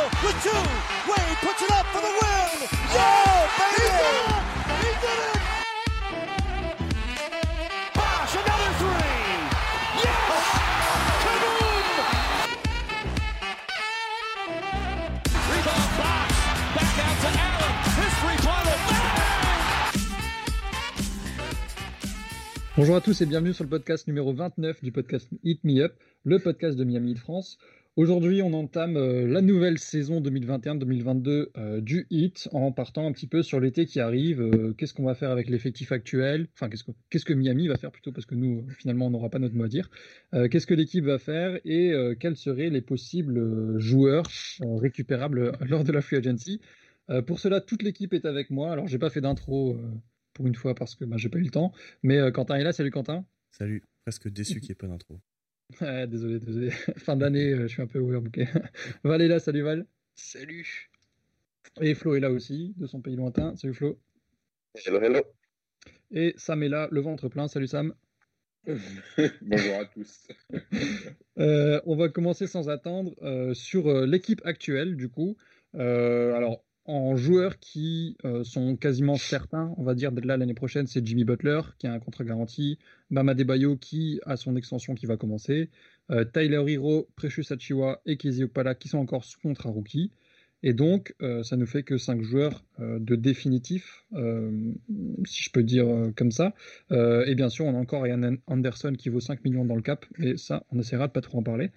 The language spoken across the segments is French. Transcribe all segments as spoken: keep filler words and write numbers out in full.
with two. Wade puts it up for the win. Yeah, baby! He did it! Bosh, another three. Yes! Kaboom! Rebound Bosh. Back out to Allen. His three-pointer. Bonjour à tous et bienvenue sur le podcast numéro vingt-neuf du podcast Hit Me Up, le podcast de Miami Heat France. Aujourd'hui, on entame euh, la nouvelle saison deux mille vingt et un deux mille vingt-deux euh, du Heat en partant un petit peu sur l'été qui arrive. Euh, qu'est-ce qu'on va faire avec l'effectif actuel ? Enfin, qu'est-ce que, qu'est-ce que Miami va faire plutôt parce que nous, euh, finalement, on n'aura pas notre mot à dire. Euh, qu'est-ce que l'équipe va faire et euh, quels seraient les possibles euh, joueurs euh, récupérables lors de la free agency ? Euh, pour cela, toute l'équipe est avec moi. Alors, j'ai pas fait d'intro euh, pour une fois parce que bah, j'ai pas eu le temps. Mais euh, Quentin est là. Salut Quentin. Salut. Presque déçu qu'il n'y ait pas d'intro. Ouais, désolé, désolé. Fin d'année, euh, je suis un peu overbooké. Val est là, salut Val. Salut. Et Flo est là aussi, de son pays lointain. Salut Flo. Hello, hello. Et Sam est là, le ventre plein. Salut Sam. Bonjour à tous. euh, on va commencer sans attendre euh, sur euh, l'équipe actuelle, du coup. Euh, alors, en joueurs qui euh, sont quasiment certains, on va dire, d'être là l'année prochaine, c'est Jimmy Butler, qui a un contrat garanti, Bam Adebayo, qui a son extension qui va commencer, euh, Tyler Hero, Precious Achiuwa et Kezi Okpala, qui sont encore sous contrat rookie. Et donc, euh, ça nous fait que cinq joueurs euh, de définitif, euh, si je peux dire euh, comme ça. Euh, et bien sûr, on a encore Ian Anderson qui vaut cinq millions dans le cap, mais ça, on essaiera de pas trop en parler.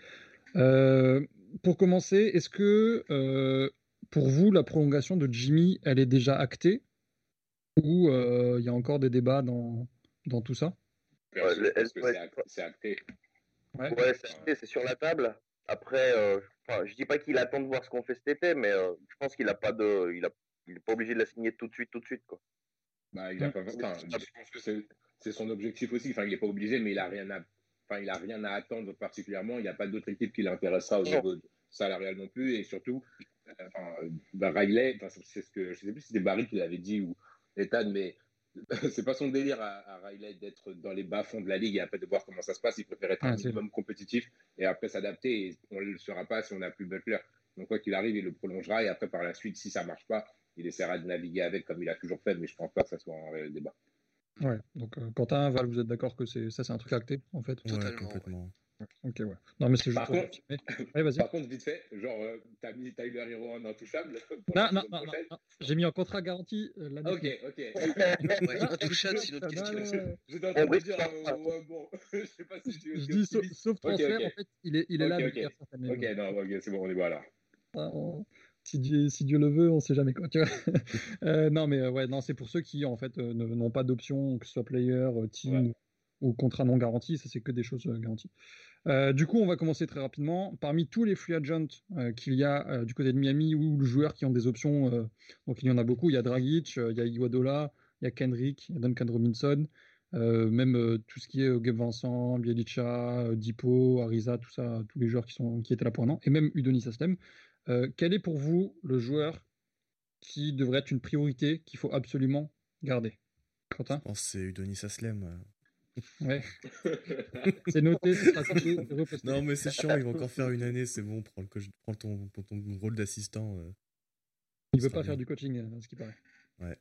Euh, pour commencer, est-ce que euh, pour vous, la prolongation de Jimmy, elle est déjà actée ou il euh, y a encore des débats dans, dans tout ça ? Ouais, le, est-ce que c'est, c'est acté. Ouais, ouais c'est acté, c'est sur la table. Après, euh, enfin, je dis pas qu'il attend de voir ce qu'on fait cet été, mais euh, je pense qu'il a pas de, il a, il est pas obligé de la signer tout de suite, tout de suite, quoi. Bah, il a pas, enfin, je pense que c'est, c'est son objectif aussi. Enfin, il est pas obligé, mais il a rien à, enfin, il a rien à attendre particulièrement. Il n'y a pas d'autre équipe qui l'intéressera au niveau salarial non plus, et surtout, enfin, bah, Riley, enfin, c'est ce que, je sais plus si c'était Barry qui l'avait dit ou Ethan, mais c'est pas son délire à, à Riley d'être dans les bas-fonds de la ligue et après de voir comment ça se passe. Il préfère être ah, un minimum c'est... compétitif et après s'adapter. Et on ne le sera pas si on n'a plus Butler. Donc, quoi qu'il arrive, il le prolongera. Et après, par la suite, si ça ne marche pas, il essaiera de naviguer avec comme il a toujours fait. Mais je ne pense pas que ça soit un réel débat. Ouais, donc euh, Quentin, Val, vous êtes d'accord que c'est, ça, c'est un truc acté, en fait ? Ouais, Totalement, complètement. Ouais. Ok, ouais. Non, mais c'est par, juste contre, ouais, vas-y. par contre, vite fait, genre, euh, t'as mis Tyler Hero en intouchable pour non, non, non, non, non, j'ai mis en contrat garanti euh, l'année. Ok, ok. Ouais, intouchable, c'est une autre question. J'étais en train de dire, euh, ouais, bon, je sais pas si tu. Je dis sauf, sauf transfert, okay, okay. En fait, il est, il est okay, là. Okay. Cette année, ok, non, ok, c'est bon, on y va là. Ah, on... Si Dieu, si Dieu le veut, on sait jamais quoi, tu vois. euh, non, mais ouais, non, c'est pour ceux qui en fait euh, n'ont pas d'option, que ce soit player, euh, team ouais. ou contrat non garanti, ça c'est que des choses euh, garanties. Euh, du coup, on va commencer très rapidement. Parmi tous les free agents euh, qu'il y a euh, du côté de Miami ou les joueurs qui ont des options, euh, donc il y en a beaucoup. Il y a Dragic, euh, il y a Iguodala, il y a Kendrick, il y a Duncan Robinson, euh, même euh, tout ce qui est euh, Gabe Vincent, Bjelica, euh, Dipo, Ariza, tout ça, tous les joueurs qui sont qui étaient là pour un an, et même Udonis Haslem. Euh, quel est pour vous le joueur qui devrait être une priorité qu'il faut absolument garder ? Quentin ? Je pense que c'est Udonis Haslem. Ouais. C'est noté, ce sera coupé, non, mais c'est chiant, il va encore faire une année, c'est bon, prends, le coach, prends ton, ton, ton rôle d'assistant. Euh, il veut pas bien. Faire du coaching, à ce qui paraît. Ouais.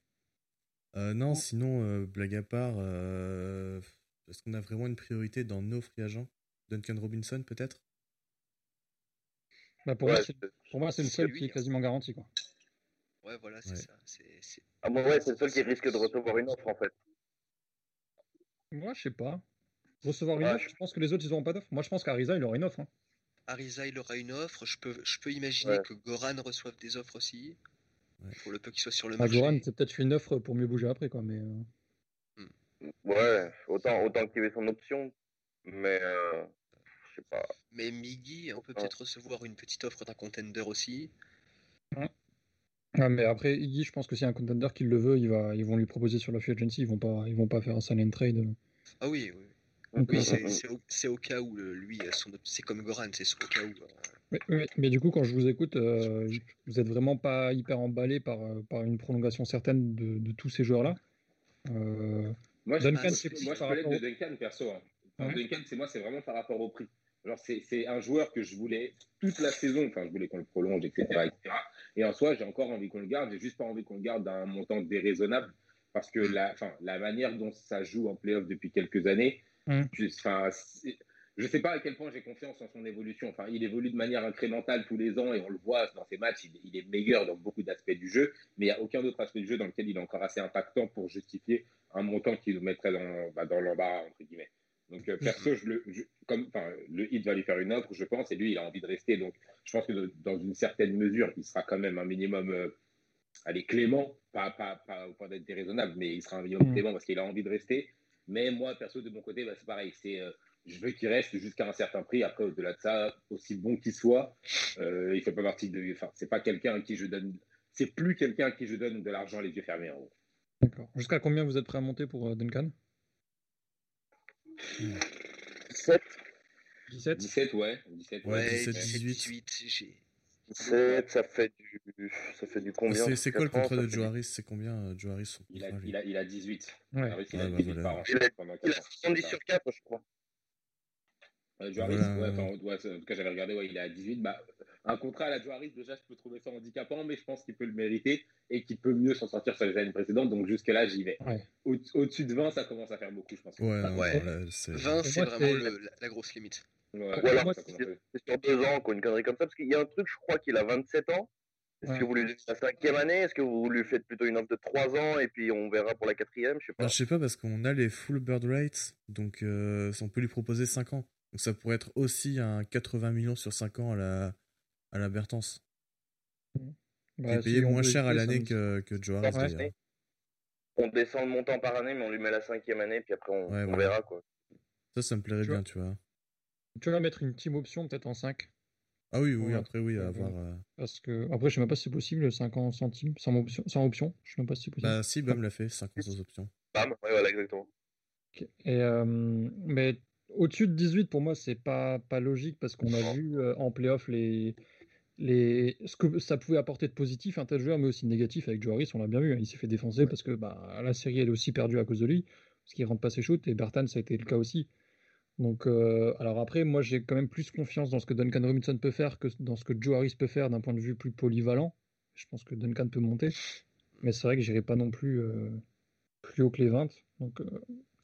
Euh, non, sinon, euh, blague à part, euh, est-ce qu'on a vraiment une priorité dans nos free agents ? Duncan Robinson, peut-être ? Bah pour, ouais, moi, c'est, pour moi, c'est le seul lui, qui est quasiment garanti, quoi. Ouais, voilà, c'est ouais. ça. C'est, c'est... Ah, bon, ouais, c'est le seul qui risque de recevoir une offre, en fait. Moi, je sais pas. Recevoir une ah, offre, je... je pense que les autres, ils n'auront pas d'offre. Moi, je pense qu'Ariza, il aura une offre. Hein. Ariza, il aura une offre. Je peux, je peux imaginer ouais. que Goran reçoive des offres aussi. Ouais. Pour le peu qu'il soit sur le ah, marché. Goran, c'est peut-être une offre pour mieux bouger après, quoi. Mais euh... hmm. Ouais, autant, autant activer son option. Mais, euh, je sais pas. Mais Miggy, on peut ouais. peut-être recevoir une petite offre d'un contender aussi. Ouais. Ouais, mais après, Iggy, je pense que s'il y a un contender qui le veut, il va, ils vont lui proposer sur la free agency. Ils vont pas, ils vont pas faire un silent trade. Ah oui, oui. Donc, oui, c'est, c'est, au, c'est au cas où le, lui, son, c'est comme Goran, c'est au cas où. Euh... Mais, mais, mais du coup, quand je vous écoute, euh, vous êtes vraiment pas hyper emballé par, par une prolongation certaine de, de tous ces joueurs-là. Euh, moi, Duncan, je, c'est moi, je peux l'être de Duncan perso. Hein. Enfin, ouais. Duncan, c'est moi, c'est vraiment par rapport au prix. Alors, c'est, c'est un joueur que je voulais toute la saison. Enfin, je voulais qu'on le prolonge, et cetera, et cetera. Et en soi, j'ai encore envie qu'on le garde. J'ai juste pas envie qu'on le garde d'un montant déraisonnable. Parce que la, enfin, la manière dont ça joue en play-off depuis quelques années, mm. je, enfin, je sais pas à quel point j'ai confiance en son évolution. Enfin, il évolue de manière incrémentale tous les ans et on le voit dans ses matchs. Il, il est meilleur dans beaucoup d'aspects du jeu. Mais il n'y a aucun autre aspect du jeu dans lequel il est encore assez impactant pour justifier un montant qui nous mettrait dans, bah, dans l'embarras, entre guillemets. Donc, euh, perso, je le, je, comme, enfin, le Heat va lui faire une offre, je pense, et lui, il a envie de rester. Donc, je pense que de, dans une certaine mesure, il sera quand même un minimum, euh, allez, clément, pas, pas, pas au point d'être déraisonnable, mais il sera un minimum mmh. clément parce qu'il a envie de rester. Mais moi, perso, de mon côté, bah, c'est pareil. C'est, euh, je veux qu'il reste jusqu'à un certain prix. Après, au-delà de ça, aussi bon qu'il soit, euh, il fait pas partie de, enfin, c'est pas quelqu'un à qui je donne, c'est plus quelqu'un à qui je donne de l'argent les yeux fermés, en gros. D'accord. Jusqu'à combien vous êtes prêt à monter pour euh, Duncan? dix-sept. dix-sept dix-sept, ouais. dix-sept, ouais, dix-sept, dix-huit. dix-huit. dix-sept, ça fait du, ça fait du combien? C'est, c'est quoi le contrat de Joe Harris? C'est combien, euh, Joe Harris? Son il, a, contrat, il, a, il a dix-huit. Ouais. Harris, il ah, a bah, dix-huit voilà. par an. Il a, il a soixante-dix sur quatre, je crois. Euh, Joe Harris, voilà. ouais, enfin, ouais, en tout cas, j'avais regardé, ouais, il est à dix-huit. Bah, un contrat à la Joe Harris, déjà, je peux trouver ça handicapant, mais je pense qu'il peut le mériter et qu'il peut mieux s'en sortir sur les années précédentes. Donc, jusque-là, j'y vais. Ouais. Au- au-dessus de vingt, ça commence à faire beaucoup, je pense. Ouais, ça, non, ouais. Là, c'est... vingt, c'est moi, vraiment c'est... Le, la, la grosse limite. Ouais, Ou alors, moi, c'est, c'est sur deux ans, quoi, une connerie comme ça. Parce qu'il y a un truc, je crois qu'il a vingt-sept ans. Est-ce ouais. que vous lui donnez la cinquième année? Est-ce que vous lui faites plutôt une offre de trois ans et puis on verra pour la quatrième? Je sais pas. Ben, je sais pas, parce qu'on a les full bird rates, donc euh, on peut lui proposer cinq ans. Donc ça pourrait être aussi un quatre-vingts millions sur cinq ans à la, à la Bertens. Mmh. Bah, qui est payé si moins cher à l'année que, que Joe Harris, ouais. d'ailleurs. On descend le montant par année, mais on lui met la cinquième année, puis après on, ouais, on voilà. verra, quoi. Ça, ça me plairait tu bien, vois. tu vois. Tu vas mettre une team option peut-être en cinq. Ah oui, oui, ouais. après, oui, à avoir. Euh... Parce que, après, je sais même pas si c'est possible, cinq ans sans team, sans option. Sans option. Je sais même pas si c'est possible. Bah, si, Bam l'a fait, cinq ans sans option. Bam, ouais, voilà, exactement. Okay. Et, euh, mais au-dessus de dix-huit, pour moi, c'est pas, pas logique parce qu'on a vu euh, en playoff les, les, ce que ça pouvait apporter de positif un tel joueur, mais aussi de négatif avec Joe Harris, on l'a bien vu. Hein, il s'est fait défoncer parce que bah, la série, elle est aussi perdue à cause de lui, parce qu'il rentre pas ses shoots, et Bertans, ça a été le cas aussi. Donc, euh, alors après, moi, j'ai quand même plus confiance dans ce que Duncan Robinson peut faire que dans ce que Joe Harris peut faire d'un point de vue plus polyvalent. Je pense que Duncan peut monter, mais c'est vrai que j'irai pas non plus euh, plus haut que les vingt. Donc, euh...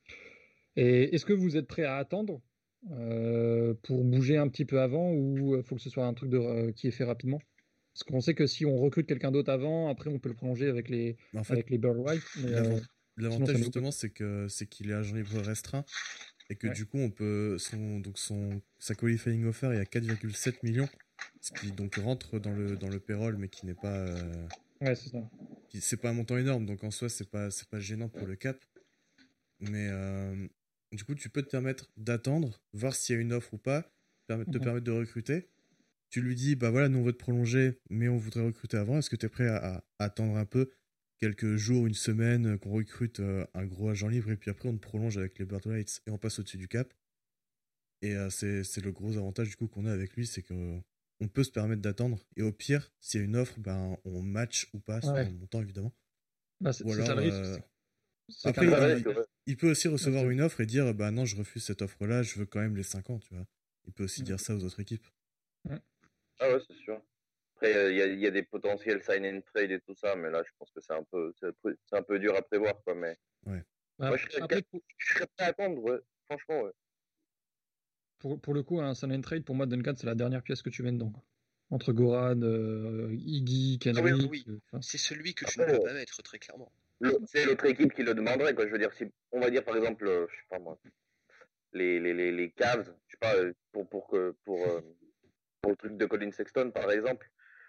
et est-ce que vous êtes prêt à attendre euh, pour bouger un petit peu avant, ou il faut que ce soit un truc de, euh, qui est fait rapidement? Parce qu'on sait que si on recrute quelqu'un d'autre avant, après on peut le prolonger avec les en fait, avec les Bird White. Mais, l'avant- euh, l'avantage justement, c'est que c'est qu'il est agent libre restreint. Et que ouais. du coup, on peut son donc son sa qualifying offer est à quatre virgule sept millions, ce qui donc rentre dans le dans le payroll, mais qui n'est pas. Euh, ouais, c'est ça. Qui, c'est pas un montant énorme, donc en soi, c'est pas c'est pas gênant pour le cap. Mais euh, du coup, tu peux te permettre d'attendre, voir s'il y a une offre ou pas, permettre, te mm-hmm. permettre de recruter. Tu lui dis, bah voilà, nous on veut te prolonger, mais on voudrait recruter avant. Est-ce que tu es prêt à, à attendre un peu? Quelques jours, une semaine, qu'on recrute euh, un gros agent libre, et puis après on te prolonge avec les bird rates et on passe au-dessus du cap. Et euh, c'est, c'est le gros avantage du coup qu'on a avec lui, c'est qu'on peut se permettre d'attendre. Et au pire, s'il y a une offre, ben, on match ou pas, sur ouais. le montant évidemment. Bah, c'est, ou alors, c'est ça le risque. Euh... C'est après, il, il, il peut aussi recevoir une offre et dire bah non, je refuse cette offre-là, je veux quand même les cinq ans, tu vois. Il peut aussi mmh. dire ça aux autres équipes. Mmh. Ah ouais, c'est sûr. Après, il y, y a des potentiels sign and trade et tout ça, mais là, je pense que c'est un peu, c'est, c'est un peu dur à prévoir, quoi. Mais ouais. Moi, bah, je, serais, après, pour... je serais prêt à attendre, ouais. Franchement, ouais. Pour, pour le coup, un sign and trade, pour moi, Duncan, c'est la dernière pièce que tu mets dedans. Entre Goran, euh, Iggy, Kenry. Ah oui, oui. Enfin... C'est celui que tu après, ne peux pas mettre, très clairement. Le, c'est l'autre équipe qui le demanderait, quoi. Je veux dire, si on va dire par exemple, euh, je sais pas moi, les les les, les Cavs, je sais pas, pour pour que pour, euh, pour le truc de Colin Sexton, par exemple.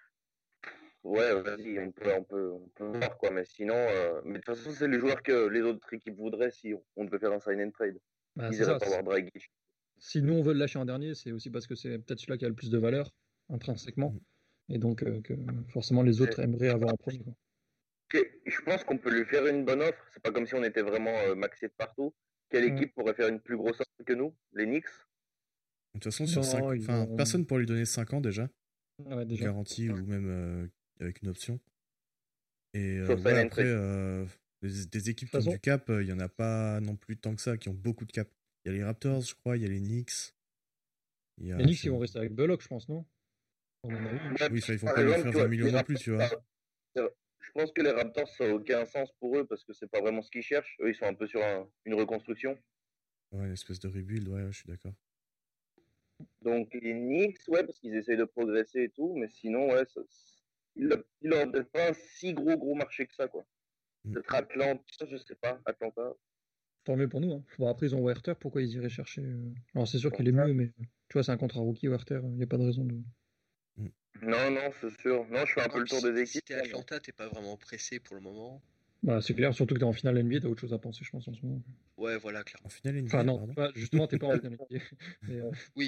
Ouais, vas-y, on peut, on peut, on peut voir, quoi, mais sinon, euh, mais de toute façon, c'est les joueurs que les autres équipes voudraient si on devait faire un sign and trade. Bah, Ils iraient pas voir Dragic. Si nous on veut le lâcher en dernier, c'est aussi parce que c'est peut-être celui-là qui a le plus de valeur intrinsèquement, mmh. et donc euh, que forcément les autres et... aimeraient avoir en premier. Quoi. Okay. Je pense qu'on peut lui faire une bonne offre. C'est pas comme si on était vraiment euh, maxé de partout. Quelle mmh. équipe pourrait faire une plus grosse offre que nous? Les Knicks? De toute façon, sur cinq... enfin, ont... personne pour lui donner cinq ans déjà. Ouais, déjà. Garantie ou même euh, avec une option. Et euh, ouais, après, euh, des, des équipes qui ont du cap, il euh, n'y en a pas non plus tant que ça, qui ont beaucoup de cap. Il y a les Raptors, je crois, il y a les Knicks. Il y a les Knicks, ils vont rester avec Bullock, je pense, non? Oui, ça, ils font pas lui faire vingt millions non plus, tu vois. Je pense que les Raptors, ça n'a aucun sens pour eux parce que c'est pas vraiment ce qu'ils cherchent. Eux, ils sont un peu sur un, une reconstruction. Ouais, une espèce de rebuild, ouais, je suis d'accord. Donc les Knicks, ouais, parce qu'ils essayent de progresser et tout, mais sinon, ouais, ça, il leur donne pas un si gros gros marché que ça, quoi. Mm. Peut-être Atlanta, je sais pas, Atlanta. Tant mieux pour nous. Hein. Bon, après, ils ont Werther, pourquoi ils iraient chercher euh... Alors, c'est sûr qu'il est mieux, mais tu vois, c'est un contrat rookie, Werther, il n'y a pas de raison de. Mm. Non, non, c'est sûr. Non, je fais un non, peu le tour si, des équipes. Si t'es Atlanta, t'es pas vraiment pressé pour le moment. Bah, c'est clair, surtout que t'es en finale N B A, t'as autre chose à penser, je pense, en ce moment. Ouais, voilà, clairement. En finale N B A, enfin, non, pas, justement, t'es pas en finale N B A. Mais, euh... Oui.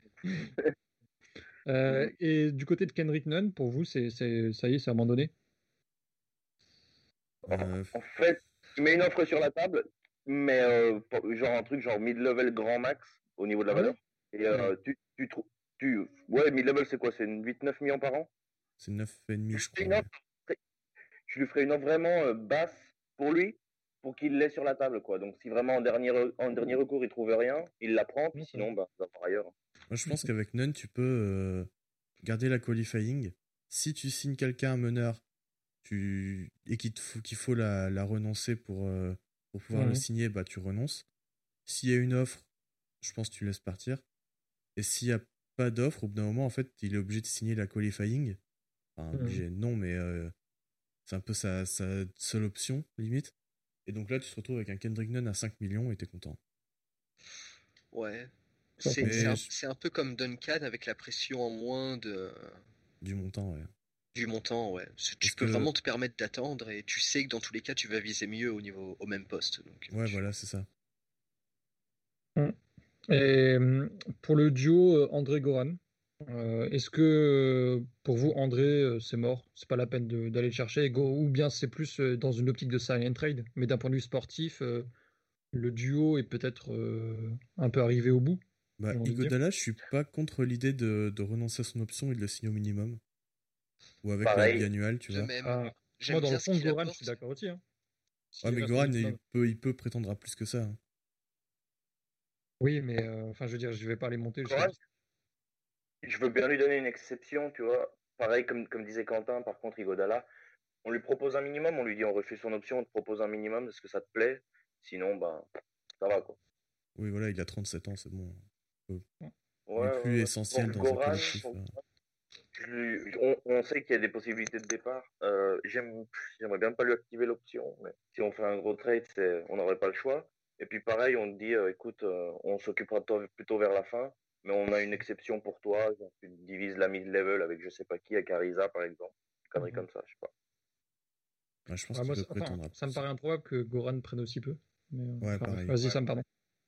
euh, et du côté de Kendrick Nunn, pour vous, c'est, c'est, ça y est, c'est abandonné euh... En fait, tu mets une offre sur la table, mais euh, genre un truc genre mid-level grand max au niveau de la valeur. Ouais. Et euh, ouais. tu, tu trouves. Tu... Ouais, mid-level, c'est quoi? C'est huit neuf millions par an? C'est neuf virgule cinq, je crois. Une offre, ouais. Je lui ferais une offre vraiment euh, basse pour lui, pour qu'il l'ait sur la table, quoi. Donc, si vraiment en dernier, en dernier recours, il trouve rien, il la prend, puis sinon, bah, ça va par ailleurs. Moi, je pense qu'avec Nunn, tu peux euh, garder la qualifying. Si tu signes quelqu'un, un meneur, tu... et qu'il faut, qu'il faut la, la renoncer pour, euh, pour pouvoir mmh. le signer, bah, tu renonces. S'il y a une offre, je pense que tu laisses partir. Et s'il n'y a pas d'offre, au bout d'un moment, en fait, il est obligé de signer la qualifying. Enfin, mmh. obligé, non, mais euh, c'est un peu sa, sa seule option, limite. Et donc là, tu te retrouves avec un Kendrick Nunn à cinq millions et t'es content. Ouais. C'est, c'est, un, c'est un peu comme Duncan avec la pression en moins de... Du montant, ouais. Du montant, ouais. Tu Parce peux que... vraiment te permettre d'attendre et tu sais que dans tous les cas, tu vas viser mieux au, niveau, au même poste. Donc, ouais, tu... voilà, c'est ça. Et pour le duo André-Goran, euh, est-ce que pour vous, André, c'est mort? C'est pas la peine de, d'aller le chercher? Ou bien c'est plus dans une optique de sign and trade? Mais d'un point de vue sportif, euh, le duo est peut-être euh, un peu arrivé au bout? Bah, Iguodala, je suis pas contre l'idée de, de renoncer à son option et de le signer au minimum. Ou avec Pareil. la annuelle, tu je vois. Même. Ah, moi, dans le fond, Goran, je suis d'accord aussi. Hein. Si ouais, mais Goran, il peut, il peut prétendre à plus que ça. Hein. Oui, mais enfin, euh, je veux dire, je vais pas les monter. Goran, je veux bien lui donner une exception, tu vois. Pareil, comme, comme disait Quentin, par contre, Iguodala, on lui propose un minimum, on lui dit on refuse son option, on te propose un minimum, est-ce que ça te plaît? Sinon, ben, ça va, quoi. Oui, voilà, il a trente-sept ans, c'est bon. Ouais, il est plus ouais, essentiel dans Goran, un collectif. Pour... On, on sait qu'il y a des possibilités de départ. Euh, j'aime, j'aimerais bien pas lui activer l'option, mais si on fait un gros trade, c'est, on n'aurait pas le choix. Et puis pareil, on te dit, euh, écoute, euh, on s'occupera de toi plutôt vers la fin, mais on a une exception pour toi. Tu divises la mid-level avec je sais pas qui, avec Ariza par exemple. Une connerie mm-hmm. comme ça, je sais pas. Ouais, je pense ouais, moi, peut enfin, ça me paraît improbable que Goran prenne aussi peu. Mais, ouais, enfin, pareil. Vas-y, ouais. Sam, pardon.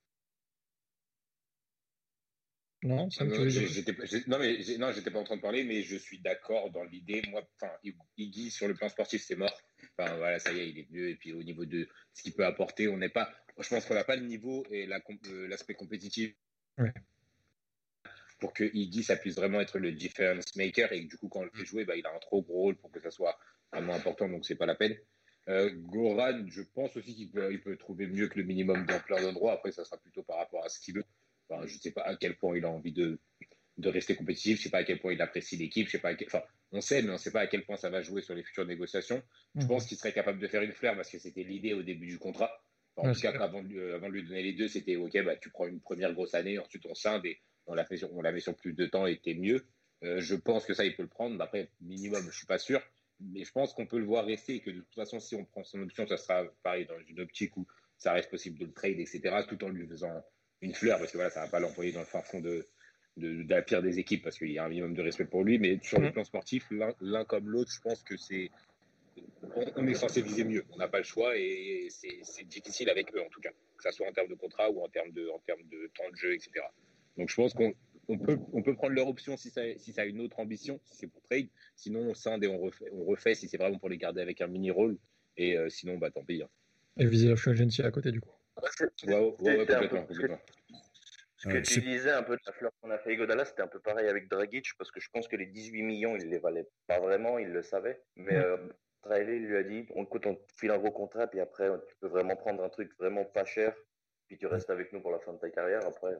Non, Sam, non, tu veux j'ai, dire... j'étais, j'ai, non, mais j'ai, non, j'étais pas en train de parler, mais je suis d'accord dans l'idée. Moi, enfin, Iggy sur le plan sportif, c'est mort. Enfin, voilà, ça y est, il est vieux. Et puis au niveau de ce qu'il peut apporter, on n'est pas. Je pense qu'on n'a pas le niveau et la, euh, l'aspect compétitif. Ouais. Pour que Iggy, ça puisse vraiment être le difference maker et que du coup, quand on le fait jouer, bah, il a un trop gros rôle pour que ça soit vraiment important, donc c'est pas la peine. Euh, Goran, je pense aussi qu'il peut, il peut trouver mieux que le minimum dans plein d'endroits. Après, ça sera plutôt par rapport à ce qu'il veut. Enfin, je ne sais pas à quel point il a envie de, de rester compétitif, je ne sais pas à quel point il apprécie l'équipe, je sais pas à quel... enfin, on sait, mais on ne sait pas à quel point ça va jouer sur les futures négociations. Je mmh. pense qu'il serait capable de faire une fleur parce que c'était l'idée au début du contrat. Enfin, en ouais, tout cas, avant de, avant de lui donner les deux, c'était OK, bah, tu prends une première grosse année, ensuite on scinde et on la, fait sur, on la met sur plus de temps et t'es mieux. Euh, je pense que ça, il peut le prendre. Après, minimum, je ne suis pas sûr. Mais je pense qu'on peut le voir rester et que de toute façon, si on prend son option, ça sera pareil dans une optique où ça reste possible de le trade, et cetera, tout en lui faisant une fleur, parce que voilà, ça ne va pas l'envoyer dans le fin fond de, de, de la pire des équipes, parce qu'il y a un minimum de respect pour lui. Mais sur mmh. le plan sportif, l'un, l'un comme l'autre, je pense que c'est. On, on est censé viser mieux. On n'a pas le choix et c'est, c'est difficile avec eux, en tout cas, que ça soit en termes de contrat ou en termes de, en termes de temps de jeu, et cetera. Donc je pense qu'on on peut, on peut prendre leur option si ça, si ça a une autre ambition, si c'est pour trade. Sinon, on scinde et on refait, on refait si c'est vraiment pour les garder avec un mini-rôle. Et euh, sinon, bah tant pis. Hein. Et viser la free agency à côté, du coup. Ouais, ouais, ouais, complètement, complètement. Ce que ouais, tu je... disais un peu de la fleur qu'on a fait Iguodala, c'était un peu pareil avec Dragic, parce que je pense que les dix-huit millions, il les valait pas vraiment, il le savait. Mais mmh. euh, Riley lui a dit, on, écoute, on te file un gros contrat, puis après, tu peux vraiment prendre un truc vraiment pas cher, puis tu restes avec nous pour la fin de ta carrière. Après,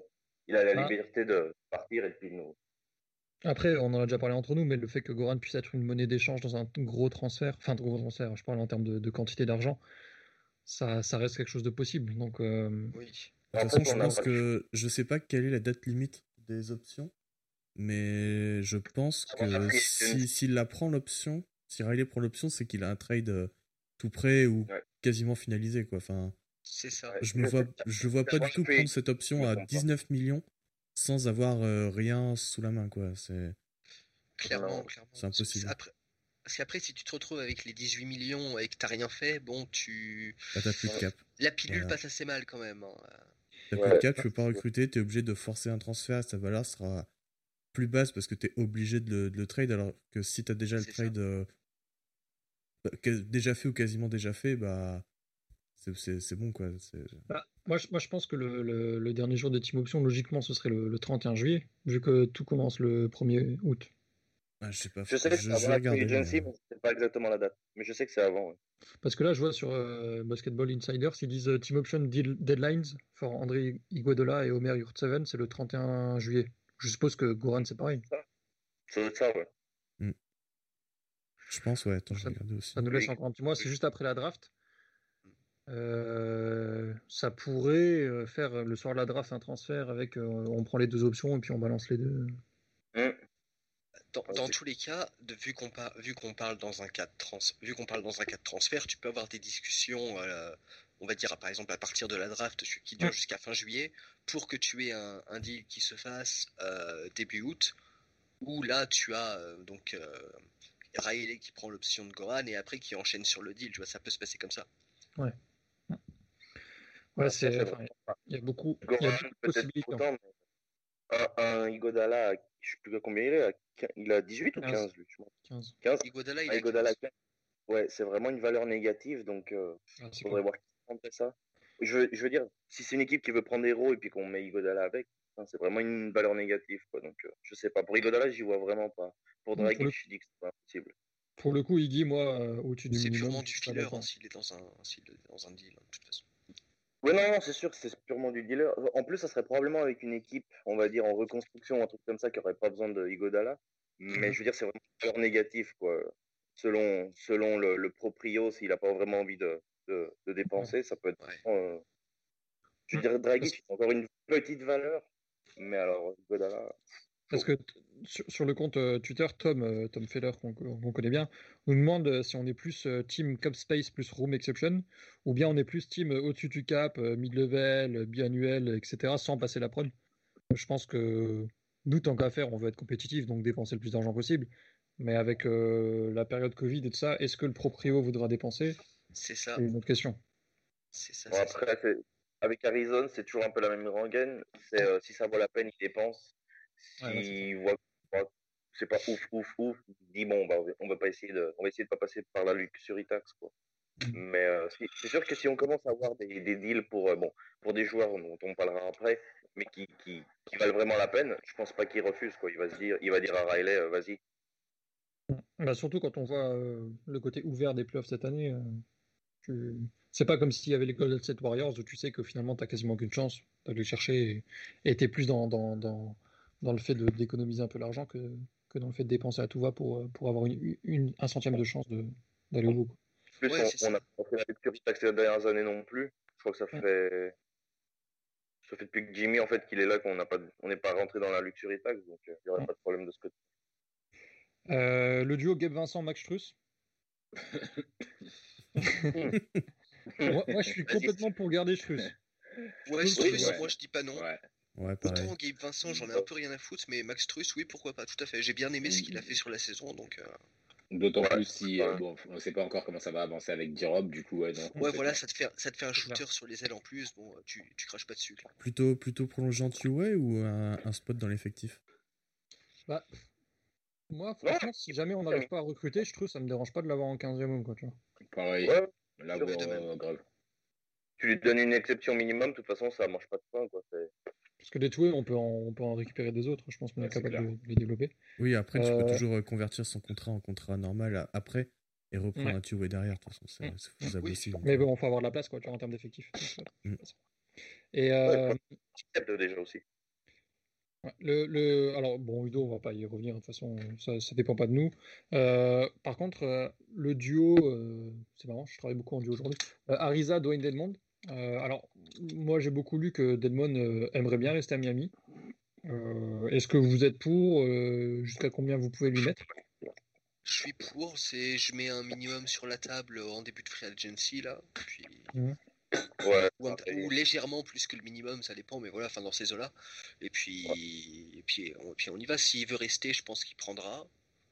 il a la Ah. liberté de partir et puis nous. Après, on en a déjà parlé entre nous, mais le fait que Goran puisse être une monnaie d'échange dans un gros transfert, enfin, de gros transfert, je parle en termes de, de quantité d'argent, ça, ça reste quelque chose de possible. Donc, euh... Oui. De toute En façon, fait, je on a pense pas le que je sais pas quelle est la date limite des options, mais je pense Avant la que free si agency. s'il la prend l'option, si Riley prend l'option, c'est qu'il a un trade euh, tout prêt ou Ouais. quasiment finalisé, quoi. Enfin, C'est ça. Ouais. je me vois, je vois pas Avant du tout la free prendre cette option à je me trompe pas. dix-neuf millions sans avoir euh, rien sous la main, quoi. C'est Clairement, Non. clairement. c'est impossible. C'est- Après, parce qu'après, si tu te retrouves avec les dix-huit millions et que t'as rien fait, bon, tu. Là, t'as plus de cap. La pilule Voilà. passe assez mal quand même. Hein. T'as Ouais. plus de cap, tu peux pas recruter, t'es obligé de forcer un transfert, sa valeur sera plus basse parce que t'es obligé de le, de le trade, alors que si t'as déjà le C'est ça. trade euh, que- déjà fait ou quasiment déjà fait, bah c'est, c'est, c'est bon, quoi. C'est... bah, moi, je, moi, je pense que le, le, le dernier jour des team options, logiquement, ce serait le, le trente et un juillet, vu que tout commence le premier août. Ah, je sais pas, Je sais que je, c'est je avant vais la regarder. free agency, mais- mais c'est pas exactement la date. Mais je sais que c'est avant. Ouais. Parce que là, je vois sur euh, Basketball Insider, ils disent euh, Team Option deal deadlines for André Iguodala et Omer Yurtseven, c'est le trente et un juillet. Je suppose que Goran, c'est pareil. Ça doit être ça, ouais. Je pense, ouais, attends, je Ça- vais regarder aussi. Ça nous laisse encore un petit mois, c'est juste après la draft. Euh, ça pourrait euh, faire le soir de la draft un transfert avec euh, on prend les deux options et puis on balance les deux. Hum. Dans, Ouais, dans c'est- tous les cas, de, vu qu'on par- vu qu'on parle dans un cas de trans, vu qu'on parle dans un cas de transfert, tu peux avoir des discussions, euh, on va dire par exemple à partir de la draft qui dure Ouais. jusqu'à fin juillet, pour que tu aies un, un deal qui se fasse euh, début août, où là tu as euh, donc euh, Riley qui prend l'option de Goran et après qui enchaîne sur le deal. Tu vois, ça peut se passer comme ça. Ouais, Ouais, c'est, ça, c'est enfin, il y a beaucoup, il y a Goran, beaucoup de peut-être possibilités. autant, mais un, un Igodala, je sais plus à combien il est, à quinze il a dix-huit ou quinze. quinze, lui je m'en- quinze. quinze. Iguodala, il Un a Igodala, quinze. quinze. Ouais, c'est vraiment une valeur négative, donc euh, Ah, c'est faudrait cool. voir qui prendrait ça. Je veux, je veux dire, si c'est une équipe qui veut prendre Hero et puis qu'on met Igodala avec, hein, c'est vraiment une valeur négative, quoi. Donc, euh, je sais pas. Pour Igodala, j'y vois vraiment pas. Pour Pour le, Dragic, je dis que c'est pas impossible. pour le coup, Iggy, moi, euh, au-dessus du C'est minimum, purement du je suis pas filler d'accord. hein, s'il est dans un, s'il est dans un deal, hein, de toute façon. Ouais, non, non, c'est sûr que c'est purement du dealer. En plus, ça serait probablement avec une équipe, on va dire, en reconstruction, un truc comme ça, qui aurait pas besoin de Igodala. Mais Mhm. je veux dire, c'est vraiment une valeur négative, quoi. Selon, selon le, le proprio, s'il a pas vraiment envie de, de, de dépenser, ça peut être. Ouais. euh, Je veux dire, Dragic, c'est encore une petite valeur. Mais alors, Igodala. Parce que t- sur, sur le compte euh, Twitter, Tom, euh, Tom Feller, qu'on qu'on connaît bien, nous demande euh, si on est plus euh, team Cap Space plus Room Exception, ou bien on est plus team euh, au-dessus du cap, euh, mid-level, euh, biannuel, et cetera, sans passer la prod. Je pense que nous, tant qu'à faire, on veut être compétitif, donc dépenser le plus d'argent possible. Mais avec euh, la période Covid et tout ça, est-ce que le proprio voudra dépenser? C'est ça. C'est une autre question. C'est ça. Bon, c'est ça. après, c'est- avec Arizona, c'est toujours un peu la même rengaine. C'est euh, si ça vaut la peine, il dépense. Ouais, ouais, c'est S'il voit que c'est pas ouf, ouf, ouf, il dit bon, bah, on va pas essayer de, on va essayer de pas passer par la luxury tax, quoi. Mm. Mais euh, si- c'est sûr que si on commence à avoir des, des deals pour, euh, bon, pour des joueurs dont on parlera après, mais qui, qui, qui valent vraiment la peine, je pense pas qu'il refuse, quoi. Il va se dire, il va dire à Riley, euh, vas-y. Bah, surtout quand on voit euh, le côté ouvert des playoffs cette année. euh, tu- C'est pas comme s'il y avait les Golden State Warriors où tu sais que finalement t'as quasiment aucune chance d'aller le chercher et t'es plus dans, dans, dans, dans le fait de, d'économiser un peu l'argent que, que dans le fait de dépenser à tout va pour, euh, pour avoir une, une, un centième de chance de, d'aller au bout. Quoi. En plus, Ouais, c'est on, on ça. a pas fait la luxury tax les dernières années non plus. Je crois que ça Ouais. fait, ça fait depuis que Jimmy, en fait, qu'il est là, qu'on n'a pas, on n'est pas rentré dans la luxury tax, donc il n'y aurait Ouais. pas de problème de ce côté. Euh, le duo Gabe Vincent Max Strus. moi, moi je suis Vas-y. complètement pour garder Strus. Ouais, Oui, Strus, ouais. moi je dis pas non. Ouais. Ouais, pareil. Autant Gabe Vincent, j'en ai un peu rien à foutre, mais Max Strus, oui, pourquoi pas, tout à fait. J'ai bien aimé ce qu'il a fait sur la saison, donc. Euh... D'autant Ouais. plus si, euh, Ouais. bon, on sait pas encore comment ça va avancer avec D-Rob, du coup, ouais, non. Ouais, complètement. voilà, ça te fait, ça te fait un C'est shooter clair. sur les ailes en plus. Bon, tu, tu craches pas dessus. Quoi. Plutôt, plutôt prolongeant two-way ou un, un spot dans l'effectif? Bah, moi, franchement, si jamais on n'arrive pas à recruter, je trouve ça me dérange pas de l'avoir en quinzième homme, quoi, tu vois. Pareil. Ouais, Là, sûr, ouais, de même. ouais, grave. tu lui donnes une exception minimum, de toute façon, ça mange pas de pain, quoi. C'est- Parce que des two on peut en, on peut en récupérer des autres, je pense qu'on Ouais, est c'est capable clair. de, de les développer. Oui, après, tu peux Euh, toujours euh, convertir son contrat en contrat normal à- après et reprendre Ouais. un two-way derrière. De toute façon, c'est Mm. c'est faisable Oui. aussi. donc, Mais euh, bon, il faut avoir de la place, quoi, tu vois, en termes d'effectifs. Donc, voilà. Mm. Et euh, Ouais, accepte déjà aussi. Le, le, alors, bon, Udo, on va pas y revenir, de toute façon, ça ne dépend pas de nous. Euh, par contre, euh, le duo, euh, c'est marrant, je travaille beaucoup en duo aujourd'hui. Euh, Ariza, Dwayne Dedmon. Euh, alors, moi, j'ai beaucoup lu que Dedmon euh, aimerait bien rester à Miami. Euh, est-ce que vous êtes pour euh, jusqu'à combien vous pouvez lui mettre? Je suis pour, c'est je mets un minimum sur la table en début de free agency là, puis Mmh. Ouais, ou, un- pareil. ou légèrement plus que le minimum, ça dépend, mais voilà, enfin dans ces eaux-là. Et puis, et puis, on, puis on y va. S'il veut rester, je pense qu'il prendra.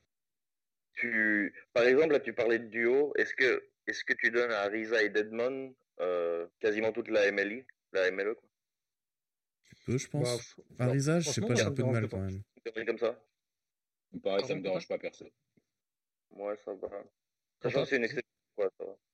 Tu, par exemple, là, tu parlais de duo. Est-ce que, est-ce que tu donnes à Ariza et Dedmon euh, quasiment toute la M L I, la M L E, quoi? Tu peux, je Bah, pense. f- alors, Arisa, je sais franchement, pas, moi, j'ai ça un me peu de dérangerait mal pas. quand même. Une connerie comme ça? Pareil, ça Pardon, me dérange Quentin? pas perso. Ouais, ça va. Sachant Quentin, que c'est tu une disais, exception, quoi, ça va.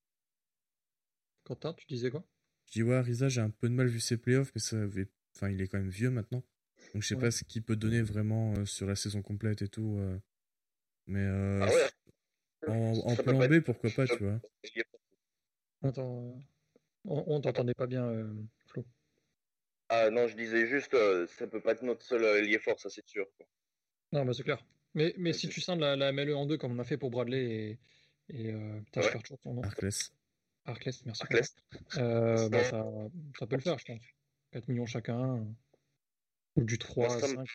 Quentin, tu disais quoi? Je dis, ouais, Arisa, j'ai un peu de mal vu ses playoffs, mais ça avait... enfin, il est quand même vieux maintenant. Donc je sais Ouais. pas ce qu'il peut donner vraiment euh, sur la saison complète et tout. euh. Mais euh, Ah ouais, en, en ça peut plan pas B, être. pourquoi pas, tu vois. Attends, euh, on, on t'entendait pas bien, euh, Flo. Ah non, je disais juste, euh, ça peut pas être notre seul euh, ailier fort, ça c'est sûr, quoi. Non, bah c'est clair. Mais, mais Ouais, si c'est- tu scindes la, la M L E en deux, comme on a fait pour Bradley et, et euh, putain, je Ouais, perds toujours ton nom. Arclès. Arclès, merci Quentin. Arclès. Euh, bah, ça, ça peut le faire, je pense. quatre millions chacun, euh, ou du Moi, trois à ça me... cinq.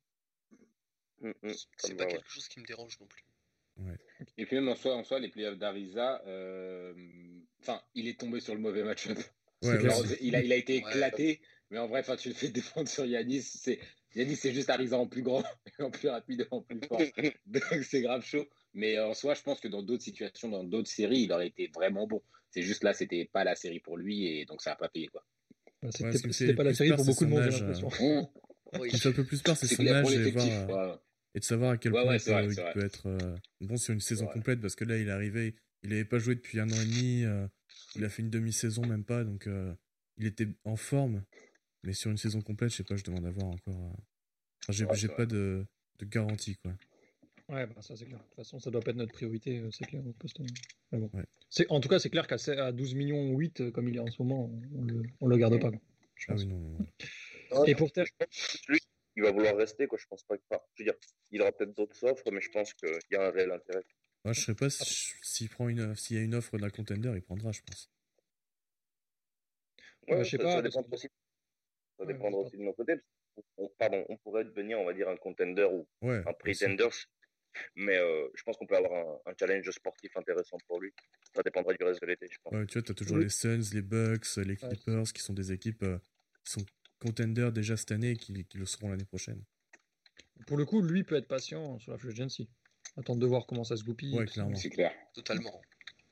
Hum, hum, ça C'est me pas va, ouais. quelque chose qui me dérange non plus. Ouais. Et puis même en soi, en soi les playoffs d'Ariza, euh, enfin, il est tombé sur le mauvais match-up. C'est Ouais, clair. Genre, aussi. il a, il a été Ouais. éclaté, mais en vrai, enfin, tu le fais défendre sur Yanis, c'est Yanis, c'est juste Ariza en plus grand, en plus rapide, en plus fort. Donc c'est grave chaud. Mais euh, en soi, je pense que dans d'autres situations, dans d'autres séries, il aurait été vraiment bon. C'est juste là, c'était pas la série pour lui et donc ça a pas payé quoi. Bah, Ouais, C'était ce qui me c'était fait pas la plus série peur, pour c'est beaucoup de son monde, j'ai âge. euh. l'impression. Mmh. Ce Oui. qui me fait un peu plus peur, c'est C'est son clair pour âge et, l'effectif. voir, euh, Ouais, et de savoir à quel ouais, point ouais, il c'est vrai, peut, c'est il vrai. peut être euh, bon sur une C'est saison vrai. complète, parce que là, il est arrivé, il n'avait pas joué depuis un an et demi, euh, il a fait une demi-saison, même pas, donc euh, il était en forme, mais sur une saison complète, je sais pas, je demande à voir encore. euh. Enfin, j'ai Ouais, j'ai c'est pas vrai. de, de garantie, quoi. Ouais, bah, ça c'est clair. De toute façon, ça doit pas être notre priorité, euh, c'est clair, au poste. euh. Mais bon. Ouais. C'est, en tout cas, c'est clair qu'à se- à douze millions huit, euh, comme il est en ce moment, on, on le, on le garde pas, quoi, je Ah pense. oui, non, non, non. Non, Et je pour ter- je pense que lui, il va vouloir rester, quoi. Je pense pas que. Enfin, je veux dire, il aura peut-être d'autres offres, mais je pense qu'il y a un réel intérêt. Moi, je serais pas, si- s'il prend une, s'il y a une offre d'un contender, il prendra, je pense. Ouais, bah, je sais ça, pas, ça parce que... dépendra aussi, ça Ouais, dépendra vas-y, aussi de notre côté. Parce qu'on- pardon, on pourrait devenir, on va dire, un contender ou Ouais, un aussi. pretender, mais euh, je pense qu'on peut avoir un, un challenge sportif intéressant pour lui. Ça dépendra du reste de l'été, je pense. Ouais, tu vois, t'as toujours Oui. les Suns, les Bucks, les Clippers, qui sont des équipes euh, qui sont contenders déjà cette année et qui, qui le seront l'année prochaine. Pour le coup, lui peut être patient sur la free agency. Attendre de voir comment ça se goupille. Ouais, et tout ça. clairement. C'est clair. Totalement.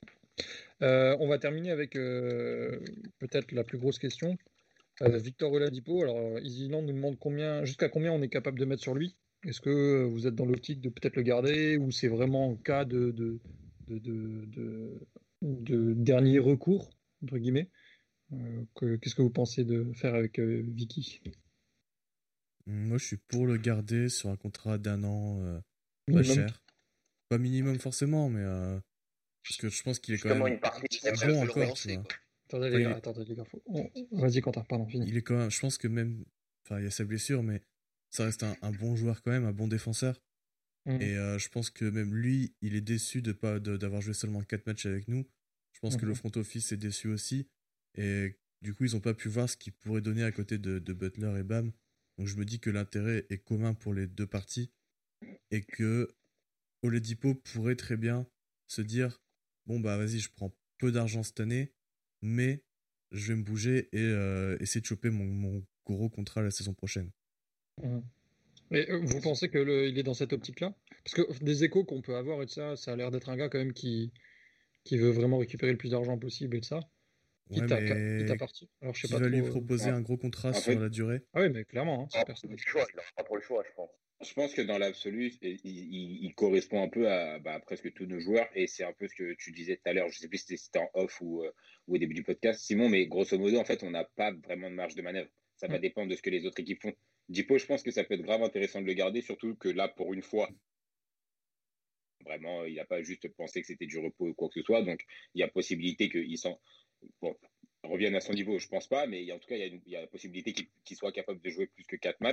Euh, on va terminer avec euh, peut-être la plus grosse question. Euh, Victor Oladipo, alors euh, EasyLand nous demande combien, jusqu'à combien on est capable de mettre sur lui. Est-ce que euh, vous êtes dans l'optique de peut-être le garder ou c'est vraiment en cas de, de, de, de, de- de dernier recours, entre guillemets. Euh, que- qu'est-ce que vous pensez de faire avec euh, Vicky? Moi, je suis pour le garder sur un contrat d'un an, euh, pas Minimum. cher. Pas minimum forcément, mais euh, parce que je pense qu'il est quand Justement, même une partie. Ça de peut bon le encore, tu relancer, vois. quoi. Attendez, Enfin, les il gars, est- attendez, les gars. faut- on- Vas-y, Quentin, pardon, fini. Il est quand même, je pense que même, enfin, il y a sa blessure, mais ça reste un, un bon joueur quand même, un bon défenseur. Mhm. Et euh, je pense que même lui, il est déçu de pas de- d'avoir joué seulement quatre matchs avec nous. Je pense que Mhm. le front office est déçu aussi. Et du coup, ils n'ont pas pu voir ce qu'il pourrait donner à côté de, de Butler et Bam. Donc je me dis que l'intérêt est commun pour les deux parties. Et que Oladipo pourrait très bien se dire, bon bah vas-y, je prends peu d'argent cette année, mais je vais me bouger et euh, essayer de choper mon, mon gros contrat la saison prochaine. Mhm. Et euh, vous pensez que le- il est dans cette optique-là? Parce que des échos qu'on peut avoir et de ça, ça a l'air d'être un gars quand même qui, qui veut vraiment récupérer le plus d'argent possible et de ça. Ouais, Quitte à, quitte à mais partir. Alors je sais qui pas va lui trop. euh, proposer Ouais. un gros contrat En sur fait, la durée? Ah oui, mais clairement, hein, Il c'est aura personne. pas le choix, il n'aura pas trop le choix, je pense. je pense que dans l'absolu, il, il- il correspond un peu à bah, presque tous nos joueurs et c'est un peu ce que tu disais tout à l'heure. Je sais plus si c'était en off ou, euh, ou au début du podcast, Simon, mais grosso modo, en fait, on n'a pas vraiment de marge de manœuvre. Ça va Mm. dépendre de ce que les autres équipes font. Dipo, je pense que ça peut être grave intéressant de le garder, surtout que là, pour une fois, vraiment, il n'a pas juste pensé que c'était du repos ou quoi que ce soit. Donc, il y a possibilité qu'il s'en bon, revienne à son niveau, je pense pas, mais en tout cas, il y a, une, il y a la possibilité qu'il qu'il soit capable de jouer plus que quatre matchs.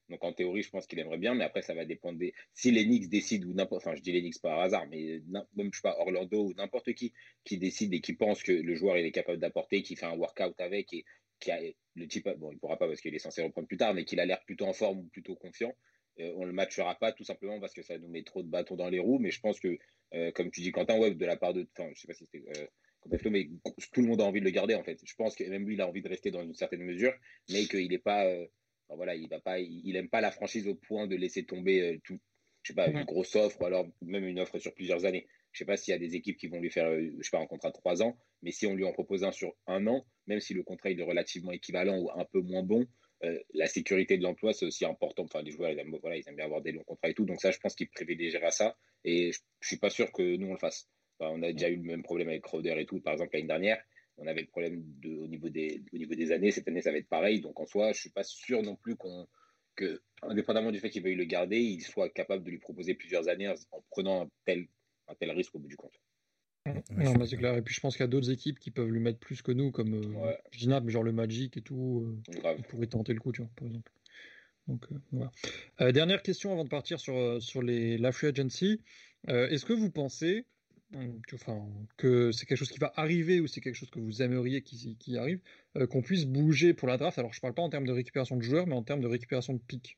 Donc en théorie, je pense qu'il aimerait bien, mais après, ça va dépendre des. Si les Knicks décident, ou n'importe. Enfin, je dis les Knicks par hasard, mais même, je sais pas, Orlando ou n'importe qui, qui décide et qui pense que le joueur il est capable d'apporter, qui fait un workout avec et qui a le type. Bon, il pourra pas parce qu'il est censé reprendre plus tard, mais qu'il a l'air plutôt en forme ou plutôt confiant. Euh, on le matchera pas tout simplement parce que ça nous met trop de bâtons dans les roues. Mais je pense que, euh, comme tu dis, Quentin, ouais, de la part de. Enfin, je sais pas si c'était. Euh, mais tout le monde a envie de le garder en fait. Je pense que même lui, il a envie de rester dans une certaine mesure, mais qu'il n'est pas. Euh, Enfin, voilà, il va pas, il, il aime pas la franchise au point de laisser tomber euh, tout, je sais pas, une grosse offre ou alors même une offre sur plusieurs années. Je sais pas s'il y a des équipes qui vont lui faire, euh, je sais pas, un contrat de trois ans, mais si on lui en propose un sur un an, même si le contrat il est relativement équivalent ou un peu moins bon, euh, la sécurité de l'emploi c'est aussi important. Enfin, les joueurs ils aiment, voilà, ils aiment bien avoir des longs contrats et tout, donc ça, je pense qu'il privilégiera ça. Et je, je suis pas sûr que nous on le fasse. Enfin, on a déjà eu le même problème avec Crowder et tout, par exemple l'année dernière. On avait le problème de, au, niveau des, au niveau des années. Cette année, ça va être pareil. Donc, en soi, je ne suis pas sûr non plus qu'on, que, indépendamment du fait qu'il veuille le garder, il soit capable de lui proposer plusieurs années en, en prenant un tel, un tel risque au bout du compte. Ouais, non, bah c'est clair. Et puis, je pense qu'il y a d'autres équipes qui peuvent lui mettre plus que nous, comme euh, ouais. je dis mais genre le Magic et tout. Euh, ils pourraient tenter le coup, tu vois, par exemple. Donc, euh, voilà. Euh, dernière question avant de partir sur, sur les, la free agency. Euh, est-ce que vous pensez Enfin, que c'est quelque chose qui va arriver ou c'est quelque chose que vous aimeriez qui, qui arrive, euh, qu'on puisse bouger pour la draft. Alors, je parle pas en termes de récupération de joueurs, mais en termes de récupération de pick.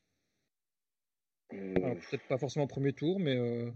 Mmh. Peut-être pas forcément au premier tour, mais. Euh...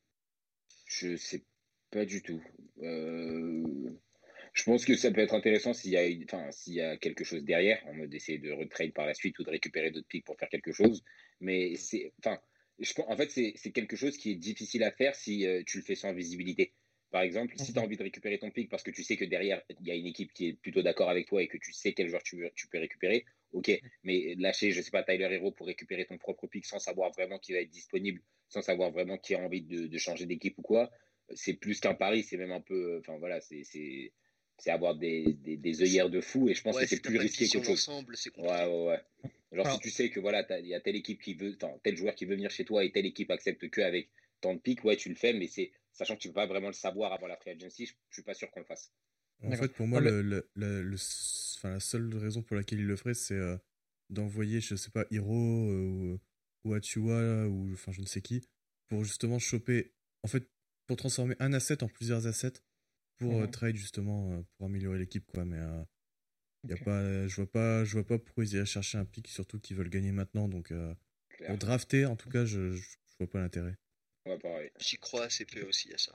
Je sais pas du tout. Euh... Je pense que ça peut être intéressant s'il y a, enfin, s'il y a quelque chose derrière, en mode d'essayer de retrade par la suite ou de récupérer d'autres picks pour faire quelque chose. Mais c'est, enfin, je pense, en fait, c'est, c'est quelque chose qui est difficile à faire si euh, tu le fais sans visibilité. Par exemple, si tu as envie de récupérer ton pick parce que tu sais que derrière, il y a une équipe qui est plutôt d'accord avec toi et que tu sais quel joueur tu, tu peux récupérer, ok. Mais lâcher, je sais pas, Tyler Hero pour récupérer ton propre pick sans savoir vraiment qui va être disponible, sans savoir vraiment qui a envie de, de changer d'équipe ou quoi, c'est plus qu'un pari, c'est même un peu, enfin voilà, c'est, c'est, c'est avoir des, des, des œillères de fou et je pense ouais, que c'est plus risqué qu'autre chose. C'est ouais, ouais, ouais. Genre, alors, si tu sais que voilà, il y a telle équipe qui veut, tel joueur qui veut venir chez toi et telle équipe accepte que avec tant de pics, ouais, tu le fais, mais c'est sachant que tu peux pas vraiment le savoir avant la free agency, je, je suis pas sûr qu'on le fasse. En D'accord. fait, pour moi, ah, le, le, le, le, enfin, la seule raison pour laquelle il le ferait, c'est euh, d'envoyer, je sais pas, Hiro euh, ou, ou Achua ou enfin je ne sais qui, pour justement choper, en fait, pour transformer un asset en plusieurs assets pour mm-hmm. euh, trade justement euh, pour améliorer l'équipe, quoi. Mais euh, y a okay. pas, je vois pas, je vois pas pourquoi ils iraient chercher un pick, surtout qu'ils veulent gagner maintenant. Donc euh, pour drafter, en tout cas, je, je, je vois pas l'intérêt. Ouais, pareil. J'y crois assez peu aussi à ça.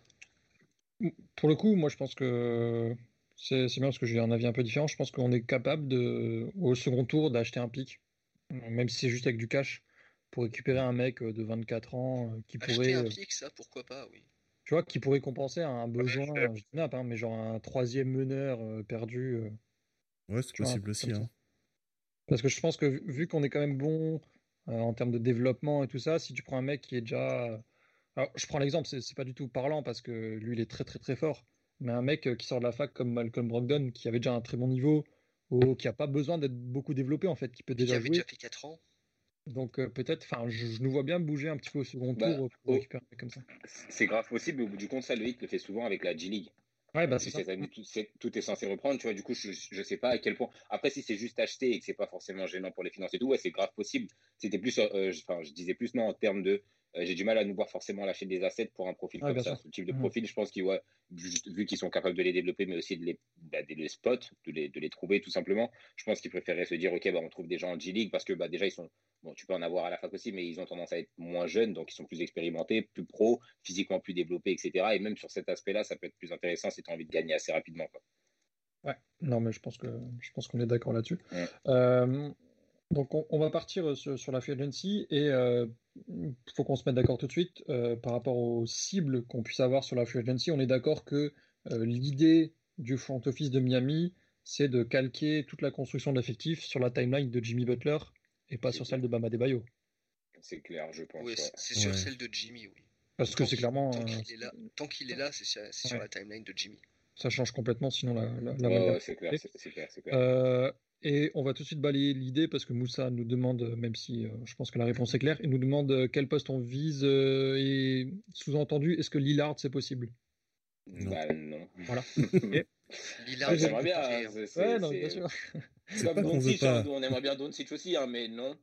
Pour le coup, moi je pense que c'est, c'est bien parce que j'ai un avis un peu différent. Je pense qu'on est capable de, au second tour d'acheter un pick, même si c'est juste avec du cash, pour récupérer un mec de vingt-quatre ans qui acheter pourrait. Acheter un pick, ça, pourquoi pas, oui. Tu vois, qui pourrait compenser un besoin, ouais, je dis nappe, hein, mais genre un troisième meneur euh, perdu. Euh, ouais, c'est possible vois, aussi. Hein. Parce que je pense que vu qu'on est quand même bon euh, en termes de développement et tout ça, si tu prends un mec qui est déjà. Alors, je prends l'exemple, c'est, c'est pas du tout parlant parce que lui, il est très très très fort. Mais un mec qui sort de la fac comme Malcolm Brogdon, qui avait déjà un très bon niveau, ou qui a pas besoin d'être beaucoup développé en fait, qui peut déjà qui jouer. Qui avait déjà fait quatre ans. Donc euh, peut-être, enfin, je, je nous vois bien bouger un petit peu au second bah, tour pour oh, récupérer un mec comme ça. C'est grave possible, mais au bout du compte, ça, le Heat le fait souvent avec la G League. Ouais, bah, c'est ça. Tout, c'est, tout est censé reprendre, tu vois. Du coup, je, je sais pas à quel point. Après, si c'est juste acheté et que c'est pas forcément gênant pour les finances et tout, ouais, c'est grave possible. C'était plus, euh, enfin, je disais plus non en termes de. Euh, j'ai du mal à nous voir forcément lâcher des assets pour un profil ouais, comme ça. Sûr. Ce type de profil, mmh. je pense qu'ils, ouais, juste, vu qu'ils sont capables de les développer, mais aussi de les, bah, de les spot, de les, de les trouver tout simplement. Je pense qu'ils préféraient se dire, ok, bah, on trouve des gens en G League parce que bah, déjà ils sont. Bon, tu peux en avoir à la fac aussi, mais ils ont tendance à être moins jeunes, donc ils sont plus expérimentés, plus pros, physiquement plus développés, et cetera. Et même sur cet aspect-là, ça peut être plus intéressant si tu as envie de gagner assez rapidement, quoi. Ouais, non, mais je pense que je pense qu'on est d'accord là-dessus. Ouais. Euh, donc on, on va partir sur, sur la free agency et il euh, faut qu'on se mette d'accord tout de suite euh, par rapport aux cibles qu'on puisse avoir sur la free agency. On est d'accord que euh, l'idée du front office de Miami, c'est de calquer toute la construction de l'effectif sur la timeline de Jimmy Butler et pas c'est sur clair. Celle de Bam Adebayo. C'est clair, je pense. Oui, ouais. c'est sur ouais. celle de Jimmy, oui. Parce tant que c'est clairement. Tant euh, qu'il est là, tant qu'il est là c'est, sur, c'est ouais. sur la timeline de Jimmy. Ça change complètement, sinon la. la, la ouais, ouais, c'est clair, c'est, c'est clair, c'est clair. Euh, et on va tout de suite balayer l'idée parce que Moussa nous demande, même si euh, je pense que la réponse est claire, il nous demande euh, quel poste on vise euh, et sous-entendu, est-ce que Lillard c'est possible? Non. Bah non. Voilà. Et... Lillard, j'aimerais bien. Hein, c'est, c'est, ouais, non, c'est... bien sûr. C'est comme Doncic, hein, on aimerait bien Doncic aussi, hein, mais non.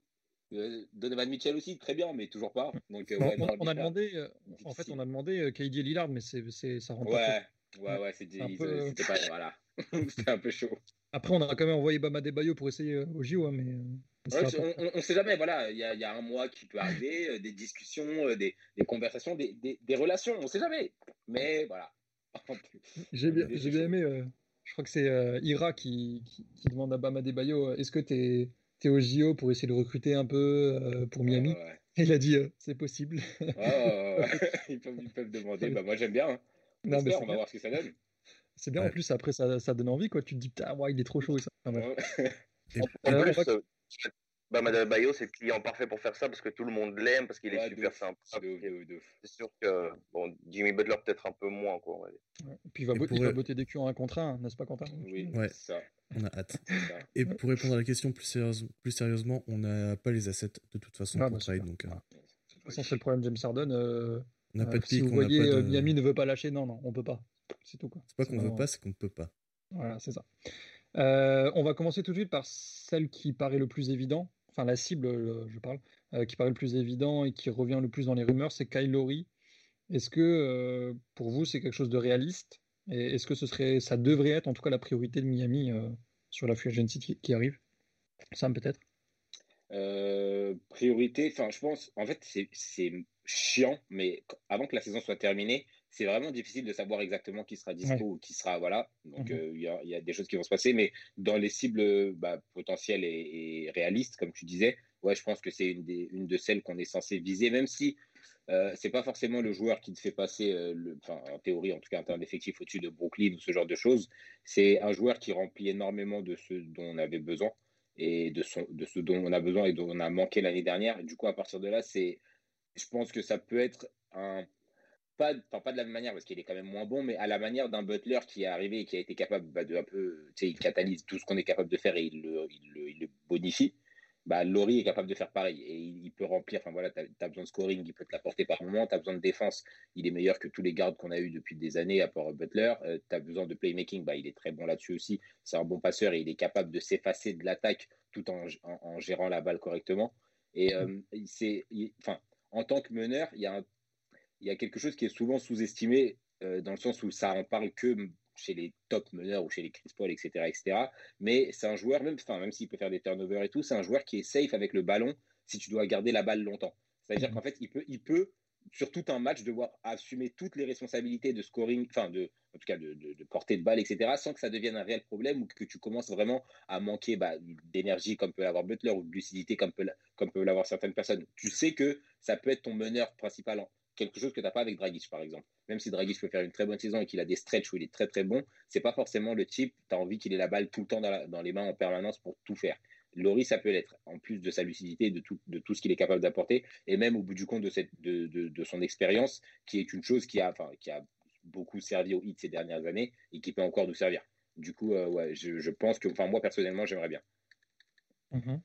Euh, Donovan Mitchell aussi, très bien, mais toujours pas. Donc, euh, Non, ouais, on, non, on a Lillard, demandé, euh, en fait, on a demandé euh, K D et Lillard, mais c'est, c'est, ça rentre pas ouais, trop. ouais, ouais, c'était, C'est un ils- peu... c'était pas, voilà, c'était un peu chaud. Après, on a quand même envoyé Bam Adebayo pour essayer euh, au J O, hein, mais, euh, mais ça Ouais, va c'est- pas. on, on, on sait jamais, voilà, il y a, il y a un mois qui peut arriver, euh, des discussions, euh, des, des conversations, des, des, des relations, on sait jamais. Mais voilà. J'ai bien, L'idée, j'ai c'est bien chaud. aimé, euh, je crois que c'est euh, Ira qui, qui, qui demande à Bam Adebayo, euh, est-ce que t'es, t'es au J O pour essayer de recruter un peu euh, pour Ouais, Miami? ouais, ouais. Et il a dit, euh, c'est possible. Ouais, ouais, ouais, ouais. Ils peuvent, ils peuvent demander. Bah, moi, j'aime bien. Hein. On Non, mais espère, c'est on va bien. voir ce que ça donne. C'est bien, en Ouais. plus, après, ça, ça donne envie, quoi. Tu te dis, putain, ouais, il est trop chaud et ça. Enfin, bref. Ouais. Et, En et- Euh, on plus, va... euh, Bam Adebayo, c'est le client parfait pour faire ça parce que tout le monde l'aime, parce qu'il est Ouais, de super ouf. sympa. De ouf, de ouf, de ouf. C'est sûr que bon, Jimmy Butler peut-être un peu moins, quoi. On va dire. ouais. Et puis il va, et bo- il pour, va botter des culs en un contre un, n'est-ce pas, Quentin? Oui, ouais, c'est ça. on a hâte. C'est ça. Et pour répondre à la question plus, sérieuse, plus sérieusement, on n'a pas les assets de toute façon Ah, pour bah, trade. super. Donc, euh, Voilà. De toute façon, c'est le problème de James Harden. Euh, on n'a euh, pas de si pic, vous on n'a voyez, pas euh, de. Miami ne veut pas lâcher, non, non, on peut pas. C'est tout, quoi. C'est pas C'est qu'on vraiment- veut pas, c'est qu'on ne peut pas. Voilà, c'est ça. Euh, on va commencer tout de suite par celle qui paraît le plus évident, enfin la cible, euh, je parle, euh, qui paraît le plus évident et qui revient le plus dans les rumeurs, c'est Kyle Lowry. Est-ce que euh, pour vous c'est quelque chose de réaliste? Et est-ce que ce serait, ça devrait être en tout cas la priorité de Miami euh, sur la free agency qui, qui arrive? Sam peut-être? Euh, priorité, enfin, je pense, en fait, c'est, c'est chiant, mais avant que la saison soit terminée, c'est vraiment difficile de savoir exactement qui sera dispo Ouais. ou qui sera, voilà. Donc, Mhm. euh, il y a, il y a des choses qui vont se passer, mais dans les cibles bah, potentielles et, et réalistes, comme tu disais, ouais, je pense que c'est une, des, une de celles qu'on est censé viser, même si euh, c'est pas forcément le joueur qui te fait passer, euh, le, enfin, en théorie, en tout cas, en termes d'effectifs au-dessus de Brooklyn ou ce genre de choses. C'est un joueur qui remplit énormément de ce dont on avait besoin et de, son, de ce dont on a besoin et dont on a manqué l'année dernière. Et du coup, à partir de là, c'est, je pense que ça peut être un, pas, enfin, pas de la même manière parce qu'il est quand même moins bon, mais à la manière d'un Butler qui est arrivé et qui a été capable bah, de un peu, tu sais, il catalyse tout ce qu'on est capable de faire et il le, il le, il le bonifie. Bah, Laurie est capable de faire pareil et il, il peut remplir. Enfin voilà, t'as as besoin de scoring, il peut te l'apporter par moment. T'as besoin de défense, il est meilleur que tous les gardes qu'on a eu depuis des années à part Butler. Euh, t'as besoin de playmaking, bah il est très bon là-dessus aussi. C'est un bon passeur et il est capable de s'effacer de l'attaque tout en, en, en gérant la balle correctement. Et euh, c'est, enfin, en tant que meneur, il y a un il y a quelque chose qui est souvent sous-estimé euh, dans le sens où ça en parle que chez les top meneurs ou chez les Chris Paul, et cetera, et cetera. Mais c'est un joueur, même, enfin, même s'il peut faire des turnovers et tout, c'est un joueur qui est safe avec le ballon si tu dois garder la balle longtemps. C'est-à-dire qu'en fait, il peut, il peut sur tout un match devoir assumer toutes les responsabilités de scoring, enfin de, en tout cas de, de, de portée de balle, et cetera, sans que ça devienne un réel problème ou que tu commences vraiment à manquer bah, d'énergie comme peut l'avoir Butler ou de lucidité comme peut, comme peut l'avoir certaines personnes. Tu sais que ça peut être ton meneur principal en, quelque chose que tu n'as pas avec Dragic, par exemple. Même si Dragic peut faire une très bonne saison et qu'il a des stretches où il est très très bon, c'est pas forcément le type, tu as envie qu'il ait la balle tout le temps dans, la, dans les mains en permanence pour tout faire. Laurie, ça peut l'être, en plus de sa lucidité, de tout, de tout ce qu'il est capable d'apporter, et même au bout du compte de, cette, de, de, de son expérience, qui est une chose qui a, enfin, qui a beaucoup servi au Heat ces dernières années et qui peut encore nous servir. Du coup, euh, ouais, je, je pense que, enfin, moi personnellement, j'aimerais bien. Mm-hmm.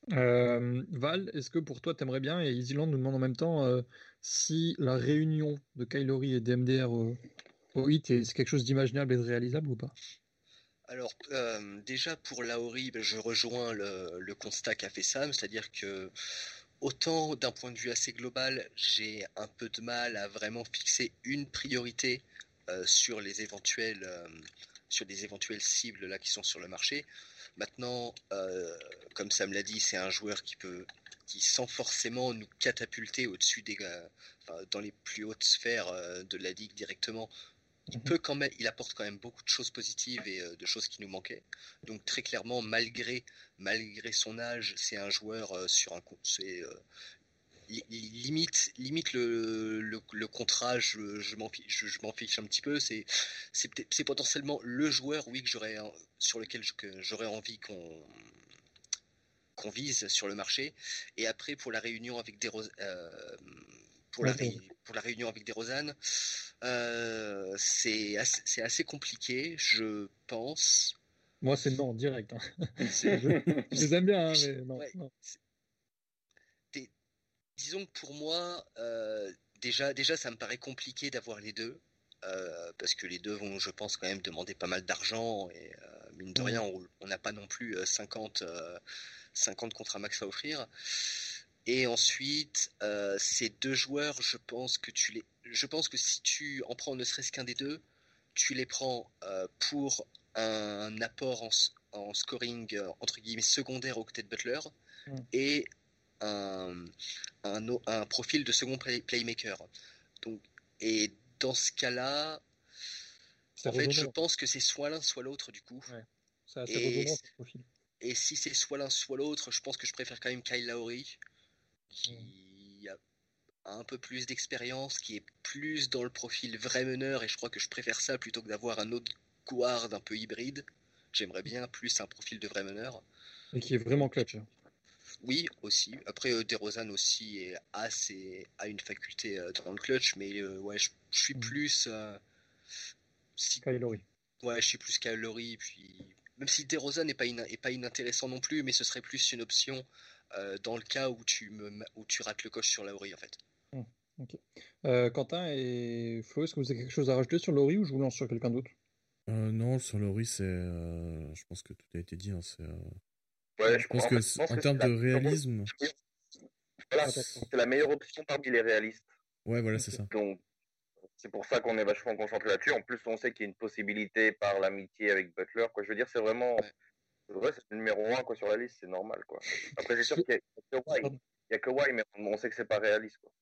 Euh, Val, est-ce que pour toi, t'aimerais bien, et Easyland nous demande en même temps euh, si la réunion de Kyle Lowry et D M D R au, au Heat, c'est quelque chose d'imaginable et de réalisable ou pas? Alors, euh, déjà pour Lowry, ben, je rejoins le, le constat qu'a fait Sam, c'est-à-dire que autant d'un point de vue assez global, j'ai un peu de mal à vraiment fixer une priorité euh, sur les éventuels, euh, sur des éventuelles cibles là qui sont sur le marché. Maintenant, euh, comme Sam l'a dit, c'est un joueur qui peut, qui sans forcément nous catapulter au-dessus des, euh, enfin, dans les plus hautes sphères euh, de la ligue directement. Il peut quand même, il apporte quand même beaucoup de choses positives et euh, de choses qui nous manquaient. Donc très clairement, malgré malgré son âge, c'est un joueur euh, sur un c'est euh, limite limite le, le, le contrat, je, je m'en fiche, je, je m'en fiche un petit peu. C'est c'est c'est potentiellement le joueur, oui, que j'aurais sur lequel je, que j'aurais envie qu'on qu'on vise sur le marché. Et après pour la réunion avec des euh, pour la ré, pour la réunion avec DeRozan, euh, c'est assez, c'est assez compliqué, je pense. Moi, c'est non, direct. Hein. je, je les aime bien, hein, mais non. Ouais, non. Des, disons que pour moi, euh, déjà, déjà, ça me paraît compliqué d'avoir les deux. Euh, parce que les deux vont, je pense, quand même demander pas mal d'argent. Et, euh, mine de rien, on n'a pas non plus cinquante, euh, cinquante contrats max à offrir. Et ensuite, euh, ces deux joueurs, je pense que tu les, je pense que si tu en prends ne serait-ce qu'un des deux, tu les prends euh, pour un apport en, en scoring euh, entre guillemets secondaire au côté de Butler mm. et un, un, un profil de second play, playmaker. Donc, et dans ce cas-là, c'est en fait, je pense que c'est soit l'un soit l'autre du coup. Ouais. C'est assez redondant ce profil. Et si c'est soit l'un soit l'autre, je pense que je préfère quand même Kyle Lowry, qui a un peu plus d'expérience, qui est plus dans le profil vrai meneur, et je crois que je préfère ça plutôt que d'avoir un autre guard un peu hybride. J'aimerais bien plus un profil de vrai meneur. Et qui est vraiment clutch. Hein. Oui, aussi. Après, euh, DeRozan aussi est, a, ses, a une faculté euh, dans le clutch, mais euh, ouais, je, je suis mm. plus... Euh, si... Kyle Lowry. Ouais, je suis plus Kyle Lowry, puis... Même si DeRozan n'est pas, in... est pas inintéressant non plus, mais ce serait plus une option euh, dans le cas où tu, me... où tu rates le coche sur Lowry, en fait. Mm. Ok. Euh, Quentin et Flo, est-ce que vous avez quelque chose à rajouter sur Lowry ou je vous lance sur quelqu'un d'autre? euh, Non, sur Lowry, c'est... Euh, je pense que tout a été dit. Hein, c'est, euh... Ouais, je, je pense que, en, en termes de réalisme... Voilà, c'est la meilleure option parmi les réalistes. Ouais, voilà, okay. c'est ça. Donc, c'est pour ça qu'on est vachement concentré là-dessus. En plus, on sait qu'il y a une possibilité par l'amitié avec Butler. Quoi. Je veux dire, c'est vraiment... Ouais, c'est le numéro un quoi, sur la liste, c'est normal. Quoi. Après, c'est sûr qu'il y a Kawhi, il y a Kawhi, mais on sait que c'est pas réaliste. Quoi.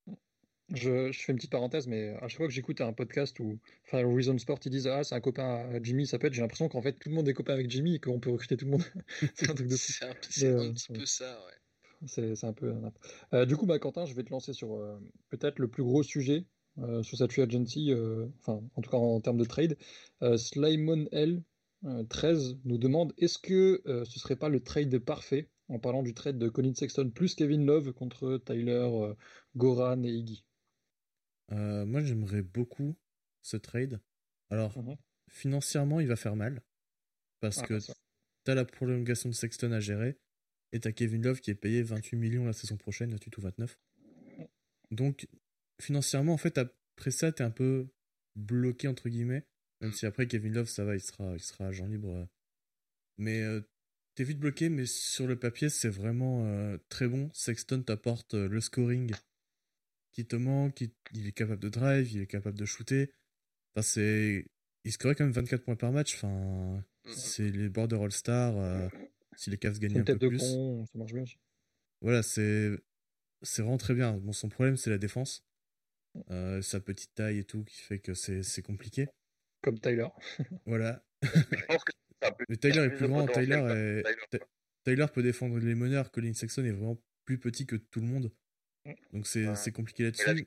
Je, je fais une petite parenthèse, mais à chaque fois que j'écoute un podcast où, enfin, Reason Sport, ils disent ah c'est un copain à Jimmy, ça peut être. J'ai l'impression qu'en fait tout le monde est copain avec Jimmy et qu'on peut recruter tout le monde. c'est un truc de fou. C'est un, c'est euh, un petit ouais. peu ça, ouais. C'est, c'est un peu. Euh, du coup, bah Quentin, je vais te lancer sur euh, peut-être le plus gros sujet euh, sur cette free agency, euh, enfin en tout cas en, en termes de trade. Euh, Slimon L euh, treize nous demande est-ce que euh, ce serait pas le trade parfait en parlant du trade de Colin Sexton plus Kevin Love contre Tyler, euh, Goran et Iggy. Euh, moi, j'aimerais beaucoup ce trade. Alors, mmh. financièrement, il va faire mal. Parce ah, que t'as la prolongation de Sexton à gérer. Et t'as Kevin Love qui est payé vingt-huit millions la saison prochaine, vingt-huit ou vingt-neuf. Donc, financièrement, en fait, après ça, t'es un peu bloqué, entre guillemets. Même si après, Kevin Love, ça va, il sera, il sera agent libre. Mais euh, t'es vite bloqué, mais sur le papier, c'est vraiment euh, très bon. Sexton t'apporte euh, le scoring qui te manque, il, il est capable de drive, il est capable de shooter. Enfin, c'est... Il scorait quand même vingt-quatre points par match. Enfin, c'est les border All-Star. Euh, si les Cavs gagnaient un peu plus. Con, ça marche bien aussi. Voilà, c'est... c'est vraiment très bien. Bon, son problème, c'est la défense. Euh, sa petite taille et tout, qui fait que c'est, c'est compliqué. Comme Tyler. Voilà. Je pense que Mais Tyler est plus grand. Tyler, est... Tyler. Tyler peut défendre les meneurs. Colin Sexton est vraiment plus petit que tout le monde. Donc c'est, ouais. c'est compliqué là-dessus.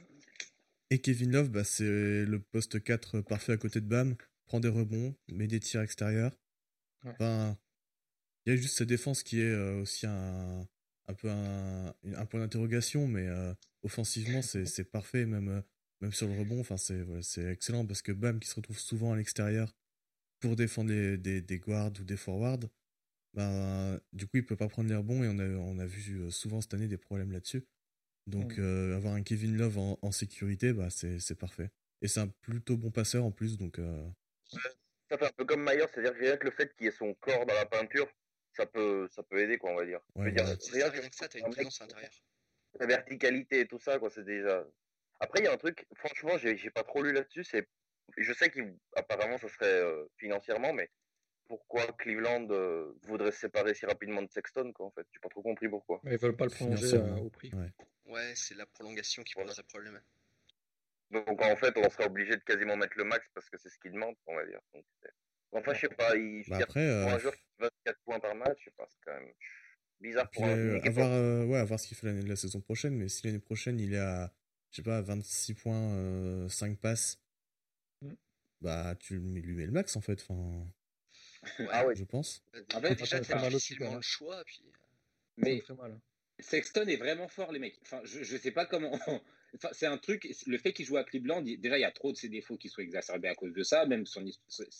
Et Kevin Love, bah, c'est le poste quatre parfait à côté de Bam. Prend des rebonds, met des tirs extérieurs. Ouais. Enfin, il y a juste sa défense qui est euh, aussi un, un peu un, un point d'interrogation, mais euh, offensivement, c'est, c'est parfait, même, euh, même sur le rebond. Enfin, c'est, ouais, c'est excellent parce que Bam, qui se retrouve souvent à l'extérieur pour défendre les, des, des guards ou des forwards, bah, du coup, il peut pas prendre les rebonds et on a, on a vu souvent cette année des problèmes là-dessus. Donc, mmh. euh, avoir un Kevin Love en, en sécurité, bah, c'est, c'est parfait. Et c'est un plutôt bon passeur en plus, donc... Euh... Ça fait un peu comme Myers, c'est-à-dire que rien que le fait qu'il y ait son corps dans la peinture, ça peut, ça peut aider, quoi, on va dire. Ouais, dire ouais. Rien, rien que ça, t'as une présence à l'intérieur. La verticalité et tout ça, quoi, c'est déjà... Après, il y a un truc, franchement, j'ai, j'ai pas trop lu là-dessus, c'est... Je sais qu'apparemment, ça serait euh, financièrement, mais pourquoi Cleveland euh, voudrait se séparer si rapidement de Sexton, quoi, en fait. J'ai pas trop compris pourquoi. Ils veulent pas le prolonger euh, au prix. Ouais, ouais c'est la prolongation qui poserait problème. Donc, en fait, on serait obligé de quasiment mettre le max parce que c'est ce qu'ils demandent, on va dire. Donc, enfin, je sais pas, il... bah après, pour euh... un joueur qui fait vingt-quatre points par match, je sais pas, c'est quand même bizarre pour puis, un euh, avoir, euh, ouais, avoir ce qu'il fait l'année de la saison prochaine, mais si l'année prochaine, il est à, je sais pas, vingt-six points, euh, cinq passes, mm. bah, tu lui mets le max, en fait, enfin... Ouais, ah ouais, je pense. En fait, déjà, tu as difficilement le choix. Puis... Mais Sexton est vraiment fort, les mecs. Enfin, je, je sais pas comment enfin, c'est un truc, le fait qu'il joue à Cleveland, déjà, il y a trop de ses défauts qui sont exacerbés à cause de ça, même son,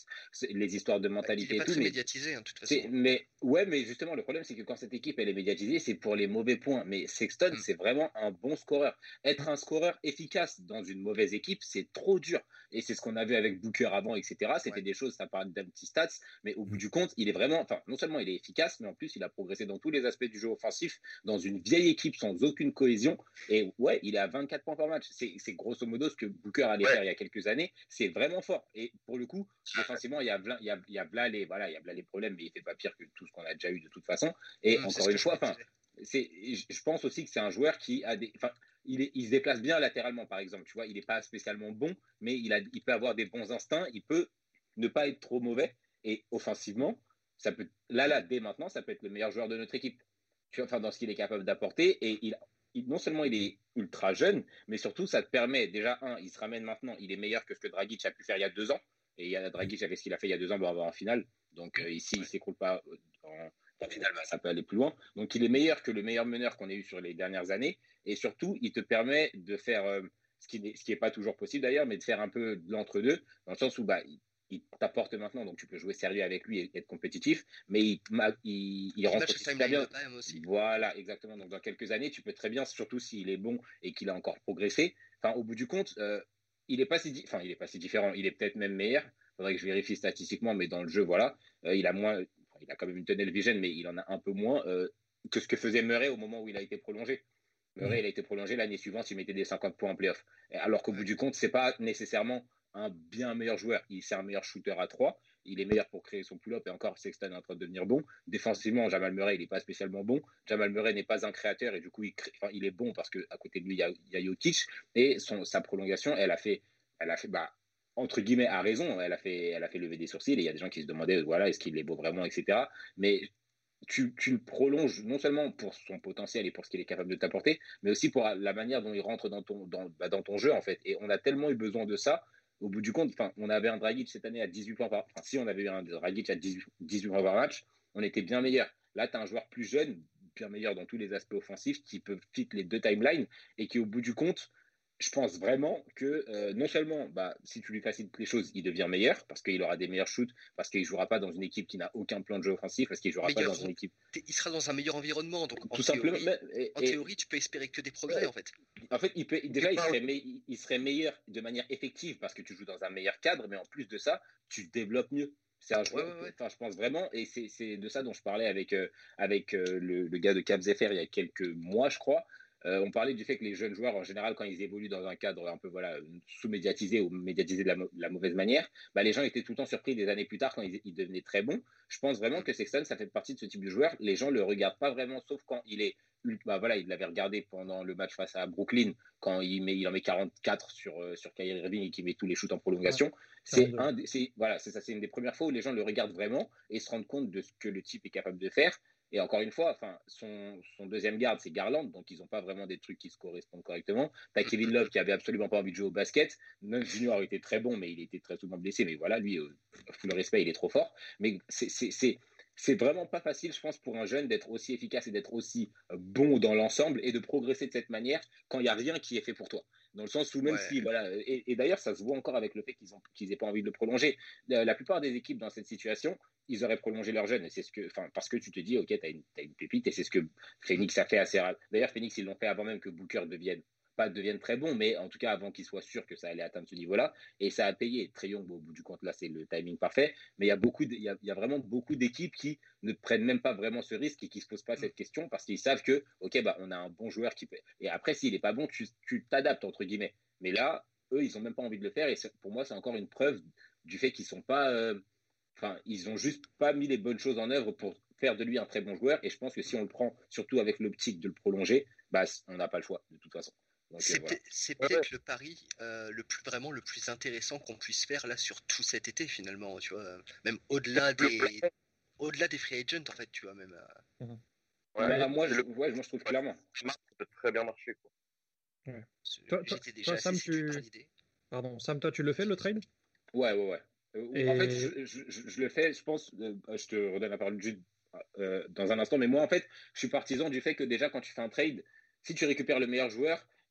les histoires de mentalité il est pas et tout. très mais, médiatisé, hein, de toute façon. Mais, ouais, mais justement, le problème, c'est que quand cette équipe, elle est médiatisée, c'est pour les mauvais points. Mais Sexton, mm. c'est vraiment un bon scoreur. Être un scoreur efficace dans une mauvaise équipe, c'est trop dur. Et c'est ce qu'on a vu avec Booker avant, et cetera. C'était ouais. des choses, ça parle d'un petit stats, mais au bout du compte, il est vraiment, enfin, non seulement il est efficace, mais en plus, il a progressé dans tous les aspects du jeu offensif, dans une vieille équipe sans aucune cohésion. Et ouais, il est à vingt-quatre points par match. C'est, c'est grosso modo ce que Booker allait ouais. faire il y a quelques années. C'est vraiment fort. Et pour le coup, défensivement, il y a, il y a, il y a là les, voilà, il y a là les problèmes, mais il fait pas pire que tout ce qu'on a déjà eu de toute façon. Et mmh, encore une fois, enfin, c'est, je pense aussi que c'est un joueur qui a des, enfin, il, est, il se déplace bien latéralement, par exemple. Tu vois, il n'est pas spécialement bon, mais il a, il peut avoir des bons instincts. Il peut ne pas être trop mauvais. Et offensivement, ça peut, là, là, dès maintenant, ça peut être le meilleur joueur de notre équipe. Tu vois, enfin, dans ce qu'il est capable d'apporter. Et il, il, non seulement il est ultra jeune, mais surtout, ça te permet déjà un, il se ramène maintenant. Il est meilleur que ce que Dragic a pu faire il y a deux ans. Et il y a Dragic avec ce qu'il a fait il y a deux ans pour avoir en finale. Donc euh, ici, il ne s'écroule pas en, en finale, bah, ça peut aller plus loin. Donc il est meilleur que le meilleur meneur qu'on ait eu sur les dernières années. Et surtout, il te permet de faire, euh, ce qui n'est ce qui est pas toujours possible d'ailleurs, mais de faire un peu de l'entre-deux, dans le sens où bah, il, il t'apporte maintenant, donc tu peux jouer sérieux avec lui et être compétitif, mais il, il, il rentre aussi très bien. Aussi. Voilà, exactement. Donc dans quelques années, tu peux très bien, surtout s'il est bon et qu'il a encore progressé, enfin au bout du compte, euh, il est pas si, enfin il est pas si différent, il est peut-être même meilleur. Faudrait que je vérifie statistiquement, mais dans le jeu, voilà, euh, il a moins, il a quand même une tunnel vision, mais il en a un peu moins euh, que ce que faisait Murray au moment où il a été prolongé. Murray, mmh. il a été prolongé l'année suivante, il mettait des cinquante points en playoff. Alors qu'au ouais. bout du compte, c'est pas nécessairement un bien meilleur joueur. Il c'est un meilleur shooter à trois. Il est meilleur pour créer son pull-up et encore, Sexton est en train de devenir bon. Défensivement, Jamal Murray, il n'est pas spécialement bon. Jamal Murray n'est pas un créateur et du coup, il, crée, enfin, il est bon parce qu'à côté de lui, il y a, il y a Jokic et son, sa prolongation, elle a fait, elle a fait, bah, entre guillemets, a raison. Elle a fait, elle a fait lever des sourcils et il y a des gens qui se demandaient, voilà, est-ce qu'il est beau vraiment, et cetera. Mais tu, tu le prolonges non seulement pour son potentiel et pour ce qu'il est capable de t'apporter, mais aussi pour la manière dont il rentre dans ton, dans, bah, dans ton jeu, en fait. Et on a tellement eu besoin de ça. Au bout du compte, enfin, on avait un Dragic cette année à dix-huit points par, enfin, si on avait eu un Dragic à dix-huit points par match, on était bien meilleur. Là, tu as un joueur plus jeune, bien meilleur dans tous les aspects offensifs, qui peut fit les deux timelines et qui, au bout du compte, je pense vraiment que euh, non seulement, bah, si tu lui facilites les choses, il devient meilleur parce qu'il aura des meilleurs shoots, parce qu'il ne jouera pas dans une équipe qui n'a aucun plan de jeu offensif, parce qu'il ne jouera mais pas dans une équipe. Il sera dans un meilleur environnement, donc en, Tout théorie, simplement, mais, et, en théorie, tu peux espérer que des progrès, ouais. en fait. En fait, il peut, déjà, il serait, me, il serait meilleur de manière effective parce que tu joues dans un meilleur cadre, mais en plus de ça, tu développes mieux. C'est un joueur, ouais, ouais, ouais. Enfin, je pense vraiment, et c'est, c'est de ça dont je parlais avec, euh, avec euh, le, le gars de Cap Zephyr il y a quelques mois, je crois. Euh, on parlait du fait que les jeunes joueurs, en général, quand ils évoluent dans un cadre un peu voilà, sous-médiatisé ou médiatisé de la, de la mauvaise manière, bah, les gens étaient tout le temps surpris des années plus tard quand ils, ils devenaient très bons. Je pense vraiment que Sexton, ça fait partie de ce type de joueur. Les gens le regardent pas vraiment, sauf quand il est... Bah, voilà, il l'avait regardé pendant le match face à Brooklyn, quand il, met, il en met quarante-quatre sur, euh, sur Kyrie Irving et qu'il met tous les shoots en prolongation. Ouais, c'est, un, c'est, voilà, c'est, ça, c'est une des premières fois où les gens le regardent vraiment et se rendent compte de ce que le type est capable de faire. Et encore une fois, enfin, son, son deuxième garde, c'est Garland, donc ils n'ont pas vraiment des trucs qui se correspondent correctement. T'as Kevin Love qui avait absolument pas envie de jouer au basket. Nunn Junior était très bon, mais il était très souvent blessé. Mais voilà, lui, euh, full respect, il est trop fort. Mais c'est, c'est, c'est, c'est vraiment pas facile, je pense, pour un jeune d'être aussi efficace et d'être aussi bon dans l'ensemble et de progresser de cette manière quand il n'y a rien qui est fait pour toi. Dans le sens où même ouais. si, voilà, et, et d'ailleurs, ça se voit encore avec le fait qu'ils ont, qu'ils aient pas envie de le prolonger. La, la plupart des équipes dans cette situation, ils auraient prolongé leur jeune. Et c'est ce que, enfin, parce que tu te dis, ok, t'as une, t'as une pépite, et c'est ce que Phoenix a fait assez rare. D'ailleurs, Phoenix, ils l'ont fait avant même que Booker devienne, pas devienne très bon, mais en tout cas avant qu'il soit sûr que ça allait atteindre ce niveau-là. Et ça a payé. Trae Young, au bout du compte, là, c'est le timing parfait. Mais il y a beaucoup, de, il y a, il y a vraiment beaucoup d'équipes qui ne prennent même pas vraiment ce risque et qui se posent pas cette question parce qu'ils savent que, ok, bah, on a un bon joueur qui peut. Et après, s'il est pas bon, tu, tu t'adaptes entre guillemets. Mais là, eux, ils ont même pas envie de le faire. Et pour moi, c'est encore une preuve du fait qu'ils sont pas. Euh, Enfin, ils ont juste pas mis les bonnes choses en œuvre pour faire de lui un très bon joueur. Et je pense que si on le prend, surtout avec l'optique de le prolonger, bah, on n'a pas le choix de toute façon. Donc, c'est, euh, voilà. c'est peut-être ouais, ouais. le pari euh, le plus vraiment le plus intéressant qu'on puisse faire là sur tout cet été finalement, tu vois, même au-delà des au-delà des free agents en fait, tu vois même. Euh... Mm-hmm. Ouais, bah, moi, je, le... ouais, moi je trouve clairement. Ça peut très bien marcher quoi. Ouais. Toi, toi, J'étais déjà toi, Sam, tu... Pardon, Sam, toi tu le fais le trade? Ouais, ouais, ouais. Et... En fait, je, je, je, je le fais, je pense, euh, je te redonne la parole juste euh, dans un instant, mais moi, en fait, je suis partisan du fait que déjà, quand tu fais un trade, si tu récupères le meilleur joueur,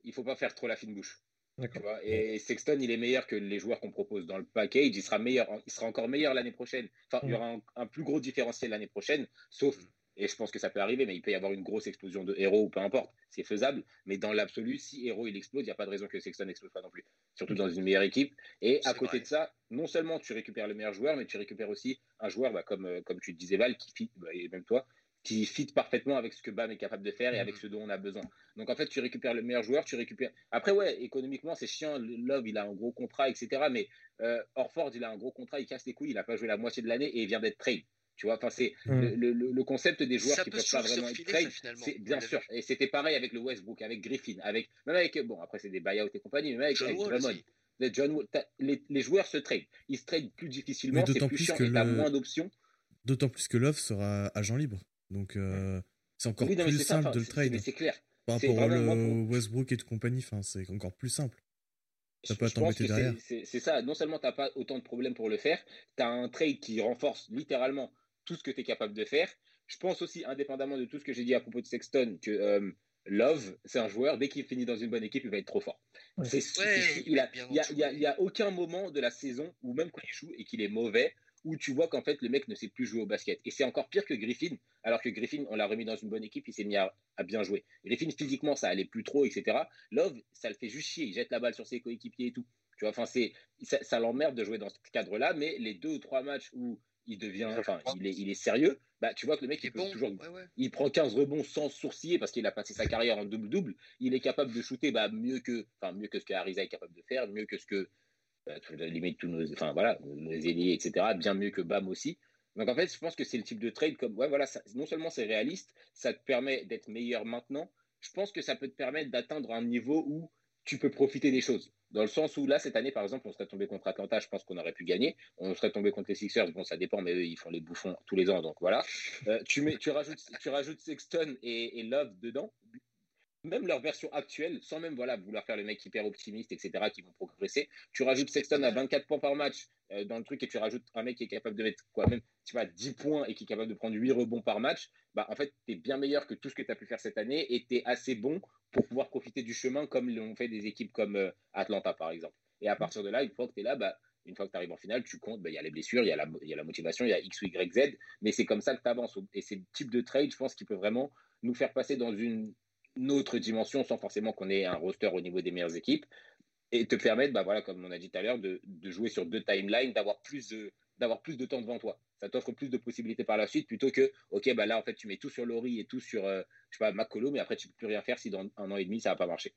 il faut pas faire trop la fine bouche. Tu vois, et Sexton, il est meilleur que les joueurs qu'on propose dans le package. Il sera meilleur, il sera encore meilleur l'année prochaine. Enfin, il y aura un, un plus gros différentiel l'année prochaine, sauf, et je pense que ça peut arriver, mais il peut y avoir une grosse explosion de Hero ou peu importe. C'est faisable, mais dans l'absolu, si Hero il explose, il n'y a pas de raison que Sexton n'explose pas non plus. Surtout dans une meilleure équipe. Et à côté vrai. de ça, non seulement tu récupères le meilleur joueur, mais tu récupères aussi un joueur, bah, comme, euh, comme tu le disais, Val, qui fit, bah, et même toi, qui fit parfaitement avec ce que Bam est capable de faire et avec ce dont on a besoin. Donc en fait, tu récupères le meilleur joueur, tu récupères. Après, ouais, économiquement, c'est chiant. Love, il a un gros contrat, et cetera. Mais euh, Horford, il a un gros contrat, il casse les couilles, il n'a pas joué la moitié de l'année et il vient d'être trade. Tu vois, enfin, c'est mmh. le, le, le concept des joueurs ça qui ne peuvent pas vraiment être trade. C'est, bien sûr. Et c'était pareil avec le Westbrook, avec Griffin, avec même avec bon après c'est des buyouts et compagnie, mais même avec, avec Drummond. Les, John Wall, les, les joueurs se trade. Ils se trade plus difficilement, c'est plus, plus chiant et t'as le... moins d'options. D'autant plus que Love sera agent libre. Donc, euh, c'est encore oui, non, plus c'est simple ça, de le trade. C'est, c'est clair. Par rapport à le Westbrook et de compagnie, enfin, c'est encore plus simple. T'as pas à t'embêter derrière. C'est, c'est, c'est ça. Non seulement t'as pas autant de problèmes pour le faire, t'as un trade qui renforce littéralement tout ce que t'es capable de faire. Je pense aussi, indépendamment de tout ce que j'ai dit à propos de Sexton, que euh, Love, c'est un joueur, dès qu'il finit dans une bonne équipe, il va être trop fort. Ouais. C'est, ouais, c'est, il a, il y a, il y a, il y a aucun moment de la saison où même quand il joue et qu'il est mauvais, où tu vois qu'en fait le mec ne sait plus jouer au basket. Et c'est encore pire que Griffin, alors que Griffin, on l'a remis dans une bonne équipe, il s'est mis à, à bien jouer. Griffin, physiquement, ça allait plus trop, et cetera. Love, ça le fait juste chier, il jette la balle sur ses coéquipiers et tout. Tu vois, enfin, c'est, ça, ça l'emmerde de jouer dans ce cadre-là, mais les deux ou trois matchs où il devient, enfin, il est, il est sérieux, bah, tu vois que le mec, il, il peut bon. toujours, ouais, ouais. il prend quinze rebonds sans sourciller parce qu'il a passé sa carrière en double-double. Il est capable de shooter, bah, mieux que, enfin, mieux que ce que Ariza est capable de faire, mieux que ce que, euh, limite tous nos, enfin, voilà, nos ailiers, et cetera, bien mieux que Bam aussi. Donc, en fait, je pense que c'est le type de trade comme, ouais, voilà, ça, non seulement c'est réaliste, ça te permet d'être meilleur maintenant, je pense que ça peut te permettre d'atteindre un niveau où tu peux profiter des choses. Dans le sens où là, cette année, par exemple, on serait tombé contre Atlanta, je pense qu'on aurait pu gagner. On serait tombé contre les Sixers, bon, ça dépend, mais eux, ils font les bouffons tous les ans, donc voilà. Euh, tu, mets, tu, rajoutes, tu rajoutes Sexton et, et Love dedans, même leur version actuelle, sans même voilà, vouloir faire le mec hyper optimiste, et cetera, qui vont progresser. Tu rajoutes Sexton à vingt-quatre points par match euh, dans le truc et tu rajoutes un mec qui est capable de mettre quoi, même tu vois, dix points et qui est capable de prendre huit rebonds par match. Bah, en fait, tu es bien meilleur que tout ce que tu as pu faire cette année et tu es assez bon pour pouvoir profiter du chemin comme l'ont fait des équipes comme euh, Atlanta, par exemple. Et à partir de là, une fois que tu es là, bah, une fois que tu arrives en finale, tu comptes, il bah, y a les blessures, il y, y a la motivation, il y a X ou Y, Z, mais c'est comme ça que tu avances. Et c'est le type de trade, je pense, qui peut vraiment nous faire passer dans une autre dimension sans forcément qu'on ait un roster au niveau des meilleures équipes et te permettre, bah, voilà, comme on a dit tout à l'heure, de, de jouer sur deux timelines, d'avoir plus de, d'avoir plus de temps devant toi. Ça t'offre plus de possibilités par la suite plutôt que, ok, bah là, en fait, tu mets tout sur Laurie et tout sur, euh, je sais pas, McCollum, mais après, tu peux plus rien faire si dans un an et demi, ça va pas marcher.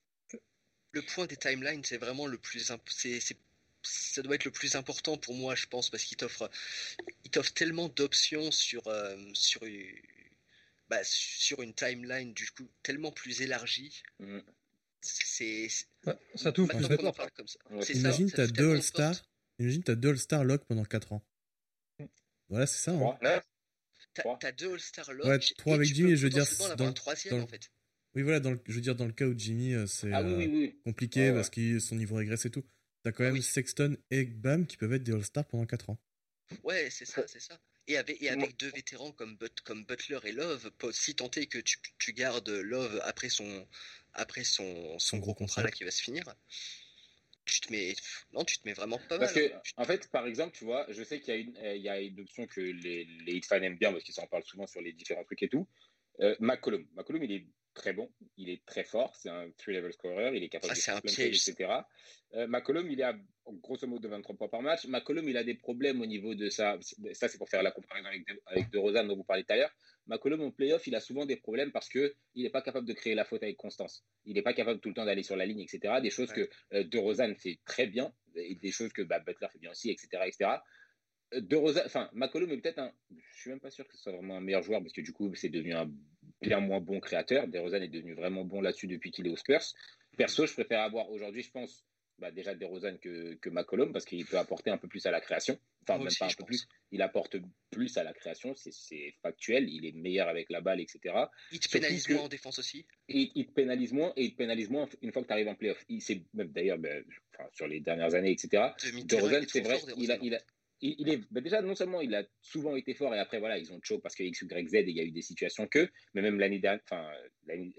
Le point des timelines, c'est vraiment le plus, imp- c'est, c'est, ça doit être le plus important pour moi, je pense, parce qu'il t'offre, il t'offre tellement d'options sur, euh, sur, bah, sur une timeline du coup tellement plus élargie. Mmh. C'est, c'est... Ouais, ça t'ouvre en fait. Comme ça. Ouais. C'est imagine ça, t'as ça deux All-Stars, imagine t'as deux All-Star lock pendant quatre ans. Voilà, c'est ça. Hein. T'as, t'as deux All-Star lock. Ouais, trois avec Jimmy, je veux dire dans un troisième dans... en fait. Oui, voilà, dans le... je veux dire dans le cas où Jimmy c'est ah, oui, oui, oui. Euh, compliqué ouais, parce ouais. que son niveau régresse et tout. T'as quand même oui. Sexton et Bam qui peuvent être des All-Stars pendant quatre ans. Ouais, c'est ça, c'est ça. Et avec, et avec deux vétérans comme, But, comme Butler et Love, si tant est que tu, tu gardes Love après son, après son, son gros contrat là qui va se finir, tu te mets, non, tu te mets vraiment pas parce mal. Parce que, hein. En fait, par exemple, tu vois, je sais qu'il y a une, euh, il y a une option que les, les hit fans aiment bien parce qu'ils s'en parlent souvent sur les différents trucs et tout. Euh, McCollum. McCollum, il est très bon, il est très fort, c'est un three-level scorer, il est capable ah, de faire plein de choses, et cetera. Euh, McCollum, il a grosso modo vingt-trois points par match. McCollum, il a des problèmes au niveau de ça. Ça, c'est pour faire la comparaison avec, de, avec DeRozan dont vous parlez tout à l'heure. McCollum, en playoff, il a souvent des problèmes parce qu'il n'est pas capable de créer la faute avec constance. Il n'est pas capable tout le temps d'aller sur la ligne, et cetera. Des choses ouais. que euh, DeRozan fait très bien et des choses que bah, Butler fait bien aussi, et cetera, et cetera. DeRozan, enfin, McCollum est peut-être un. Je suis même pas sûr que ce soit vraiment un meilleur joueur parce que du coup, c'est devenu un bien moins bon créateur. DeRozan est devenu vraiment bon là-dessus depuis qu'il est aux Spurs. Perso, je préfère avoir aujourd'hui, je pense, bah, déjà DeRozan que, que McCollum parce qu'il peut apporter un peu plus à la création. Enfin, Moi même aussi, pas un peu pense. plus. Il apporte plus à la création, c'est, c'est factuel. Il est meilleur avec la balle, et cetera. Il te Surtout pénalise que... moins en défense aussi. Et il te pénalise moins et il te pénalise moins une fois que tu arrives en playoff. Il, c'est même d'ailleurs, ben, enfin, sur les dernières années, et cetera. DeRozan, c'est vrai, fort, il a. Il a Il, il est bah déjà non seulement il a souvent été fort et après voilà ils ont choke parce que X Y Z et il y a eu des situations que mais même l'année dernière enfin l'année, en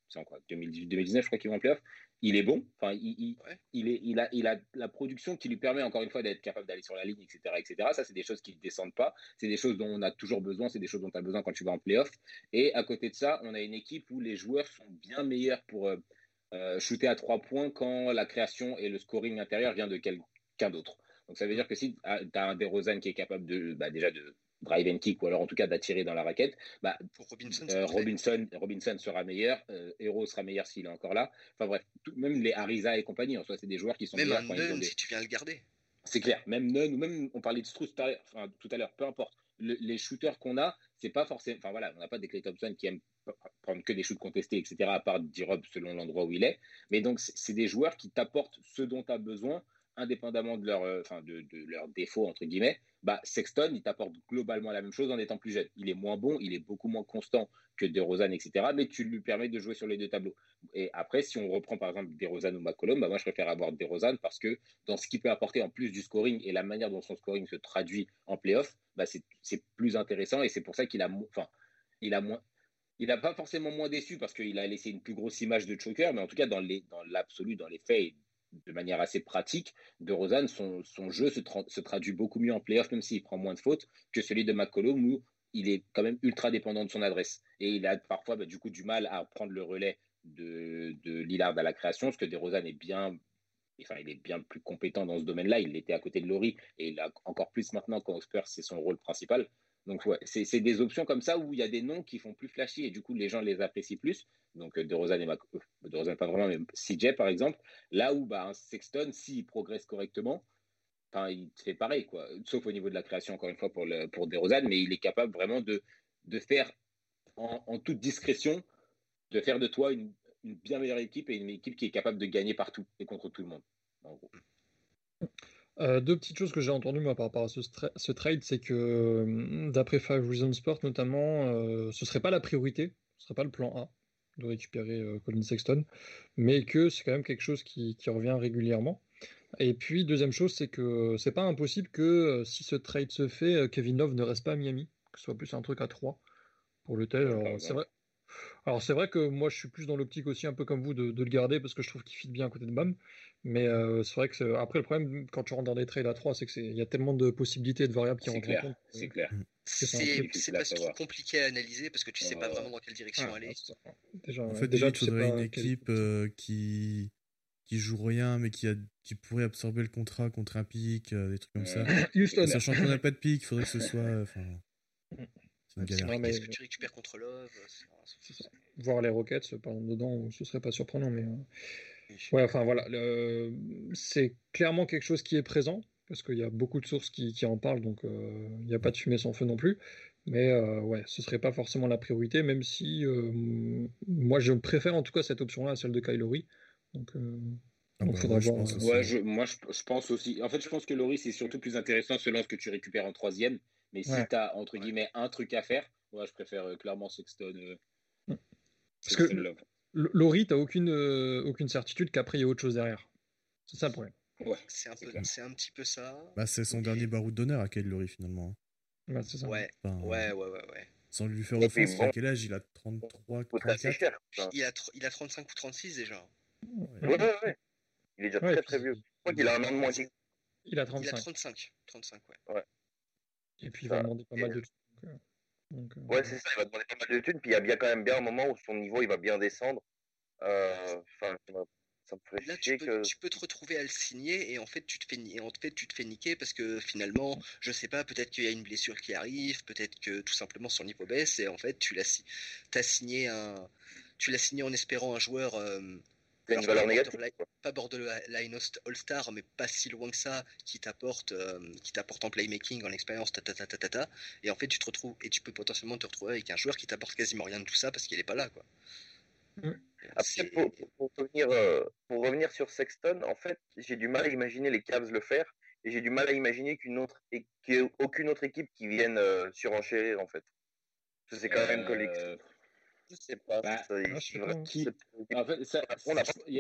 c'est en quoi, deux mille dix-huit deux mille dix-neuf, je crois qu'ils vont en playoff. Il est bon. Enfin, il, il, ouais. il, est, il, a, il a la production qui lui permet encore une fois d'être capable d'aller sur la ligne, et cetera, et cetera. Ça, c'est des choses qui ne descendent pas. C'est des choses dont on a toujours besoin. C'est des choses dont tu as besoin quand tu vas en playoff. Et à côté de ça, on a une équipe où les joueurs sont bien meilleurs pour euh, euh, shooter à trois points quand la création et le scoring intérieur vient de quelqu'un d'autre. Donc, ça veut dire que si tu as un DeRozan qui est capable de, bah, déjà de drive and kick, ou alors en tout cas d'attirer dans la raquette, bah, pour Robinson, euh, Robinson, Robinson sera meilleur, euh, Hero sera meilleur s'il est encore là. Enfin bref, tout, même les Ariza et compagnie, en soi, c'est des joueurs qui sont même meilleurs. Même un Nunn, si tu viens le garder. C'est clair, même Nunn, ou même, on parlait de Struz enfin, tout à l'heure, peu importe. Le, les shooters qu'on a, c'est pas forcément, enfin voilà, on n'a pas des Klay Thompson qui aiment prendre que des shoots contestés, et cetera, à part D-Rob selon l'endroit où il est. Mais donc, c'est, c'est des joueurs qui t'apportent ce dont tu as besoin, indépendamment de leur, euh, enfin, de, de leur défaut, entre guillemets. Bah, Sexton, il t'apporte globalement la même chose en étant plus jeune. Il est moins bon, il est beaucoup moins constant que DeRozan, et cetera. Mais tu lui permets de jouer sur les deux tableaux. Et après, si on reprend par exemple DeRozan ou McCollum, bah moi je préfère avoir DeRozan parce que dans ce qu'il peut apporter en plus du scoring et la manière dont son scoring se traduit en playoff, bah c'est, c'est plus intéressant et c'est pour ça qu'il a, enfin, il a moins. Il n'a pas forcément moins déçu parce qu'il a laissé une plus grosse image de choker, mais en tout cas, dans, les, dans l'absolu, dans les faits, de manière assez pratique, DeRozan, son, son jeu se, tra- se traduit beaucoup mieux en playoff, même s'il prend moins de fautes, que celui de McCollum, où il est quand même ultra dépendant de son adresse. Et il a parfois bah, du coup du mal à prendre le relais de, de Lillard à la création, parce que DeRozan est bien... Enfin, il est bien plus compétent dans ce domaine-là. Il était à côté de Laurie et il a encore plus maintenant quand Spurs, c'est son rôle principal. Donc, ouais, c'est, c'est des options comme ça où il y a des noms qui font plus flashy et du coup, les gens les apprécient plus. Donc, DeRozan et Mac... euh, DeRozan pas vraiment, mais C J, par exemple. Là où, bah, un Sexton, s'il progresse correctement, enfin, il fait pareil, quoi. Sauf au niveau de la création, encore une fois, pour, le, pour DeRozan, mais il est capable vraiment de, de faire, en, en toute discrétion, de faire de toi une, une bien meilleure équipe et une équipe qui est capable de gagner partout et contre tout le monde, en gros. Euh, deux petites choses que j'ai entendues moi par rapport à ce, stra- ce trade, c'est que d'après Five Reasons Sport notamment, euh, ce serait pas la priorité, ce serait pas le plan A de récupérer euh, Colin Sexton, mais que c'est quand même quelque chose qui, qui revient régulièrement. Et puis deuxième chose, c'est que c'est pas impossible que euh, si ce trade se fait, euh, Kevin Love ne reste pas à Miami, que ce soit plus un truc à trois pour le tel. Alors, c'est vrai. Alors c'est vrai que moi je suis plus dans l'optique aussi un peu comme vous de, de le garder parce que je trouve qu'il fit bien à côté de Bam, mais euh, c'est vrai que c'est... après le problème quand tu rentres dans des trades à trois, c'est que c'est il y a tellement de possibilités et de variables qui c'est rentrent clair, en compte. C'est clair. C'est, c'est, c'est pas trop compliqué à analyser parce que tu sais pas vraiment dans quelle direction ah, aller. Déjà, en fait, déjà, il faudrait une équipe euh, qui qui joue rien mais qui a qui pourrait absorber le contrat contre un pic, euh, des trucs comme ça. Houston. Sachant qu'on n'a pas de pic, il faudrait que ce soit enfin. C'est une galère. Non, mais... Qu'est-ce que tu récupères contre Love c'est ça. Voir les Rockets par dedans, ce serait pas surprenant, mais euh... ouais, enfin voilà, le... c'est clairement quelque chose qui est présent parce qu'il y a beaucoup de sources qui, qui en parlent, donc il euh, n'y a pas de fumée sans feu non plus. Mais euh, ouais, ce serait pas forcément la priorité, même si euh, moi je préfère en tout cas cette option-là à celle de Kyle Lowry. Donc, euh... Ah donc bah faudra ouais, voir. Je pense ouais, je, moi je, je pense aussi. En fait, je pense que Lowry c'est surtout plus intéressant selon ce que tu récupères en troisième. Mais si ouais. tu as, entre guillemets, un truc à faire, ouais, je préfère euh, clairement Sexton. Euh, Parce Sexton que Love. Laurie, tu n'as aucune, euh, aucune certitude qu'après, il y a autre chose derrière. C'est ça le problème. Ouais, c'est un, peu, c'est un petit peu ça. Bah, c'est son et... dernier baroud d'honneur à Kyle Lowry, finalement. Bah, c'est ça. Ouais, enfin, ouais, ouais, ouais, ouais. Sans lui faire offense, bon. À quel âge il a trente-trois, trente-quatre cher, il, a, il a trente-cinq ou trente-six déjà. Ouais, ouais, ouais. Il est déjà ouais, très, très vieux. Je crois qu'il a un an de moins. Il a trente-cinq. Il a trente-cinq. trente-cinq, ouais. Ouais. Et puis il va demander pas mal de trucs. Donc, euh... Ouais, c'est ça, il va demander pas mal de thunes, puis il y a bien quand même bien un moment où son niveau il va bien descendre. Enfin, euh, ça me ferait Là, chier tu peux, que... tu peux te retrouver à le signer et en fait tu te fais et en fait tu te fais niquer parce que finalement, je sais pas, peut-être qu'il y a une blessure qui arrive, peut-être que tout simplement son niveau baisse et en fait tu l'as t'as signé un tu l'as signé en espérant un joueur euh, une valeur négative, pas borderline All-Star, mais pas si loin que ça, qui t'apporte, euh, qui t'apporte en playmaking, en expérience, ta, ta, ta, ta, ta, ta, et en fait tu te retrouves, et tu peux potentiellement te retrouver avec un joueur qui t'apporte quasiment rien de tout ça parce qu'il est pas là, quoi. Mmh. Après, pour, pour, revenir, euh, pour revenir sur Sexton, en fait, j'ai du mal à imaginer les Cavs le faire, et j'ai du mal à imaginer qu'une autre, et qu'il y ait aucune autre équipe qui vienne euh, surenchérir, en fait. Parce que c'est quand euh... même que les... Je sais pas. Bah, ça, moi, je sais pas qui... En fait, ça, on a pas il y a...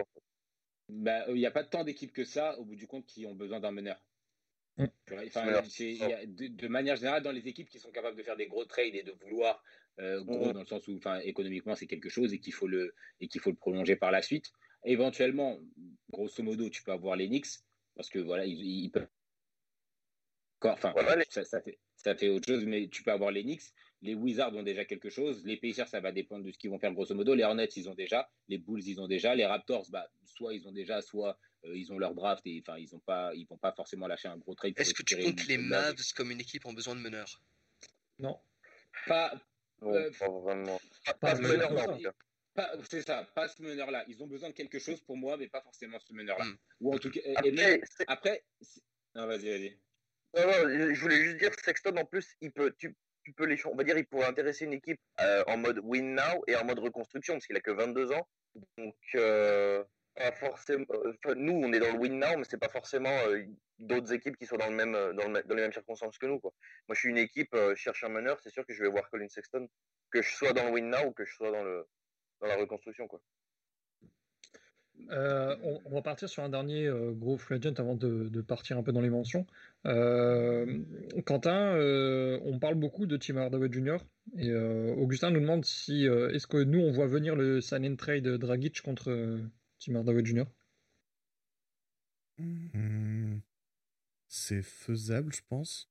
Bah, il n'y a pas tant d'équipes que ça, au bout du compte, qui ont besoin d'un meneur. Mmh. Enfin, c'est, y a, de, de manière générale, dans les équipes qui sont capables de faire des gros trades et de vouloir euh, gros dans le sens où, enfin, économiquement, c'est quelque chose et qu'il faut le et qu'il faut le prolonger par la suite. Éventuellement, grosso modo, tu peux avoir les Knicks parce que voilà, ils, ils peuvent. Enfin, voilà, les... ça, ça, fait, ça fait autre chose, mais tu peux avoir les Knicks. Les Wizards ont déjà quelque chose. Les Pacers, ça va dépendre de ce qu'ils vont faire grosso modo. Les Hornets, ils ont déjà. Les Bulls, ils ont déjà. Les Raptors, bah, soit ils ont déjà, soit euh, ils ont leur draft et enfin, ils ont pas, ils vont pas forcément lâcher un gros trade. Est-ce que tu comptes les Mavs comme une équipe en besoin de meneur? Non. Pas. Euh, pas vraiment. Pas, pas ce meneur, non. Pas, c'est ça, pas ce meneur-là. Ils ont besoin de quelque chose pour moi, mais pas forcément ce meneur-là. Mm. Ou en tout cas, après, et même, après. Non, vas-y, vas-y. Non, non, je voulais juste dire, Sexton, en plus, il peut, tu, tu peux les, on va dire, il pourrait intéresser une équipe euh, en mode win now et en mode reconstruction, parce qu'il a que vingt-deux ans. Donc, euh, pas forcément, enfin, nous, on est dans le win now, mais c'est pas forcément euh, d'autres équipes qui sont dans le même, dans, le, dans les mêmes circonstances que nous, quoi. Moi, je suis une équipe, euh, je cherche un meneur, c'est sûr que je vais voir Colin Sexton, que je sois dans le win now ou que je sois dans le, dans la reconstruction, quoi. Euh, on, on va partir sur un dernier euh, gros free agent avant de, de partir un peu dans les mentions. Euh, Quentin, euh, on parle beaucoup de Tim Hardaway junior et euh, Augustin nous demande si euh, est-ce que nous on voit venir le sign and trade Dragic contre euh, Tim Hardaway junior Mmh, c'est faisable, je pense,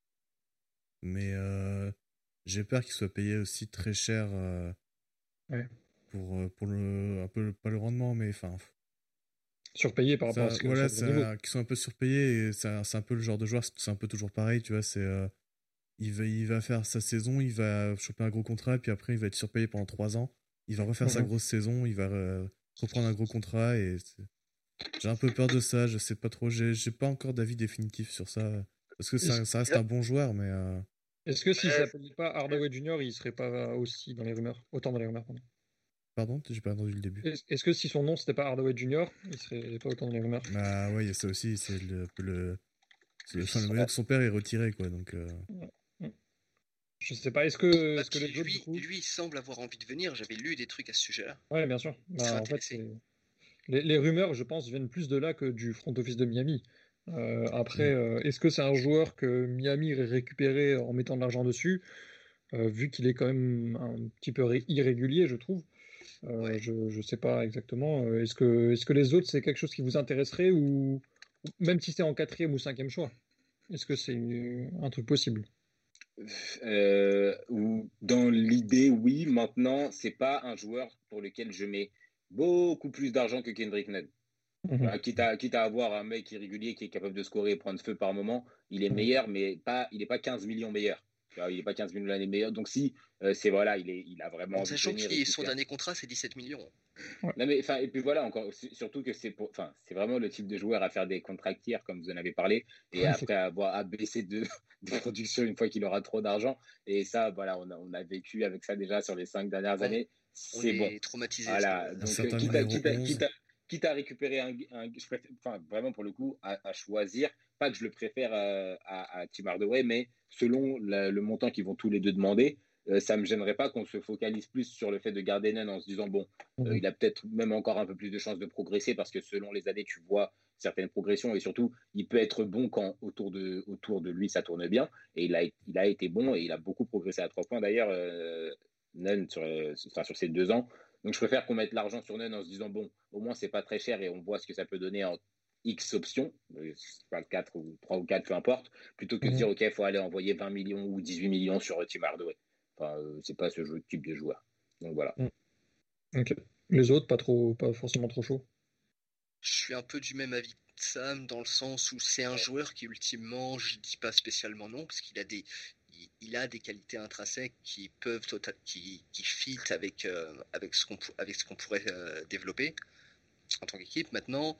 mais euh, j'ai peur qu'il soit payé aussi très cher. Euh, ouais. Pour, pour le, un peu, pas le rendement, mais enfin. Surpayé par ça, rapport à ce que voilà, ça, qui sont un peu surpayés et ça, c'est un peu le genre de joueur, c'est un peu toujours pareil, tu vois. C'est, euh, il, va, il va faire sa saison, il va choper un gros contrat, et puis après, il va être surpayé pendant trois ans. Il va refaire mm-hmm. sa grosse saison, il va euh, reprendre un gros contrat et c'est... j'ai un peu peur de ça, je sais pas trop. J'ai, j'ai pas encore d'avis définitif sur ça. Parce que ça, ça reste un bon joueur, mais. Euh... Est-ce que s'il s'appelait pas Hardaway junior, il serait pas aussi dans les rumeurs, autant dans les rumeurs, pardon. Pardon, j'ai pas entendu le début. Est-ce que si son nom c'était pas Hardaway junior, il serait pas autant dans les rumeurs? Bah ouais, il y a ça aussi, c'est le le c'est le, enfin, le maillot de son père est retiré quoi, donc. Euh... Je sais pas, est-ce que, bah, est-ce que les lui, autres, du coup... lui, il semble avoir envie de venir. J'avais lu des trucs à ce sujet-là. Ouais, bien sûr. Bah, en fait, c'est... Les, les rumeurs, je pense, viennent plus de là que du front office de Miami. Euh, après, mmh. euh, est-ce que c'est un joueur que Miami irait récupérer en mettant de l'argent dessus, euh, vu qu'il est quand même un petit peu ré- irrégulier, je trouve. Euh, ouais. Je ne sais pas exactement. Est-ce que, est-ce que les autres, c'est quelque chose qui vous intéresserait ou même si c'est en quatrième ou cinquième choix? Est-ce que c'est un truc possible? euh, Dans l'idée, oui. Maintenant, c'est pas un joueur pour lequel je mets beaucoup plus d'argent que Kendrick Nunn. Mmh. Enfin, quitte, à, quitte à avoir un mec irrégulier qui est capable de scorer et prendre feu par moment, il est meilleur, mais pas, il n'est pas quinze millions meilleur. Il n'est pas quinze millions l'année meilleure. Donc si, euh, c'est voilà, il, est, il a vraiment... En sachant que son dernier contrat, c'est dix-sept millions. Ouais. Non mais, et puis voilà, encore, surtout que c'est, pour, c'est vraiment le type de joueur à faire des contrats tiers, comme vous en avez parlé, et ouais, après avoir à baisser de, de production une fois qu'il aura trop d'argent. Et ça, voilà, on a, on a vécu avec ça déjà sur les cinq dernières on, années. C'est on bon. est traumatisé. Voilà, donc quitte à, quitte, à, quitte, à, quitte à récupérer un, un je préfère, enfin vraiment pour le coup à, à choisir, pas que je le préfère à, à, à Tim Hardaway, mais selon la, le montant qu'ils vont tous les deux demander, euh, ça me gênerait pas qu'on se focalise plus sur le fait de garder Nunn en se disant bon, euh, il a peut-être même encore un peu plus de chances de progresser parce que selon les années tu vois certaines progressions et surtout il peut être bon quand autour de autour de lui ça tourne bien et il a il a été bon et il a beaucoup progressé à trois points d'ailleurs euh, Nunn sur enfin sur ces deux ans. Donc je préfère qu'on mette l'argent sur Nunn en se disant bon, au moins c'est pas très cher et on voit ce que ça peut donner en X options, pas quatre ou trois ou quatre, peu importe, plutôt que mmh. de dire ok, il faut aller envoyer vingt millions ou dix-huit millions sur Tim Hardaway. Enfin, euh, c'est pas ce jeu, type de joueur. Donc voilà. Mmh. Ok. Les autres, pas trop, pas forcément trop chaud. Je suis un peu du même avis que Sam dans le sens où c'est un joueur qui ultimement, je dis pas spécialement non, parce qu'il a des il a des qualités intrinsèques qui peuvent total, qui, qui fit avec, euh, avec ce qu'on, avec ce qu'on pourrait euh, développer en tant qu'équipe. Maintenant,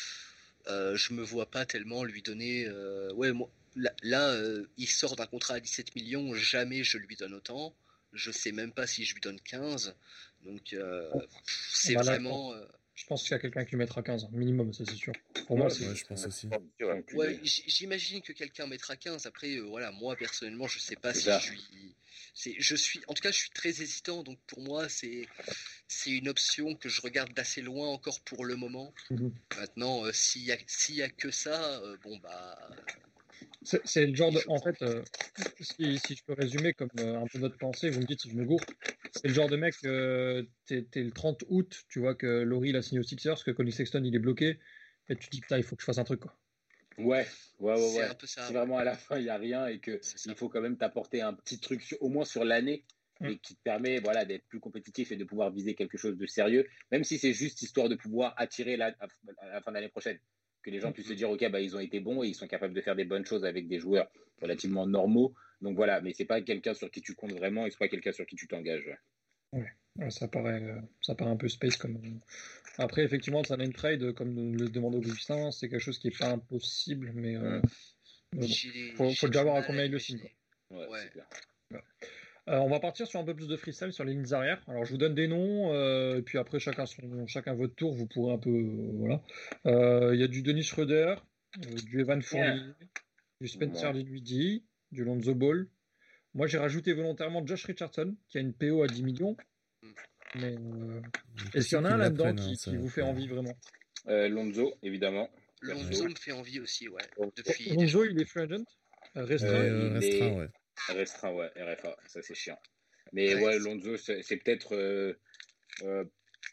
euh, je me vois pas tellement lui donner. Euh, ouais, moi, là, là euh, il sort d'un contrat à dix-sept millions, jamais je lui donne autant. Je sais même pas si je lui donne quinze. Donc, euh, c'est voilà, vraiment. Euh, je pense qu'il y a quelqu'un qui lui mettra quinze, minimum, ça c'est sûr. Pour ouais, moi, c'est... Ouais, je pense aussi. Ouais, j'imagine que quelqu'un mettra quinze. Après, euh, voilà, moi personnellement, je sais pas si ça. je lui. C'est, je suis, en tout cas, je suis très hésitant. Donc pour moi, c'est, c'est une option que je regarde d'assez loin encore pour le moment. Mm-hmm. Maintenant, euh, s'il y a, s'il y a que ça, euh, bon bah, C'est, c'est le genre de. En fait, euh, si, si je peux résumer comme euh, un peu notre pensée, vous me dites si je me gourre. C'est le genre de mec, euh, t'es, t'es le trente août, tu vois que Laurie il a signé aux Sixers, que Colin Sexton il est bloqué, et tu te dis putain, il faut que je fasse un truc quoi. Ouais, ouais, ouais, C'est ouais. un peu ça, Si ouais. vraiment à la fin il n'y a rien et que C'est ça. il faut quand même t'apporter un petit truc sur- au moins sur l'année Mm. et qui te permet voilà d'être plus compétitif et de pouvoir viser quelque chose de sérieux, même si c'est juste histoire de pouvoir attirer la, à à la fin de l'année prochaine, que les gens puissent se dire ok bah ils ont été bons et ils sont capables de faire des bonnes choses avec des joueurs relativement normaux. Donc voilà, mais c'est pas quelqu'un sur qui tu comptes vraiment et c'est pas quelqu'un sur qui tu t'engages. Ouais. Ouais. Ouais, ça paraît, euh, ça paraît un peu space comme. euh. Après, effectivement, ça une trade, comme le demande Augustin, c'est quelque chose qui est pas impossible, mais, euh, Mm. mais bon, J'ai- faut, j'ai faut du déjà voir à mal combien il le signe. imaginer. Ouais, Ouais. c'est clair. Euh, on va partir sur un peu plus de freestyle sur les lignes arrière. Alors, je vous donne des noms, euh, et puis après, chacun, son, chacun votre tour, vous pourrez un peu. euh, voilà. Euh, Il y a du Dennis Schroeder, euh, du Evan Fournier, du Spencer Ouais. Dinwiddie, du Lonzo Ball. Moi, j'ai rajouté volontairement Josh Richardson, qui a une P O à dix millions. Mais euh, est-ce qu'il y en a un là-dedans qui, qui vous fait envie vraiment? Euh, Lonzo, évidemment. Lonzo me fait envie aussi, ouais. Depuis Lonzo, déjà. il est free agent euh, restreint. Euh, il restreint, est ouais. restreint, ouais, R F A, ça c'est chiant. Mais Ouais. ouais, Lonzo, c'est, c'est peut-être. Euh, euh,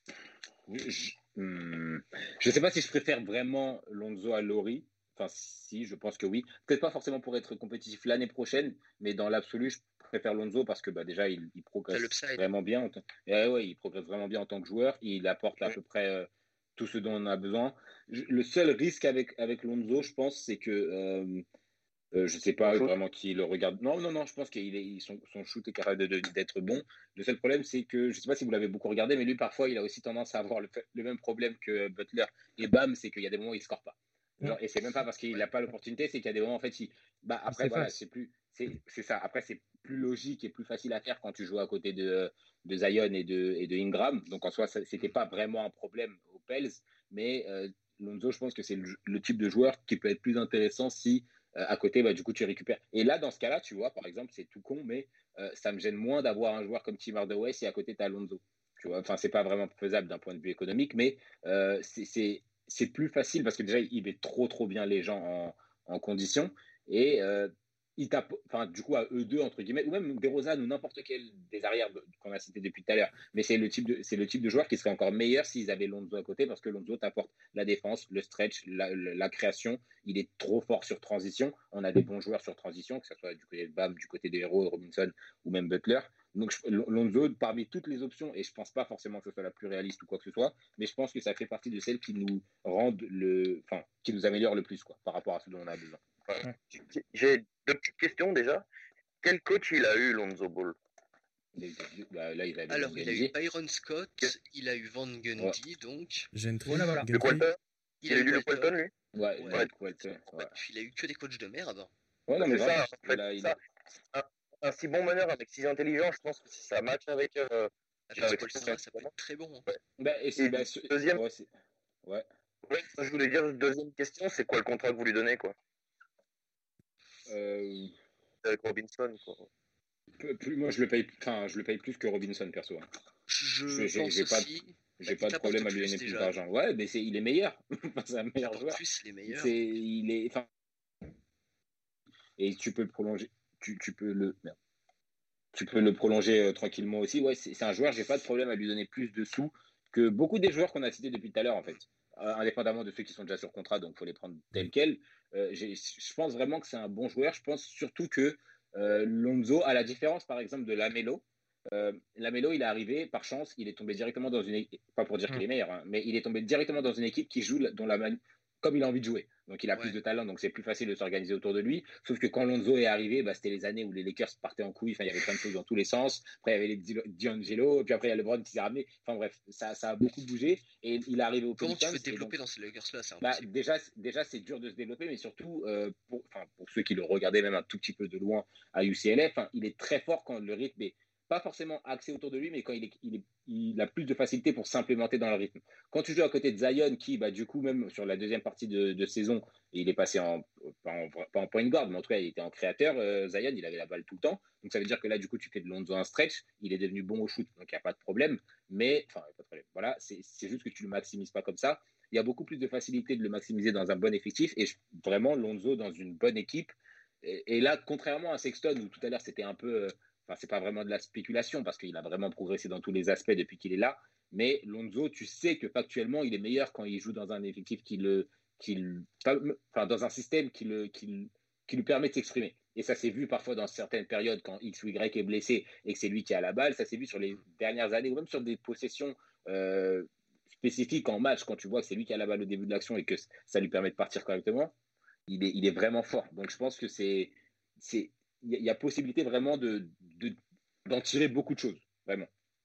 je, hmm, je sais pas si je préfère vraiment Lonzo à Laurie. Enfin, si, je pense que oui. Peut-être pas forcément pour être compétitif l'année prochaine, mais dans l'absolu, je préfère Lonzo parce que bah, déjà, il, il T'as progresse l'upside. vraiment bien. En tant... et, ouais, ouais, il progresse vraiment bien en tant que joueur. Il apporte à peu près euh, tout ce dont on a besoin. Je, le seul risque avec, avec Lonzo, je pense, c'est que. Euh, Euh, je sais pas vraiment qui le regarde. Non, non, non, je pense qu'il est, son, son shoot est capable de, de, d'être bon. Le seul problème, c'est que, je sais pas si vous l'avez beaucoup regardé, mais lui, parfois, il a aussi tendance à avoir le, le même problème que Butler. Et bam, c'est qu'il y a des moments où il score pas. Genre, et c'est même pas parce qu'il n'a pas l'opportunité, c'est qu'il y a des moments, en fait, il, bah, après, c'est voilà, face. c'est plus, c'est, c'est ça. Après, c'est plus logique et plus facile à faire quand tu joues à côté de, de Zion et de, et de Ingram. Donc, en soi, ça, c'était pas vraiment un problème aux Pels, mais, euh, Lonzo, je pense que c'est le, le type de joueur qui peut être plus intéressant si, euh, à côté, bah, du coup, tu récupères. Et là, dans ce cas-là, tu vois, par exemple, c'est tout con, mais euh, ça me gêne moins d'avoir un joueur comme Tim Hardaway si à côté, tu as Lonzo. Tu vois, enfin, c'est pas vraiment faisable d'un point de vue économique, mais euh, c'est, c'est, c'est plus facile parce que déjà, il met trop, trop bien les gens en, en condition. Et euh, il tape, enfin, du coup, à eux deux, entre guillemets, ou même DeRozan ou n'importe quel des arrières qu'on a cité depuis tout à l'heure. Mais c'est le type de, c'est le type de joueur qui serait encore meilleur s'ils avaient Lonzo à côté parce que Lonzo t'apporte la défense, le stretch, la, la, la création. Il est trop fort sur transition. On a des bons joueurs sur transition, que ce soit du côté de Bam, du côté des héros, Robinson ou même Butler. Donc, je, Lonzo, parmi toutes les options, et je pense pas forcément que ce soit la plus réaliste ou quoi que ce soit, mais je pense que ça fait partie de celles qui nous rendent le, enfin, qui nous améliorent le plus, quoi, par rapport à ce dont on a besoin. Ouais. J'ai deux petites questions déjà. Quel coach il a eu, Lonzo Ball? Là, là, il a Alors, il a eu Byron Scott, il a eu Van Gundy, ouais. Donc. Gentry, voilà, voilà. Le Walton. Il, il a eu le Walton, lui. Ouais, ouais. ouais, Walton, ouais. Il a eu que des coachs de merde. Ouais, non, mais c'est vraiment, ça. En fait, là, il ça a... un, un si bon meneur avec si intelligent, je pense que si ça match avec. Euh, avec avec Spolstra, ça peut être très bon. Hein. Ouais. Bah, et, et bah, deuxième. Ouais, c'est... ouais. Ouais, je voulais dire, deuxième question, c'est quoi le contrat que vous lui donnez, quoi? Euh... Avec Robinson, quoi. Plus, moi, je le paye, enfin, je le paye plus que Robinson, perso. Je, je j'ai, pense j'ai aussi. Pas, j'ai pas de problème à lui donner plus d'argent. Ouais, mais c'est, il est meilleur. C'est un meilleur joueur. Plus, il est meilleur. C'est, il est, enfin, et tu peux le prolonger. Tu, tu peux le, merde. Tu peux le prolonger euh, tranquillement aussi. Ouais, c'est, c'est un joueur. J'ai pas de problème à lui donner plus de sous que beaucoup des joueurs qu'on a cités depuis tout à l'heure, en fait. Euh, indépendamment de ceux qui sont déjà sur contrat, donc faut les prendre tels quels. Euh, j'ai, je pense vraiment que c'est un bon joueur. Je pense surtout que Euh, Lonzo, à la différence par exemple de Lamelo, euh, Lamelo il est arrivé par chance, il est tombé directement dans une équipe, pas pour dire mmh. qu'il est meilleur, hein, mais il est tombé directement dans une équipe qui joue dont la man... comme il a envie de jouer. Donc il a ouais. plus de talent, donc c'est plus facile de s'organiser autour de lui. Sauf que quand Lonzo est arrivé, bah, c'était les années où les Lakers partaient en couille, enfin, il y avait plein de choses dans tous les sens. Après il y avait les D'Angelo, puis après il y a LeBron qui s'est ramené. Enfin bref, ça, ça a beaucoup bougé et il est arrivé au Comment Pelicans. Tu peux te développer donc... dans ces Lakers-là, c'est bah, déjà, déjà, c'est dur de se développer, mais surtout, euh, pour, pour ceux qui le regardaient même un tout petit peu de loin à U C L F, il est très fort quand le rythme est pas forcément axé autour de lui, mais quand il, est, il, est, il a plus de facilité pour s'implémenter dans le rythme. Quand tu joues à côté de Zion, qui, bah, du coup, même sur la deuxième partie de, de saison, il est passé en pas, en, pas en point guard, mais en tout cas, il était en créateur, euh, Zion, il avait la balle tout le temps. Donc, ça veut dire que là, du coup, tu fais de Lonzo un stretch, il est devenu bon au shoot, donc il n'y a pas de problème. Mais, enfin, pas de problème. Voilà, c'est, c'est juste que tu le maximises pas comme ça. Il y a beaucoup plus de facilité de le maximiser dans un bon effectif. Et je, vraiment, Lonzo, dans une bonne équipe, Et, et là, contrairement à Sexton, où tout à l'heure c'était un peu, euh, enfin c'est pas vraiment de la spéculation parce qu'il a vraiment progressé dans tous les aspects depuis qu'il est là. Mais Lonzo, tu sais que factuellement, il est meilleur quand il joue dans un effectif qui le, qui le, enfin dans un système qui le, qui, qui lui permet de s'exprimer. Et ça s'est vu parfois dans certaines périodes quand X ou Y est blessé et que c'est lui qui a la balle. Ça s'est vu sur les dernières années ou même sur des possessions euh, spécifiques en match quand tu vois que c'est lui qui a la balle au début de l'action et que ça lui permet de partir correctement. Il est, il est vraiment fort. Donc je pense que c'est, c'est, il y, y a possibilité vraiment de, de, d'en tirer beaucoup de choses, vraiment.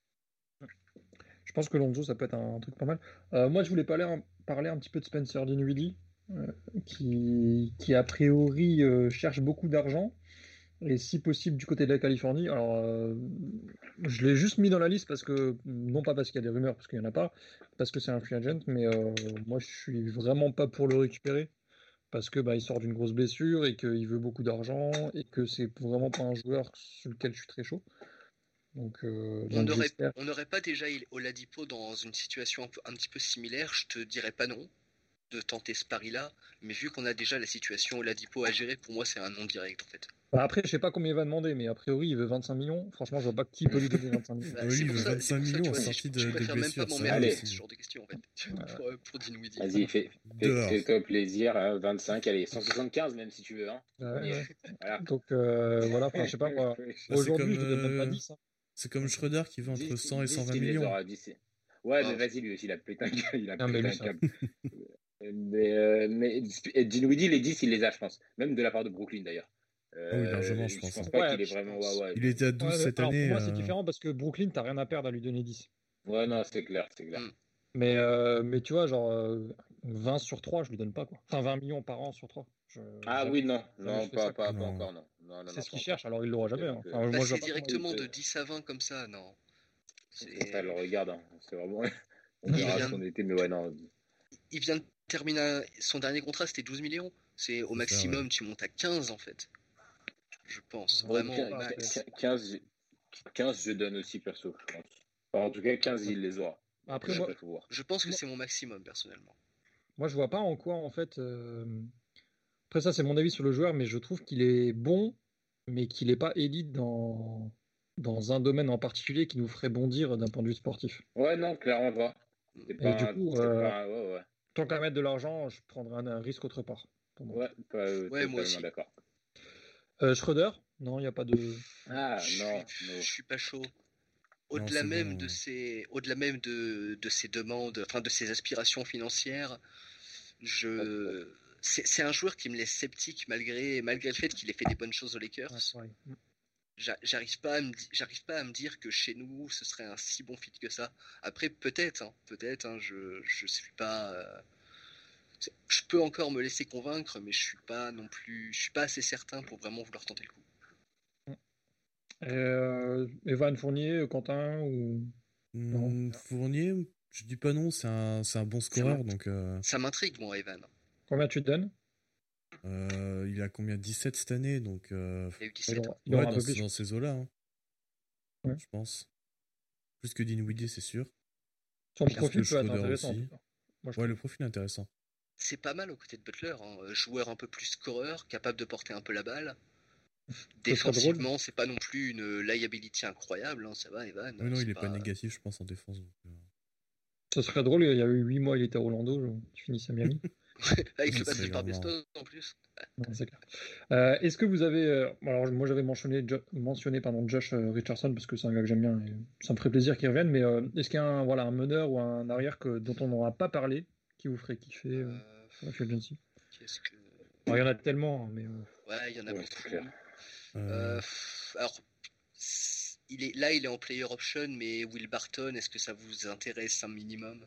Je pense que Lonzo, ça peut être un, un truc pas mal. Euh, moi, je voulais parler un, parler un petit peu de Spencer Dinwiddie, euh, qui, qui a priori euh, cherche beaucoup d'argent, et si possible du côté de la Californie. Alors, euh, je l'ai juste mis dans la liste parce que, non pas parce qu'il y a des rumeurs, parce qu'il n'y en a pas, parce que c'est un free agent, mais euh, moi, je suis vraiment pas pour le récupérer. Parce que bah, il sort d'une grosse blessure et qu'il veut beaucoup d'argent et que c'est vraiment pas un joueur sur lequel je suis très chaud. Donc, euh, on n'aurait pas déjà Oladipo dans une situation un, peu, un petit peu similaire, je te dirais pas non de tenter ce pari-là, mais vu qu'on a déjà la situation Oladipo à gérer, pour moi c'est un non direct en fait. Bah après, je sais pas combien il va demander, mais a priori il veut vingt-cinq millions. Franchement, je vois pas qui peut lui donner vingt-cinq millions. Bah, oui, il veut ça, vingt-cinq millions en sortie de, je, je de préfère blessure. Même pas m'emmerder avec ce genre de questions en fait. pour, pour Dinwiddie. Vas-y, fais, fais, fais-toi plaisir. Hein, vingt-cinq, allez, cent soixante-quinze même si tu veux. Hein. Ouais, ouais. Voilà. Donc euh, voilà, enfin, je sais pas moi. Bah, aujourd'hui, comme, je ne donne pas dix. Hein. C'est comme Schroeder qui veut entre cent et cent vingt dix, millions. Aura, ouais, oh. mais vas-y, lui aussi, il a pété un câble. Il a pété un câble. mais, euh, mais Dinwiddie, les dix, il les a, je pense. Même de la part de Brooklyn, d'ailleurs. Euh, oh oui, largement, je pense. Je pense pas ouais, qu'il est vraiment... Ouais, ouais. Il était à douze ouais, cette alors, année. Pour moi, euh... c'est différent parce que Brooklyn, t'as rien à perdre à lui donner dix. Ouais, non, c'est clair, c'est clair. Mais, euh, mais tu vois, genre, euh, vingt sur trois, je lui donne pas, quoi. Enfin, vingt millions par an sur trois. Je, ah oui, non, non, pas, ça, pas, pas encore, non. non, non c'est ce qu'il cherche, alors il l'aura jamais. Hein. Enfin, moi, je directement de dix à vingt comme ça, non. Ça le regarde, hein. C'est vraiment... On verra ce qu'on était, mais ouais, non. Il vient de terminer son dernier contrat, c'était douze millions. C'est au maximum, ça, ouais. Tu montes à quinze en fait. Je pense, ouais, vraiment quinze, max. quinze, quinze, je donne aussi, perso, je pense. Enfin, en tout cas, quinze, il les aura. Après, moi, je pense que c'est mon maximum, personnellement. Moi, je vois pas en quoi, en fait... Euh... Après, ça, c'est mon avis sur le joueur, mais je trouve qu'il est bon, mais qu'il n'est pas élite dans... dans un domaine en particulier qui nous ferait bondir d'un point de vue sportif. Ouais, non, clairement pas. Et pas, du coup, euh, pas... Ouais, ouais. Tant qu'à mettre de l'argent, je prendrais un, un risque autre part. Pour moi. Ouais, pas, euh, ouais moi aussi. D'accord. Euh, Schroeder, non, il n'y a pas de. Ah je non, suis, non, je suis pas chaud. Au-delà non, même bon. de ses, au-delà même de, de ses demandes, enfin de ses aspirations financières, je, c'est, c'est un joueur qui me laisse sceptique malgré, malgré le fait qu'il ait fait des bonnes choses aux Lakers. Ouais, ouais. J'arrive pas à me, j'arrive pas à me dire que chez nous ce serait un si bon fit que ça. Après peut-être, hein, peut-être, hein, je, je suis pas. Euh, je peux encore me laisser convaincre, mais je suis pas non plus, je suis pas assez certain pour vraiment vouloir tenter le coup. Euh, Evan Fournier, Quentin ou non. Fournier, je dis pas non, c'est un, c'est un bon scoreur, ça donc. Euh... Ça m'intrigue, moi, Evan. Combien tu te donnes? euh, Il a combien dix-sept cette année, donc. Euh... Il a eu dix-sept. Hein. Ouais, dans, dans ces eaux-là, hein. Ouais. Je pense. Plus que Dinwiddie, c'est sûr. Son profil peut être intéressant. Moi, je ouais, le profil est intéressant. C'est pas mal aux côtés de Butler, hein. Joueur un peu plus scoreur, capable de porter un peu la balle. Défensivement, c'est pas non plus une liability incroyable, hein. Ça va, Evan. Oui, non, il est pas... pas négatif, je pense, en défense. Donc... Ça serait drôle, il y a eu huit mois, il était à Orlando, il finissait à Miami. Avec le passage par Bestos en plus. Non, c'est clair. Euh, est-ce que vous avez. Euh, alors, moi, j'avais mentionné, jo- mentionné pardon, Josh euh, Richardson parce que c'est un gars que j'aime bien et ça me ferait plaisir qu'il revienne, mais euh, est-ce qu'il y a un, voilà, un meneur ou un arrière que, dont on n'aura pas parlé qui vous ferait kiffer euh, sur la Free Agency? Qu'est-ce que. Alors, il y en a tellement, mais. Ouais, il y en a ouais, beaucoup. Euh... alors, il est, là, il est en player option, mais Will Barton, est-ce que ça vous intéresse un minimum?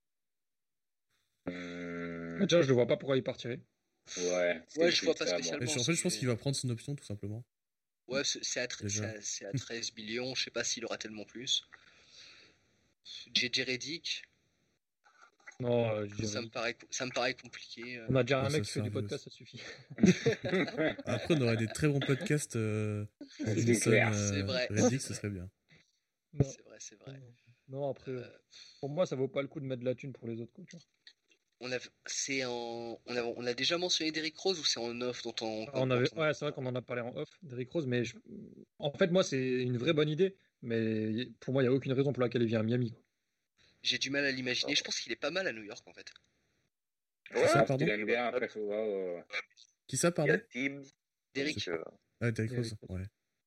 Euh... Déjà, je ne vois pas pourquoi il partirait. Ouais, ouais je vois pas spécialement. En fait, je pense qu'il va prendre son option, tout simplement. Ouais, c'est à, tre- c'est à, c'est à treize millions, je sais pas s'il aura tellement plus. J J Redick. Non, euh, ça, me paraît, ça me paraît compliqué. Euh... On a déjà un mec qui fait du podcast, ça suffit. Après, on aurait des très bons podcasts. Euh, c'est clair, euh, c'est vrai. Redick, ce serait bien. Non. C'est vrai, c'est vrai. Non, après, euh... pour moi, ça vaut pas le coup de mettre de la thune pour les autres. Quoi, tu vois. On a, c'est en, on a, on a déjà mentionné Derrick Rose ou c'est en off dont on. on avait, ouais, c'est vrai qu'on en a parlé en off, Derrick Rose, mais je, en fait, moi, c'est une vraie bonne idée, mais pour moi, il n'y a aucune raison pour laquelle il vient à Miami. Quoi. J'ai du mal à l'imaginer. Je pense qu'il est pas mal à New York en fait. Ouais, ça, pardon. Il aime bien après, faut voir, euh... Qui ça, pardon? Derrick. Ah, Derrick Rose, ouais.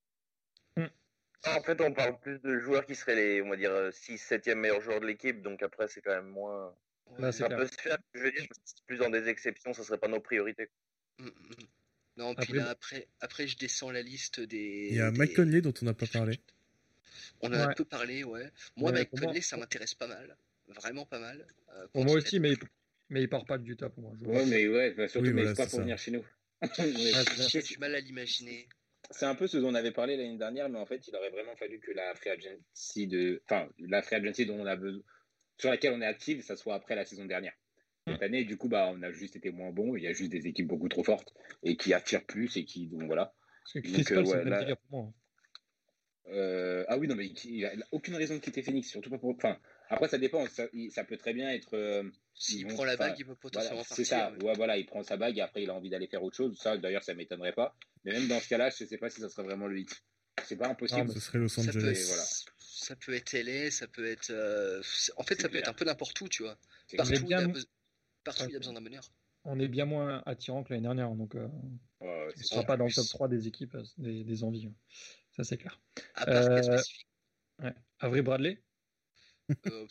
En fait, on parle plus de joueurs qui seraient les, on va dire, six septième meilleurs joueurs de l'équipe, donc après, c'est quand même moins. Là, ça clair. peut se faire, je veux dire, plus dans des exceptions, ça serait pas nos priorités. Mm, mm. Non, puis après, là, après, après, je descends la liste des. Il y a des... Mike Conley dont on n'a pas parlé. On en a ouais. peu parlé, ouais. Moi, ouais, Mike Conley, moi... ça m'intéresse pas mal. Vraiment pas mal. Euh, pour moi aussi, mais il... mais il part pas du Utah pour moi. Je ouais, mais ouais, bah, surtout, oui, mais voilà, pas pour ça. venir chez nous. J'ai du mal à l'imaginer. C'est un peu ce dont on avait parlé l'année dernière, mais en fait, il aurait vraiment fallu que la free agency de, enfin, la free agency dont on a besoin, sur laquelle on est active, ça soit après la saison dernière. Cette année, du coup, bah, on a juste été moins bon. Il y a juste des équipes beaucoup trop fortes et qui attirent plus et qui, donc voilà. Parce que Chris Paul, c'est le délire pour moi. Euh, ah oui, non, mais il n'a aucune raison de quitter Phoenix, surtout pas pour. Enfin, après, ça dépend. Ça, il, ça peut très bien être. Euh, S'il prend la bague, il peut potentiellement voilà, partir. C'est ça. Ouais. ouais, voilà, il prend sa bague et après, il a envie d'aller faire autre chose. Ça, d'ailleurs, ça m'étonnerait pas. Mais même dans ce cas-là, je ne sais pas si ça serait vraiment le hit. C'est pas impossible. Non, ce serait Los Angeles. Ça peut être, voilà. ça peut être L A, ça peut être. Euh... En fait, c'est ça clair. peut être un peu n'importe où, tu vois. C'est Partout, il y a, be... Partout, ouais. il y a besoin d'un meneur. On est bien moins attirant que l'année dernière, donc euh, ouais, ouais, on ne sera pas dans le top trois des équipes, des, des envies. Ça, c'est clair. À part euh... spécifique. Ouais. Avery Bradley euh,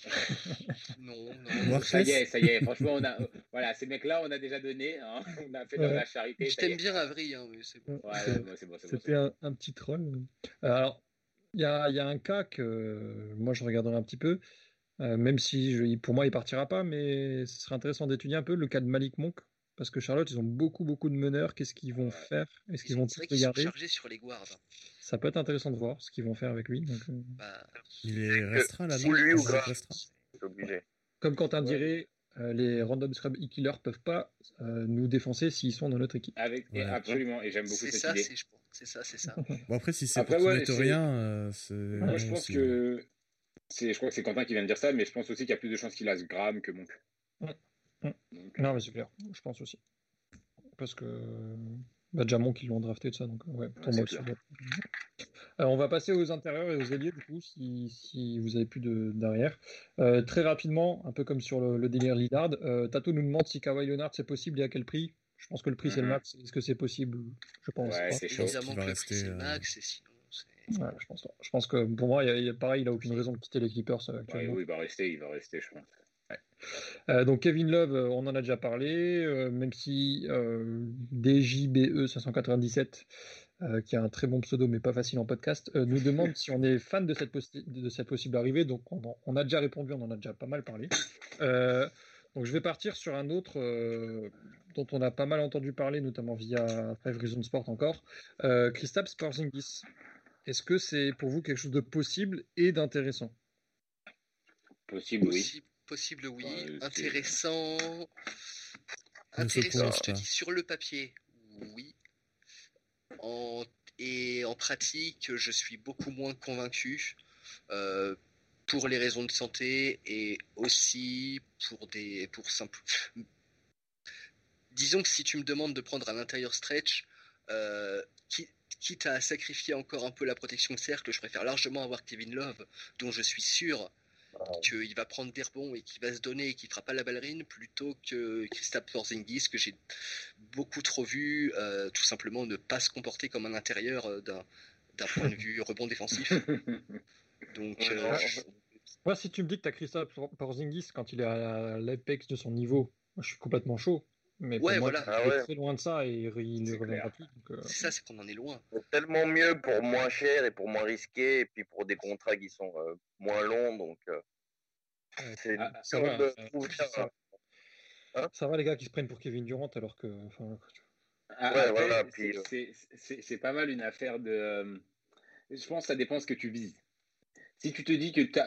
Non, non. Ça y est, ça y est. Franchement, on a, euh, voilà, ces mecs-là, on a déjà donné. Hein, on a fait ouais. dans la charité. Je t'aime bien Avery, hein, mais c'est bon. Ouais, c'est, bon, c'est bon, c'est C'était bon, un, un petit troll. Alors, il y a, y a un cas que euh, moi je regarderai un petit peu, euh, même si je, pour moi il partira pas, mais ce serait intéressant d'étudier un peu le cas de Malik Monk. Parce que Charlotte, ils ont beaucoup, beaucoup de meneurs. Qu'est-ce qu'ils vont ouais. faire? Est-ce qu'ils vont tous les garder? Chargés sur les guards. Ça peut être intéressant de voir ce qu'ils vont faire avec lui. Donc, euh... bah, il est restreint là, non? Ou lui ou restreint. C'est obligé. Comme Quentin ouais. dirait, euh, les random scrub e-killers peuvent pas euh, nous défoncer s'ils sont dans notre équipe. Avec, ouais. Absolument, et j'aime beaucoup c'est cette ça, idée. C'est, c'est ça, c'est ça. Bon après, si c'est après, pour ouais, rien, euh, c'est... Moi, je pense que c'est, je crois que c'est Quentin qui vient de dire ça, mais je pense aussi qu'il y a plus de chances qu'il a ce Graham que Monk. Ouais. Ouais. Donc, non, mais c'est clair. Je pense aussi. Parce que bah, déjà Monk, ils l'ont drafté de ça, donc ouais, pour ouais, moi aussi. Alors, on va passer aux intérieurs et aux ailiers, du coup, si, si vous avez plus de, d'arrière. Euh, très rapidement, un peu comme sur le, le délire Lillard, euh, Tato nous demande si Kawhi Leonard c'est possible et à quel prix. Je pense que le prix mm-hmm. c'est le max. Est-ce que c'est possible? Je pense. Ouais, pas. c'est chaud. Évidemment que le prix c'est le max, et sinon. C'est... Ouais, je pense pas. Je pense que pour moi, il y a, pareil, il a aucune raison de quitter les Clippers actuellement. Ouais, oui, il va rester, il va rester, je pense. Ouais. Euh, donc Kevin Love, euh, on en a déjà parlé, euh, même si euh, D J B E cinq cent quatre-vingt-dix-sept, euh, qui a un très bon pseudo mais pas facile en podcast, euh, nous demande si on est fan de cette, possi- de cette possible arrivée. Donc on, on a déjà répondu, on en a déjà pas mal parlé. Euh, donc je vais partir sur un autre euh, dont on a pas mal entendu parler, notamment via Five Reasons Sport encore, euh, Kristaps Porzingis. Est-ce que c'est pour vous quelque chose de possible et d'intéressant? Possible, oui. Possible. Possible, oui. Ouais, intéressant. Intéressant, je te dis, sur le papier, oui. En... Et en pratique, je suis beaucoup moins convaincu euh, pour les raisons de santé et aussi pour des. Pour simple... Disons que si tu me demandes de prendre un intérieur stretch, euh, qui... quitte à sacrifier encore un peu la protection de cercle, je préfère largement avoir Kevin Love, dont je suis sûr qu'il va prendre des rebonds et qu'il va se donner et qu'il ne fera pas la ballerine, plutôt que Kristaps Porzingis, que j'ai beaucoup trop vu euh, tout simplement ne pas se comporter comme un intérieur euh, d'un, d'un point de vue rebond défensif. Donc, euh, je... ouais, si tu me dis que tu as Kristaps Porzingis quand il est à l'apex de son niveau, moi je suis complètement chaud. Mais pour ouais, moi, voilà. il est ah ouais. très loin de ça et il ne reviendra plus. Donc, euh... c'est ça, c'est qu'on en est loin. C'est tellement mieux pour moins cher et pour moins risqué, et puis pour des contrats qui sont euh, moins longs. Donc, euh, ouais. c'est ah, ça, va, de ça, trouver ça, ça. Hein ça va les gars qui se prennent pour Kevin Durant alors que. Enfin... Ah, ouais, après, voilà, c'est, puis, c'est, c'est, c'est pas mal une affaire de. Euh... Je pense que ça dépend ce que tu vises. Si tu te dis que tu as.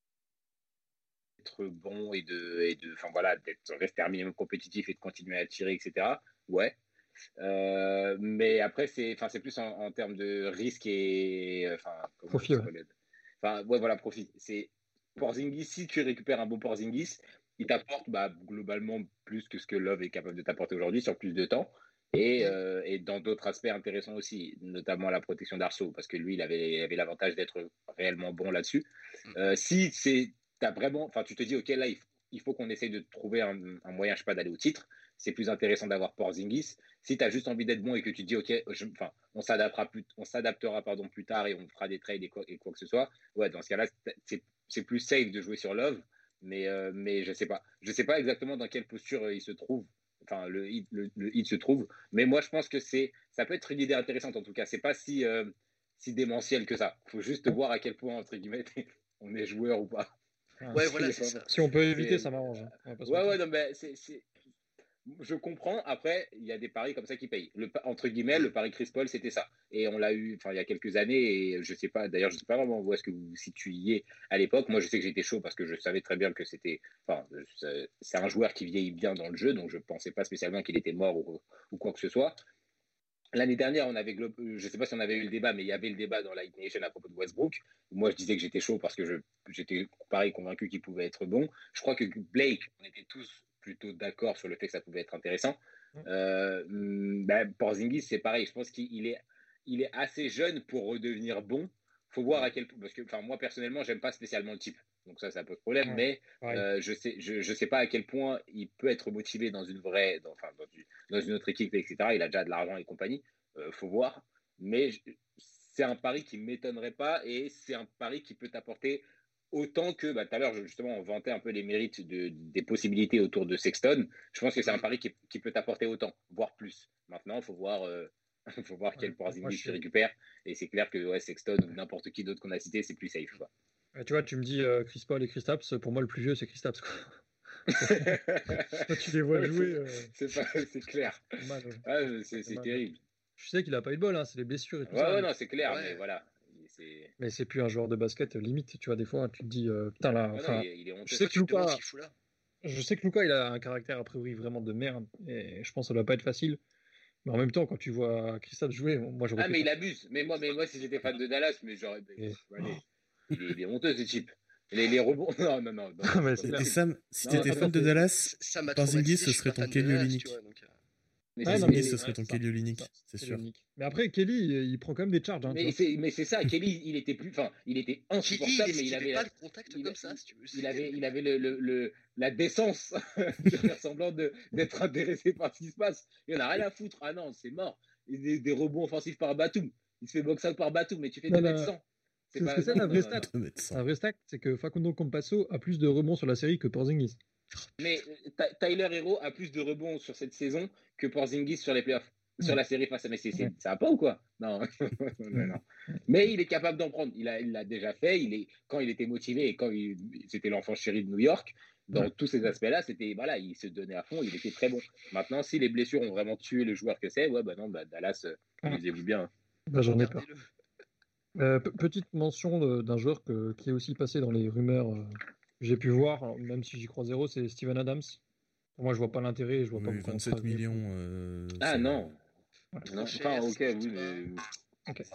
Être bon et de et de enfin voilà d'être rester un minimum compétitif et de continuer à tirer, etc., ouais, euh, mais après c'est enfin c'est plus en, en termes de risque et enfin profit, ouais. enfin ouais voilà profit, c'est Porzingis, si tu récupères un bon Porzingis, il t'apporte bah, globalement plus que ce que Love est capable de t'apporter aujourd'hui sur plus de temps. Et, euh, et dans d'autres aspects intéressants aussi, notamment la protection d'Arceau, parce que lui, il avait, il avait l'avantage d'être réellement bon là-dessus. Euh, si c'est, t'as vraiment, enfin, tu te dis, ok, là, il faut, il faut qu'on essaye de trouver un, un moyen, je sais pas, d'aller au titre. C'est plus intéressant d'avoir Porzingis. Si tu as juste envie d'être bon et que tu te dis, ok, je, enfin, on s'adaptera plus, on s'adaptera pardon plus tard et on fera des trades et quoi, et quoi que ce soit. Ouais, dans ce cas-là, c'est, c'est plus safe de jouer sur Love, mais, euh, mais je sais pas, je sais pas exactement dans quelle posture il se trouve. Enfin, le hit, le, le hit se trouve. Mais moi, je pense que c'est, ça peut être une idée intéressante en tout cas. C'est pas si, euh, si démentiel que ça. Faut juste voir à quel point, entre guillemets, on est joueur ou pas. Ouais, voilà, c'est ça. Si on peut éviter, ça m'arrange. Hein. Ouais, ouais, non, mais c'est, c'est... Je comprends. Après, il y a des paris comme ça qui payent. Le, entre guillemets, le pari Chris Paul, c'était ça. Et on l'a eu, enfin, il y a quelques années. Et je sais pas. D'ailleurs, je sais pas vraiment où est-ce que vous vous situiez à l'époque. Moi, je sais que j'étais chaud parce que je savais très bien que c'était. Enfin, c'est un joueur qui vieillit bien dans le jeu, donc je pensais pas spécialement qu'il était mort ou, ou quoi que ce soit. L'année dernière, on avait, je sais pas si on avait eu le débat, mais il y avait le débat dans la Hit Nation à propos de Westbrook. Moi, je disais que j'étais chaud parce que je, j'étais pareil convaincu qu'il pouvait être bon. Je crois que Blake, on était tous plutôt d'accord sur le fait que ça pouvait être intéressant. Euh, ben, Porzingis, c'est pareil. Je pense qu'il est, il est assez jeune pour redevenir bon. Faut voir à quel point, parce que, enfin, moi personnellement, j'aime pas spécialement le type. Donc ça, ça pose problème. Ouais, mais euh, je sais, je, je sais pas à quel point il peut être motivé dans une vraie, dans, enfin, dans, du, dans une autre équipe, et cetera. Il a déjà de l'argent et compagnie. Euh, faut voir. Mais je, c'est un pari qui m'étonnerait pas et c'est un pari qui peut t'apporter autant que, bah, tout à l'heure, justement, on vantait un peu les mérites de, des possibilités autour de Sexton. Je pense que c'est un pari qui, qui peut t'apporter autant, voire plus. Maintenant, il faut voir, euh, faut voir quel Porzingis tu récupères. Et c'est clair que ouais, Sexton ou n'importe qui d'autre qu'on a cité, c'est plus safe. Quoi. Et tu vois, tu me dis euh, Chris Paul et Kristaps. Pour moi, le plus vieux, c'est Kristaps. Quand tu les vois jouer. Euh... C'est, pas, c'est clair. C'est, mal, ouais. ah, c'est, c'est, c'est terrible. Je sais qu'il a pas eu de bol, hein, c'est les blessures et tout ouais, ça. Ouais, non, c'est clair, ouais. mais voilà. C'est... Mais c'est plus un joueur de basket limite, tu vois, des fois, tu te dis, euh, putain là, enfin, ouais, il est, il est je sais que Luka, je sais que Luka, il a un caractère a priori vraiment de merde, et je pense que ça doit pas être facile. Mais en même temps, quand tu vois Kristaps jouer, moi j'aurais. Ah, mais il abuse. Mais moi, mais moi, si j'étais fan de Dallas, mais j'aurais. Et... Allez, il, est, il est honteux ce type. Les, les rebonds. Non, non, non. non mais c'est et Sam, si t'étais fan de Dallas, Porzingis, ce serait ton Kelly Olynyk. Mais ah, non, mais ce serait ouais, ton Kelly Olynyk, c'est, c'est sûr. Mais après, Kelly, il prend quand même des charges. Hein, mais, c'est, mais c'est ça, Kelly, il était plus, enfin, il était insupportable, Kelly, mais il avait pas de contact il, comme ça, si tu veux. Il avait, il avait le, le, le, la décence de faire semblant de, d'être intéressé par ce qui se passe. Il en a rien à foutre. Ah non, c'est mort. Des, des rebonds offensifs par Batum. Il se fait box out par Batum, mais tu fais deux mètres cent. C'est, c'est, pas, c'est ça, la vraie stat. Un vrai stat, c'est que Facundo Campasso a plus de rebonds sur la série que Porzingis. Mais Tyler Hero a plus de rebonds sur cette saison que Porzingis sur les playoffs, mmh. sur la série face à Messi. C'est, ça va pas ou quoi? Non. non, non. Mais il est capable d'en prendre. Il, a, il l'a déjà fait. Il est, quand il était motivé et quand il, c'était l'enfant chéri de New York, dans mmh. tous ces aspects-là, c'était, voilà, il se donnait à fond, il était très bon. Maintenant, si les blessures ont vraiment tué le joueur que c'est, ouais, bah non, bah Dallas, amusez-vous bien. Bah, j'en ai peur. Euh, p- petite mention de, d'un joueur que, qui est aussi passé dans les rumeurs. Euh... J'ai pu voir, même si j'y crois zéro, c'est Steven Adams. Pour moi, je vois pas l'intérêt. Je vois oui, pas vingt-sept millions. Euh, ah non. Ouais. non enfin, ok, oui, mais. Okay.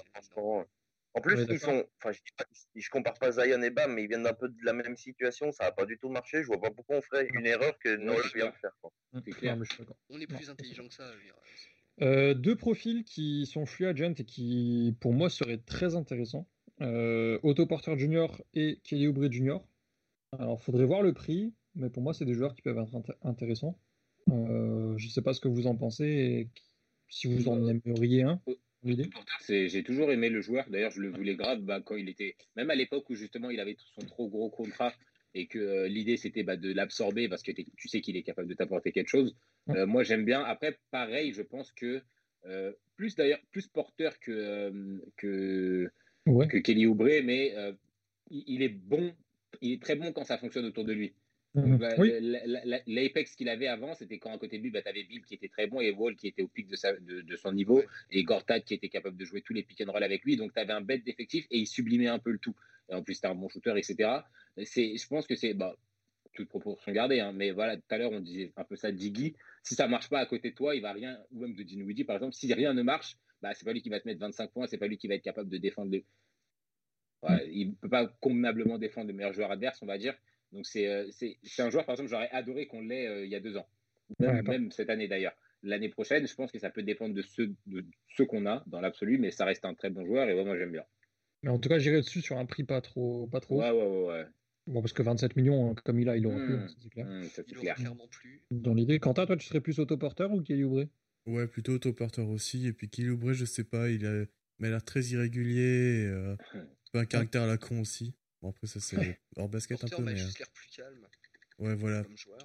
En plus, ouais, ils sont. Enfin, je, dis pas, je compare pas Zion et Bam, mais ils viennent d'un peu de la même situation. Ça n'a pas du tout marché. Je vois pas pourquoi on ferait une erreur que Noël vient de faire. Quoi. C'est clair. Non, mais on est plus intelligent que ça. Je veux dire. Euh, deux profils qui sont free agent et qui, pour moi, seraient très intéressants. Euh, Otto Porter Junior et Kelly Oubre Junior Alors, faudrait voir le prix, mais pour moi, c'est des joueurs qui peuvent être int- intéressants. Euh, je ne sais pas ce que vous en pensez et si vous en aimeriez un. L'idée. C'est, j'ai toujours aimé le joueur. D'ailleurs, je le voulais grave bah, quand il était, même à l'époque où justement il avait son trop gros contrat et que euh, l'idée c'était bah, de l'absorber parce que tu sais qu'il est capable de t'apporter quelque chose. Euh, moi, j'aime bien. Après, pareil, je pense que euh, plus d'ailleurs plus porteur que euh, que ouais. que Kelly Oubre, mais euh, il, il est bon. Il est très bon quand ça fonctionne autour de lui. Donc, mmh. oui. L'apex qu'il avait avant, c'était quand à côté de lui, bah, tu avais Bill qui était très bon et Wall qui était au pic de, sa, de, de son niveau, ouais. et Gortat qui était capable de jouer tous les pick and roll avec lui. Donc tu avais un bête d'effectif et il sublimait un peu le tout. Et en plus, c'était un bon shooter, et cetera. C'est, je pense que c'est bah, toute proportion gardée, hein, mais voilà, tout à l'heure on disait un peu ça de Diggy. Si ça marche pas à côté de toi, il va rien, ou même de Dinwiddie par exemple, si rien ne marche, bah, c'est pas lui qui va te mettre vingt-cinq points, c'est pas lui qui va être capable de défendre les. Ouais, mmh. Il ne peut pas convenablement défendre le meilleur joueur adverse, on va dire. Donc, c'est, euh, c'est, c'est un joueur, par exemple, j'aurais adoré qu'on l'ait euh, il y a deux ans. Même, ouais, même cette année, d'ailleurs. L'année prochaine, je pense que ça peut dépendre de ceux, de ceux qu'on a dans l'absolu, mais ça reste un très bon joueur et ouais, moi, j'aime bien. Mais en tout cas, j'irai dessus sur un prix pas trop. Pas trop. Ouais, ouais, ouais, ouais. Bon, parce que vingt-sept millions, comme il a, il aura mmh, plus, hein, c'est clair. Mmh, ça, c'est il clair. aura clairement plus. Dans l'idée, Quentin, toi, tu serais plus autoporteur ou Kelly Oubre? Ouais, plutôt autoporteur aussi. Et puis Kelly Oubre, je sais pas, il a, il a l'air très irrégulier. Et, euh, un caractère à la con aussi. Bon, après, ça, c'est hors basket Porteur, un peu. mais mais... juste l'air plus calme. Ouais, voilà. Comme joueur.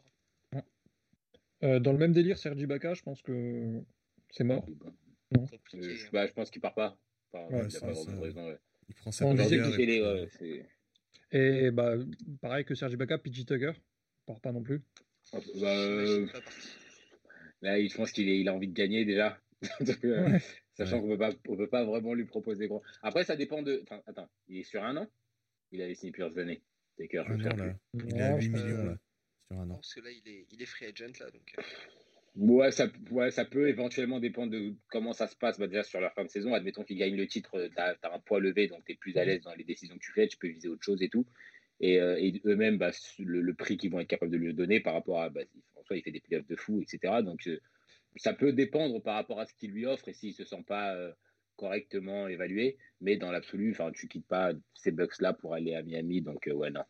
Euh, dans le même délire, Serge Ibaka, je pense que c'est mort. Non. Euh, je, bah, je pense qu'il part pas. Enfin, ouais, il a pas vraiment de raison. Ouais. Il prend sa carrière. et, et, ouais, c'est... et bah, pareil que Serge Ibaka, P J Tucker, part pas non plus. Bah, euh... Là, je pense qu'il est, il a envie de gagner déjà. Donc, euh, ouais. Sachant ouais. qu'on peut pas, on peut pas vraiment lui proposer gros. Après, ça dépend de. Enfin, attends, il est sur un an. Il avait signé plusieurs années. Tucker, un an là. Plus. Il est à huit millions là. Sur un an. Parce que là, il est, il est free agent là, donc. Ouais, ça, ouais, ça peut éventuellement dépendre de comment ça se passe. Bah, déjà sur la fin de saison, admettons qu'il gagne le titre, t'as, t'as un poids levé, donc t'es plus à l'aise dans les décisions que tu fais, tu peux viser autre chose et tout. Et, euh, et eux-mêmes, bah, le, le prix qu'ils vont être capables de lui donner par rapport à, bah, François, il fait des playoffs de fou, et cetera. Donc euh, ça peut dépendre par rapport à ce qu'il lui offre et s'il se sent pas euh, correctement évalué. Mais dans l'absolu, enfin, tu quittes pas ces Bucks-là pour aller à Miami, donc euh, ouais, non.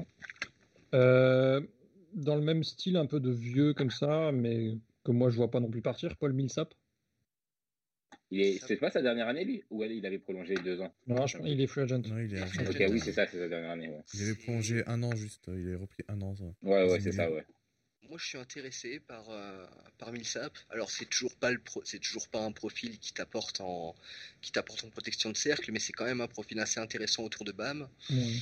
Euh, dans le même style, un peu de vieux comme ça, mais que moi je vois pas non plus partir, Paul Millsap. Il est, c'est pas sa dernière année, lui? Ou il avait prolongé deux ans? Non, je pense qu'il est free agent. Non, il est free agent. Ok, oui, c'est ça, c'est sa dernière année. Ouais. Il avait prolongé un an juste, il avait repris un an. Ça. Ouais, ouais, c'est ça, ouais. Moi, je suis intéressé par, euh, par Millsap. Alors, c'est toujours pas le pro, c'est toujours pas un profil qui t'apporte en, qui t'apporte en protection de cercle, mais c'est quand même un profil assez intéressant autour de Bam. Ouais.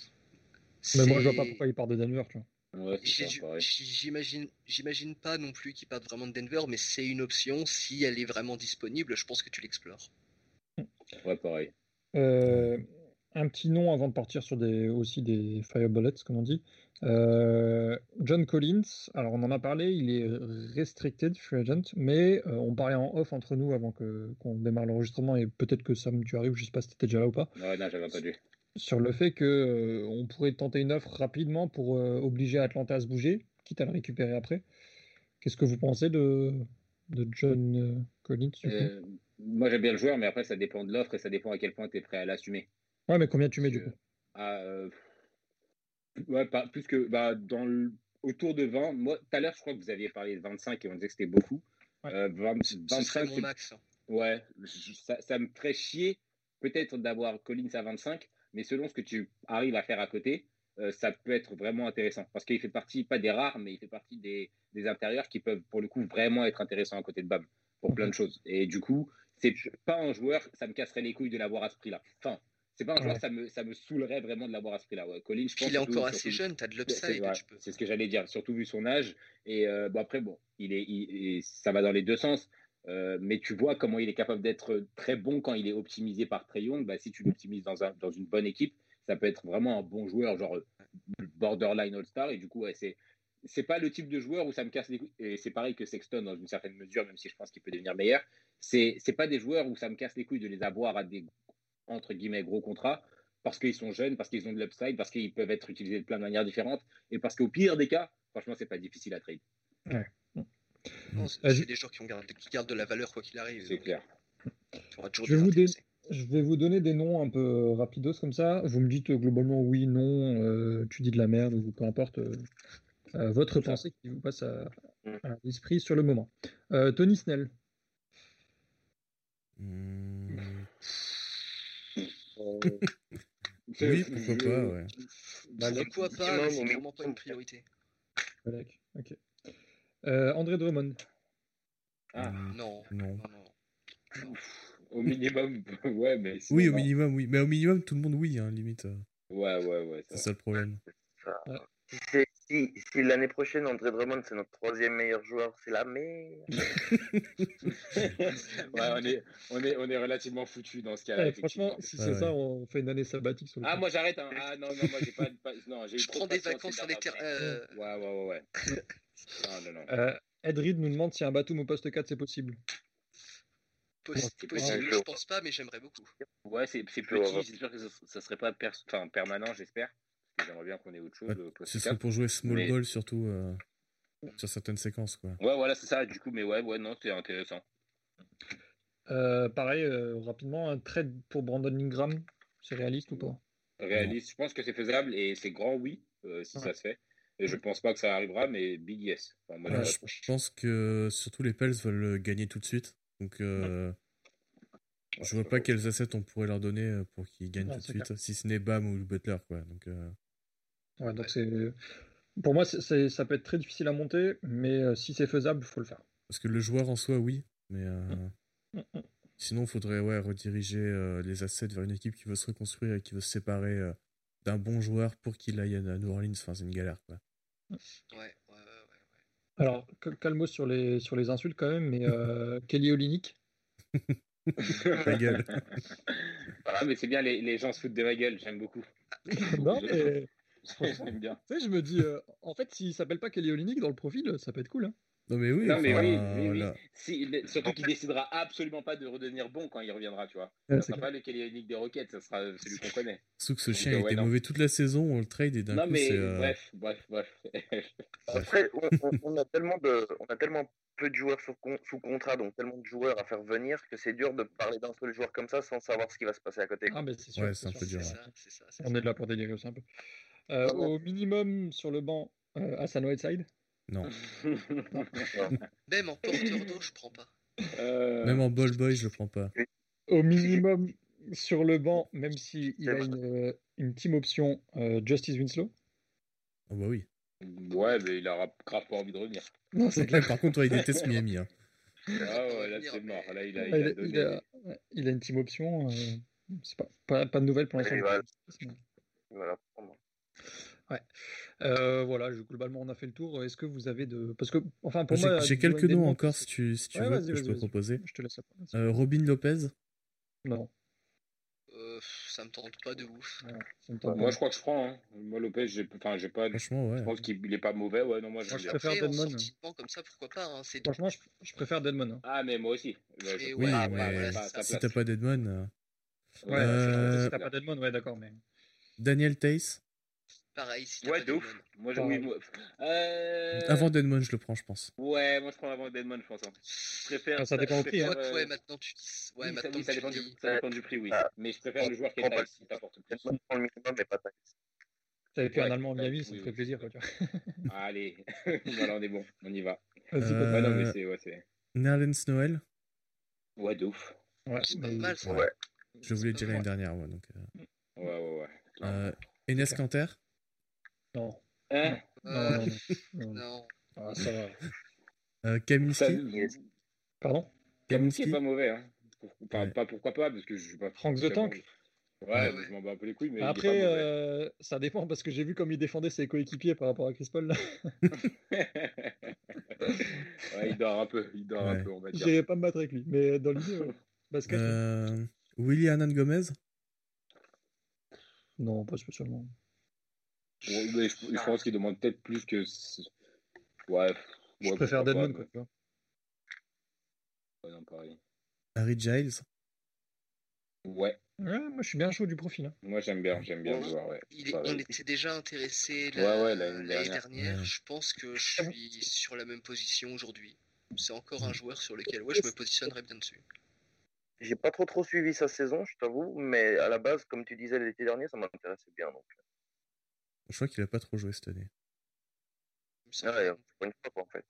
Mais moi, je vois pas pourquoi il part de Denver, tu vois. Ouais, c'est ça, j'imagine, j'imagine pas non plus qu'il parte vraiment de Denver, mais c'est une option. Si elle est vraiment disponible, je pense que tu l'explores. Ouais, pareil. Euh, un petit nom avant de partir sur des, aussi des fire bullets, comme on dit. Euh, John Collins, alors on en a parlé, il est restricted free agent, mais euh, on parlait en off entre nous avant que, qu'on démarre l'enregistrement, et peut-être que Sam, tu arrives, je sais pas si t'étais déjà là ou pas. Ouais, non, j'avais entendu. Sur le fait que euh, on pourrait tenter une offre rapidement pour euh, obliger Atlanta à se bouger, quitte à le récupérer après. Qu'est-ce que vous pensez de, de John euh, Collins du euh, coup Moi j'aime bien le joueur, mais après ça dépend de l'offre et ça dépend à quel point tu es prêt à l'assumer. Ouais, mais combien tu mets Parce du coup ah, euh, ouais, pas, plus que bah, dans le, autour de vingt. Moi, tout à l'heure, je crois que vous aviez parlé de vingt-cinq et on disait que c'était beaucoup. Ouais. Euh, vingt, vingt-cinq, c'est mon max. Ouais, je, ça, ça me ferait chier peut-être d'avoir Collins à vingt-cinq, mais selon ce que tu arrives à faire à côté, euh, ça peut être vraiment intéressant. Parce qu'il fait partie, pas des rares, mais il fait partie des, des intérieurs qui peuvent, pour le coup, vraiment être intéressants à côté de Bam, pour plein de choses. Et du coup, c'est pas un joueur, ça me casserait les couilles de l'avoir à ce prix-là. Enfin, c'est pas un joueur, ouais. ça, me, ça me saoulerait vraiment de l'avoir à ce prix-là. Ouais. Collins, je pense. Il est encore assez jeune, t'as de l'upside. C'est, tu peux... c'est ce que j'allais dire, surtout vu son âge. Et euh, bon, après, bon, il est, il, ça va dans les deux sens. Euh, mais tu vois comment il est capable d'être très bon quand il est optimisé par Trae Young. Bah, si tu l'optimises dans, un, dans une bonne équipe, ça peut être vraiment un bon joueur, genre borderline All-Star. Et du coup, ouais, c'est, c'est pas le type de joueur où ça me casse les couilles. Et c'est pareil que Sexton dans une certaine mesure, même si je pense qu'il peut devenir meilleur. C'est, c'est pas des joueurs où ça me casse les couilles de les avoir à des, entre guillemets, gros contrats, parce qu'ils sont jeunes, parce qu'ils ont de l'upside, parce qu'ils peuvent être utilisés de plein de manières différentes. Et parce qu'au pire des cas, franchement, c'est pas difficile à trade. Ouais. Non, c'est, c'est des joueurs qui, ont gardé, qui gardent de la valeur quoi qu'il arrive. C'est clair. Je vais, vous dé... je vais vous donner des noms un peu rapidos comme ça. Vous me dites globalement oui, non, euh, tu dis de la merde ou peu importe euh, euh, votre c'est pensée ça. Qui vous passe à, à l'esprit sur le moment. Euh, Tony Snell. Mmh. Oui, pourquoi pas, ouais. Bah, pourquoi pas, mais c'est vraiment pas une priorité. Ok. Euh, André Drummond. Ah, non. Non. non, non. Au minimum, ouais, mais. Oui, au minimum, oui. Mais au minimum, tout le monde, oui, hein, limite. Ouais, ouais, ouais. C'est ça le problème. Ça. Ouais. Si, si, si l'année prochaine, André Drummond, c'est notre troisième meilleur joueur, c'est la merde. Ouais, on est, on est, on est relativement foutu dans ce cas-là. Ouais, franchement, si c'est ouais, ça, ouais. on fait une année sabbatique sur le Ah, coup. moi j'arrête. Hein. Ah non, non, moi j'ai pas. pas non, j'ai Je prends des vacances en été. Euh... Ouais, ouais, ouais. ouais. non, non, non. Euh, Ed Reed nous demande si un Batum au poste quatre c'est possible. C'est possible, je pense pas, mais j'aimerais beaucoup. Ouais, c'est petit, c'est sûr que ça, ça serait pas per... enfin, permanent, j'espère. Parce que j'aimerais bien qu'on ait autre chose. Ouais, ce serait pour jouer small mais... ball, surtout euh, sur certaines séquences, quoi. Ouais, voilà, c'est ça, du coup, mais ouais, ouais, non, c'est intéressant. Euh, pareil, euh, rapidement, un trade pour Brandon Ingram, c'est réaliste ou pas? Réaliste, non. Je pense que c'est faisable et c'est grand, oui, euh, si ouais. ça se fait. Et je pense pas que ça arrivera, mais big yes. Enfin, moi, ouais, je, je pense que surtout les Pels veulent gagner tout de suite. Donc, euh, ouais, je vois pas quels assets on pourrait leur donner pour qu'ils gagnent ouais, tout de suite, clair. Si ce n'est Bam ou Butler, quoi. Donc, euh... ouais, donc c'est... Pour moi, c'est, c'est, ça peut être très difficile à monter, mais euh, si c'est faisable, il faut le faire. Parce que le joueur en soi, oui, mais euh... mm. Mm. sinon, il faudrait ouais, rediriger euh, les assets vers une équipe qui veut se reconstruire et qui veut se séparer euh, d'un bon joueur pour qu'il aille à New Orleans. Enfin, c'est une galère, quoi. Ouais, ouais, ouais, ouais. Alors, calme sur les, sur les insultes quand même, mais euh, Kelly Olynyk. Ta gueule. Ah, mais c'est bien, les, les gens se foutent de ma gueule, j'aime beaucoup. Non, mais... j'aime bien. Tu sais, je me dis, euh, en fait, s'il s'appelle pas Kelly Olynyk dans le profil, ça peut être cool, hein. Non mais oui, non, mais oui, oui, voilà. oui. Si, le, surtout qu'il décidera absolument pas de redevenir bon quand il reviendra, tu vois. Ouais, ça sera pas le Kelly Olynyk des Rockets, ça sera celui qu'on connaît. Sauf que ce chien Donc, était ouais, mauvais toute la saison, on le trade et d'un non, coup mais c'est... Euh... bref, bref, bref. Après, on, on, on, a tellement de, on a tellement peu de joueurs sous, sous contrat, donc tellement de joueurs à faire venir que c'est dur de parler d'un seul joueur comme ça sans savoir ce qui va se passer à côté. Ah, mais c'est sûr. Ouais, c'est, c'est un peu dur. C'est ouais. ça, c'est ça, c'est on ça. est là pour délirer aussi un peu. Euh, ouais. Au minimum, sur le banc, euh, Hassan Whiteside. Non. non. Même en porteur d'eau, je prends pas. Euh... Même en ball boy, je le prends pas. Au minimum, sur le banc, même s'il si a une, une team option, euh, Justice Winslow. Ah oh bah oui. Ouais, mais il aura grave pas envie de revenir. Non, c'est clair. Par contre, ouais, il déteste Miami. Hein. Ah ouais, là c'est mort. Là, il a, il il, a, a, donné... il, a, il a une team option. Euh, c'est pas, pas, pas de nouvelles pour l'instant. Voilà. Voilà. Ouais. Euh, voilà, globalement on a fait le tour. Est-ce que vous avez de, parce que enfin pour j'ai, moi j'ai quelques noms encore si tu si tu ouais, veux vas-y, que vas-y, je peux vas-y. proposer. Je te laisse. Euh, Robin Lopez. Non. Euh, ça me tente pas de ouf. Ouais, bah, moi je crois que je prends. Hein. Moi Lopez, j'ai, enfin j'ai pas. Franchement ouais. Je pense qu'il est pas mauvais. Ouais non moi, moi je préfère Deadmon. Comme ça pourquoi pas. Hein, c'est Franchement je, je préfère Deadmon. Hein. Ah mais moi aussi. Ouais, oui ouais, mais ouais, voilà, ça, si t'as pas Deadmon. Euh... Ouais. Euh... Si t'as pas Deadmon ouais d'accord mais. Daniel Tace. Pareil, si ouais, de ouf. Moi, je, oui, moi... Euh... Avant Deadmon, je le prends, je pense. Ouais, moi, je prends avant Deadmon, je pense. Hein. Je préfère. Ah, ça dépend du prix. Hein. Ouais, ouais, maintenant tu dis. Ouais, oui, maintenant ça, oui, ça, dépend dis... du... ça dépend du prix, oui. Ah. Mais je préfère le joueur qui est taille, si t'apporte plus. Deadmon prend le minimum, mais pas taille. T'avais fait ouais, un Allemand en Miami, ça me ferait plaisir, quoi, tu vois. Allez, voilà, on est bon, on y va. Vas-y, euh... ouais, non, mais c'est. Ouais, c'est... Nerlens Noël. Ouais, de ouf. Ouais, c'est pas mal, ça. Ouais. Je voulais dire l'année dernière, moi, donc. Euh... Ouais, ouais, ouais. Euh, Enes Kanter. Non. Hein euh, non. non. Ah, ça va. Euh, Kaminski. Pardon Kaminski est pas mauvais. Hein. Enfin, ouais. Pas pourquoi pas, parce que je suis pas. Frank the Tank. Ouais, ouais, ouais. Je m'en bats un peu les couilles, mais. Après, euh, ça dépend, parce que j'ai vu comme il défendait ses coéquipiers par rapport à Chris Paul. Là. Ouais, il dort un peu, il dort ouais. un peu, on va dire. J'irai pas me battre avec lui, mais dans l'idée, ouais. Basket. Euh... Willy Hernan Gomez. Non, pas spécialement. Ouais, mais je, je pense qu'il demande peut-être plus que. Ouais. Je ouais, préfère Deadmon, quoi. quoi. Ouais, non, pareil. Harry Giles. Ouais. Ouais, moi je suis bien chaud du profil. Hein. Moi j'aime bien, j'aime bien le voir. Ouais. Il est, on était déjà intéressé la, ouais, ouais, l'année dernière. dernière. Ouais. Je pense que je suis sur la même position aujourd'hui. C'est encore un joueur sur lequel ouais, je me positionnerais bien dessus. J'ai pas trop trop suivi sa saison, je t'avoue, mais à la base, comme tu disais l'été dernier, ça m'intéressait bien. Donc. Je crois qu'il a pas trop joué cette année. Ah ouais, pour une fois quoi, en fait.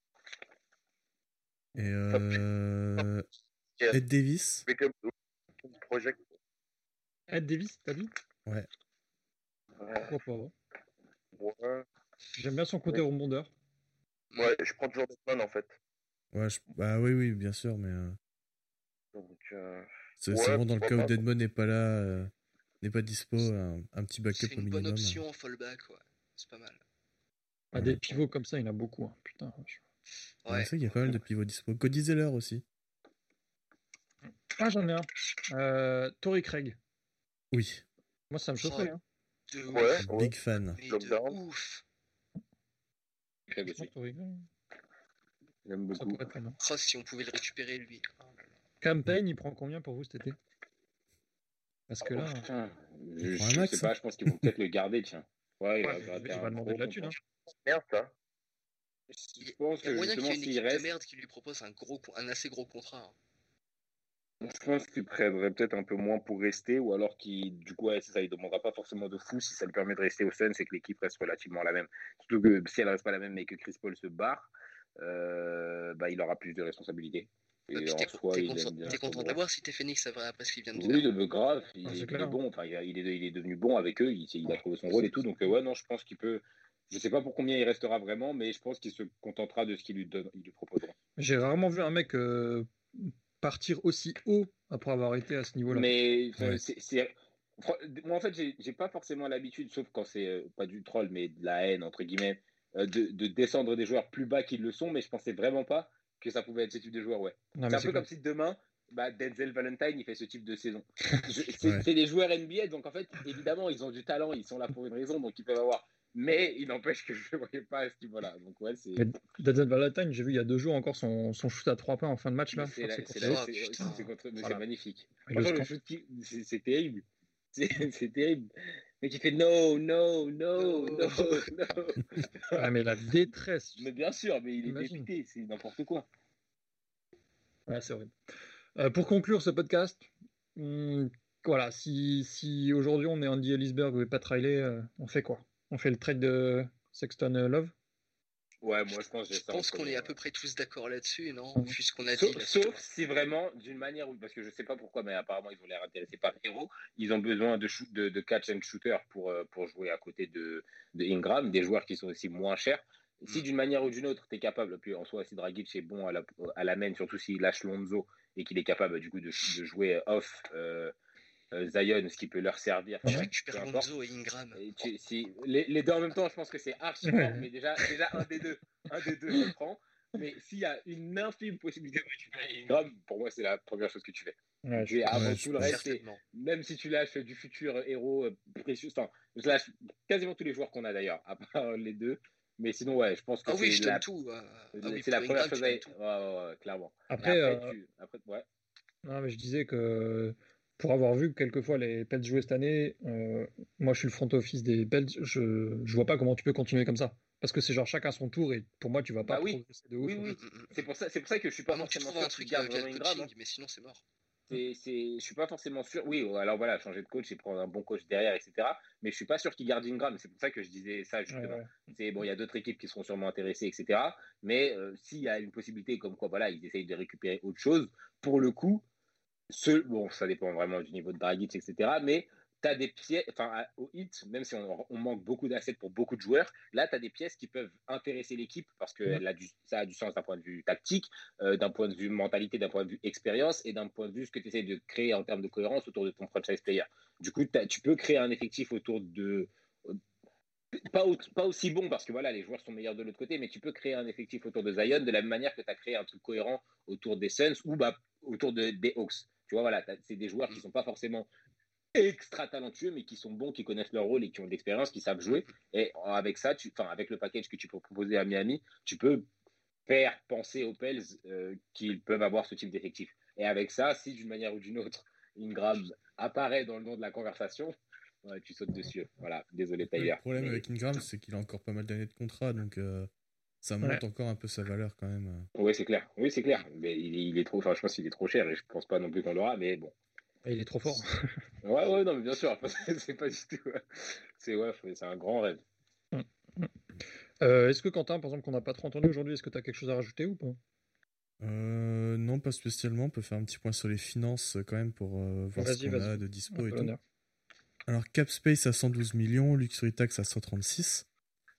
Et euh... Ed Davis. Project. Ed Davis, t'as dit? Ouais. Pourquoi pas? Ouais. J'aime bien son côté ouais. rebondeur. Ouais, je prends toujours Deadmon en fait. Ouais, je... bah oui, oui, bien sûr, mais. Euh... Donc. Euh... C'est, ouais, c'est vraiment dans le cas où Deadmon n'est pas là, euh, n'est pas dispo, un, un petit backup au minimum. C'est une bonne option en fallback, ouais. C'est pas mal. Ah, des pivots comme ça, il y en a beaucoup, hein. Putain. Je... Ouais. C'est vrai qu'il y a pas mal de pivots dispo. Cody Zeller aussi. Ah, j'en ai un. Euh, Torrey Craig. Oui. Moi, ça me chaufferait. Hein. Ouais, ouais. Big fan. Mais de ouf. Craig aussi. Torrey Craig. J'aime beaucoup. Oh, si on pouvait le récupérer, lui. Campaign, il prend combien pour vous cet été? Parce que là. Oh, putain, je, je sais max, pas, hein. Je pense qu'ils vont peut-être le garder, tiens. Ouais, il ouais, va, va demander de la thune. Hein. Merde, ça. Je pense il y a que moyen qu'il y ait une équipe reste... de merde qui lui propose un, gros, un assez gros contrat. Hein. Je pense qu'il prendrait peut-être un peu moins pour rester, ou alors qu'il, du coup, ouais, c'est ça, il ne demandera pas forcément de fou si ça lui permet de rester au Suns, c'est que l'équipe reste relativement la même. Surtout que si elle ne reste pas la même, mais que Chris Paul se barre, euh, bah, il aura plus de responsabilités. Et bah, en t'es, soi, t'es il content, t'es content de l'avoir si t'es Phoenix après ce qu'il vient de oui, faire. Oui, grave, il, ah, est, il est bon, enfin, il, il, est, il est devenu bon avec eux, il, il a trouvé son rôle et tout, donc euh, ouais, non, je pense qu'il peut, je sais pas pour combien il restera vraiment, mais je pense qu'il se contentera de ce qu'ils lui, donne, ils lui proposeront. J'ai rarement vu un mec euh, partir aussi haut après avoir été à ce niveau-là. Mais ouais. c'est, c'est, moi, en fait, j'ai, j'ai pas forcément l'habitude, sauf quand c'est euh, pas du troll, mais de la haine, entre guillemets, euh, de, de descendre des joueurs plus bas qu'ils le sont, mais je pensais vraiment pas que ça pouvait être ce type de joueur, ouais. Non, c'est un c'est peu cool. Comme si demain, bah, Denzel Valentine, il fait ce type de saison. Je, c'est, ouais. c'est des joueurs N B A, donc en fait, évidemment, ils ont du talent, ils sont là pour une raison, donc ils peuvent avoir. Mais il n'empêche que je ne voyais pas à ce niveau-là. Donc ouais, c'est. Denzel Valentine, j'ai vu il y a deux jours encore son, son shoot à trois points en fin de match là. C'est, la, c'est, la, c'est, c'est, c'est, contre, mais voilà. C'est magnifique. Franchement, le shoot qui, c'est, c'est terrible. C'est, c'est terrible. Mais qui fait no, no, no, no, no. Ah, mais la détresse. Mais bien sûr, mais il est Imagine. Dépité, c'est n'importe quoi. Ouais, c'est horrible. Euh, pour conclure ce podcast, hum, voilà, si, si aujourd'hui on est Andy Elisberg et Pat Riley, euh, on fait quoi? On fait le trade de Sexton euh, Love? Ouais, moi je pense, je pense qu'on est à peu près tous d'accord là-dessus, non? Mmh. Vu ce qu'on a sauf, dit. Là, sauf si vraiment, d'une manière, parce que je sais pas pourquoi, mais apparemment ils ont l'air intéressés par Hero, ils ont besoin de, shoot, de, de catch and shooter pour, pour jouer à côté de, de Ingram, des joueurs qui sont aussi moins chers. Si d'une manière ou d'une autre, tu es capable, puis en soi, si Dragic est bon à la, à la main, surtout s'il lâche Lonzo et qu'il est capable du coup de, de jouer off euh, euh, Zion, ce qui peut leur servir. Je récupère Lonzo et Ingram. Et tu, si, les, les deux en même temps, je pense que c'est archi fort, mais déjà, déjà un des deux, un des deux je prends. Mais s'il y a une infime possibilité de récupérer Ingram, pour moi, c'est la première chose que tu fais. Ouais, et avant ouais, tout le reste, c'est, même si tu lâches du futur héros euh, précieux, enfin, je lâche quasiment tous les joueurs qu'on a d'ailleurs, à part les deux. Mais sinon, ouais, je pense que ah c'est, oui, je la... tout, euh... c'est ah oui, la première Ingram, chose à... Ouais, ouais, ouais, clairement. Après, après, euh... tu... après, ouais. Non, mais je disais que pour avoir vu quelquefois les Pels jouer cette année, euh, moi je suis le front office des Pels, je, je vois pas comment tu peux continuer comme ça. Parce que c'est genre chacun son tour et pour moi tu vas pas bah oui. progresser de ouf. Oui, oui. C'est pour ça, c'est pour ça que je suis pas ah, forcément sûr qu'il garde vraiment Ingram. Hein. Mais sinon c'est mort. C'est, c'est, je suis pas forcément sûr. Oui, alors voilà, changer de coach et prendre un bon coach derrière, et cetera. Mais je suis pas sûr qu'il garde Ingram. C'est pour ça que je disais ça justement. Ouais, ouais. C'est bon, il y a d'autres équipes qui seront sûrement intéressées, et cetera. Mais euh, s'il y a une possibilité comme quoi, voilà, ils essayent de récupérer autre chose. Pour le coup, ce, bon, ça dépend vraiment du niveau de Dragic, et cetera. Mais tu as des pièces, enfin, au hit, même si on, on manque beaucoup d'assets pour beaucoup de joueurs, là, tu as des pièces qui peuvent intéresser l'équipe parce que mmh. a du, ça a du sens d'un point de vue tactique, euh, d'un point de vue mentalité, d'un point de vue expérience et d'un point de vue ce que tu essaies de créer en termes de cohérence autour de ton franchise player. Du coup, tu peux créer un effectif autour de. Pas, au, pas aussi bon parce que voilà, les joueurs sont meilleurs de l'autre côté, mais tu peux créer un effectif autour de Zion de la même manière que tu as créé un truc cohérent autour des Suns ou bah, autour de, des Hawks. Tu vois, voilà, c'est des joueurs qui ne sont pas forcément extra talentueux, mais qui sont bons, qui connaissent leur rôle et qui ont de l'expérience, qui savent jouer. Et avec ça, tu, enfin, avec le package que tu peux proposer à Miami, tu peux faire penser aux Pels euh, qu'ils peuvent avoir ce type d'effectif. Et avec ça, si d'une manière ou d'une autre, Ingram apparaît dans le nom de la conversation, ouais, tu sautes dessus. Voilà, désolé Tyler. Le problème mais... avec Ingram, c'est qu'il a encore pas mal d'années de contrat, donc euh, ça monte ouais. encore un peu sa valeur quand même. Oui, c'est clair. Oui, c'est clair. Mais il est, il est trop, enfin, je pense qu'il est trop cher et je pense pas non plus qu'on l'aura, mais bon. Il est trop fort. ouais, ouais, non, mais bien sûr. C'est pas du tout. C'est, ouais, c'est un grand rêve. Euh, est-ce que Quentin, par exemple, qu'on n'a pas trop entendu aujourd'hui, est-ce que tu as quelque chose à rajouter ou pas? euh, Non, pas spécialement. On peut faire un petit point sur les finances quand même pour euh, voir vas-y, ce qu'on vas-y. a de dispo et tout. Honneur. Alors, Cap Space à cent douze millions, Luxury Tax à cent trente-six.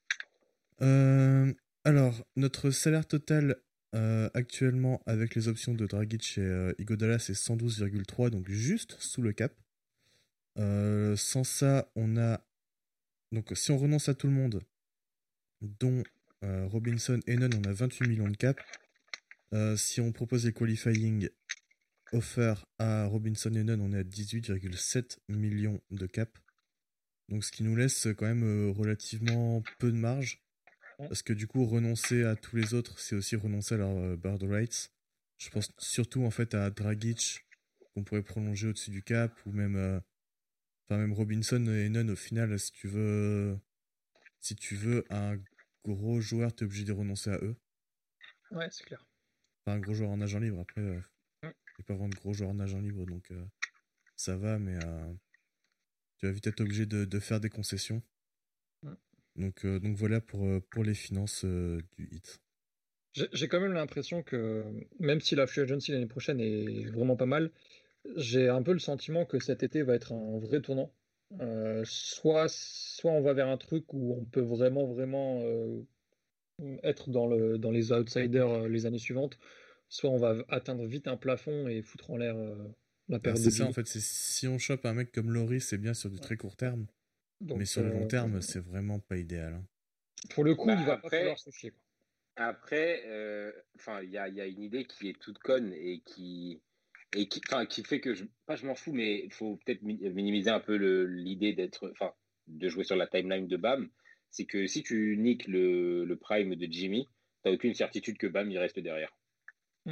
Euh, alors, notre salaire total Euh, actuellement, avec les options de Dragic et euh, Iguodala, c'est cent douze virgule trois, donc juste sous le cap. Euh, sans ça, on a... Donc, si on renonce à tout le monde, dont euh, Robinson et Nunn, on a vingt-huit millions de cap. Euh, si on propose les qualifying offers à Robinson et Nunn, on est à dix-huit virgule sept millions de cap. Donc, ce qui nous laisse quand même euh, relativement peu de marge. Parce que du coup, renoncer à tous les autres, c'est aussi renoncer à leur euh, bird rights. Je pense surtout en fait à Dragic qu'on pourrait prolonger au-dessus du cap ou même, euh, enfin même Robinson et Nunn au final si tu veux, si tu veux un gros joueur t'es obligé de renoncer à eux. Ouais, c'est clair. Enfin un gros joueur en agent libre après, euh, mm. il pas vraiment de gros joueurs en agent libre donc euh, ça va mais euh, tu vas vite être obligé de, de faire des concessions. Mm. Donc euh, donc voilà pour pour les finances euh, du Heat. J'ai quand même l'impression que, même si la free agency l'année prochaine est vraiment pas mal, j'ai un peu le sentiment que cet été va être un vrai tournant. Euh, soit, soit on va vers un truc où on peut vraiment, vraiment euh, être dans, le, dans les outsiders euh, les années suivantes, soit on va atteindre vite un plafond et foutre en l'air euh, la période bah, de c'est ça en fait, c'est si on chope un mec comme Laurie, c'est bien sur du très court terme, donc, mais sur le long terme, euh, c'est vraiment pas idéal. Hein. Pour le coup, bah, il va après, pas falloir se chier. Quoi. Après, enfin, euh, il y a, y a une idée qui est toute conne et qui et qui, qui fait que je, pas je m'en fous, mais il faut peut-être minimiser un peu l'idée d'être, enfin, de jouer sur la timeline de Bam. C'est que si tu niques le, le prime de Jimmy, t'as aucune certitude que Bam il reste derrière. Mm.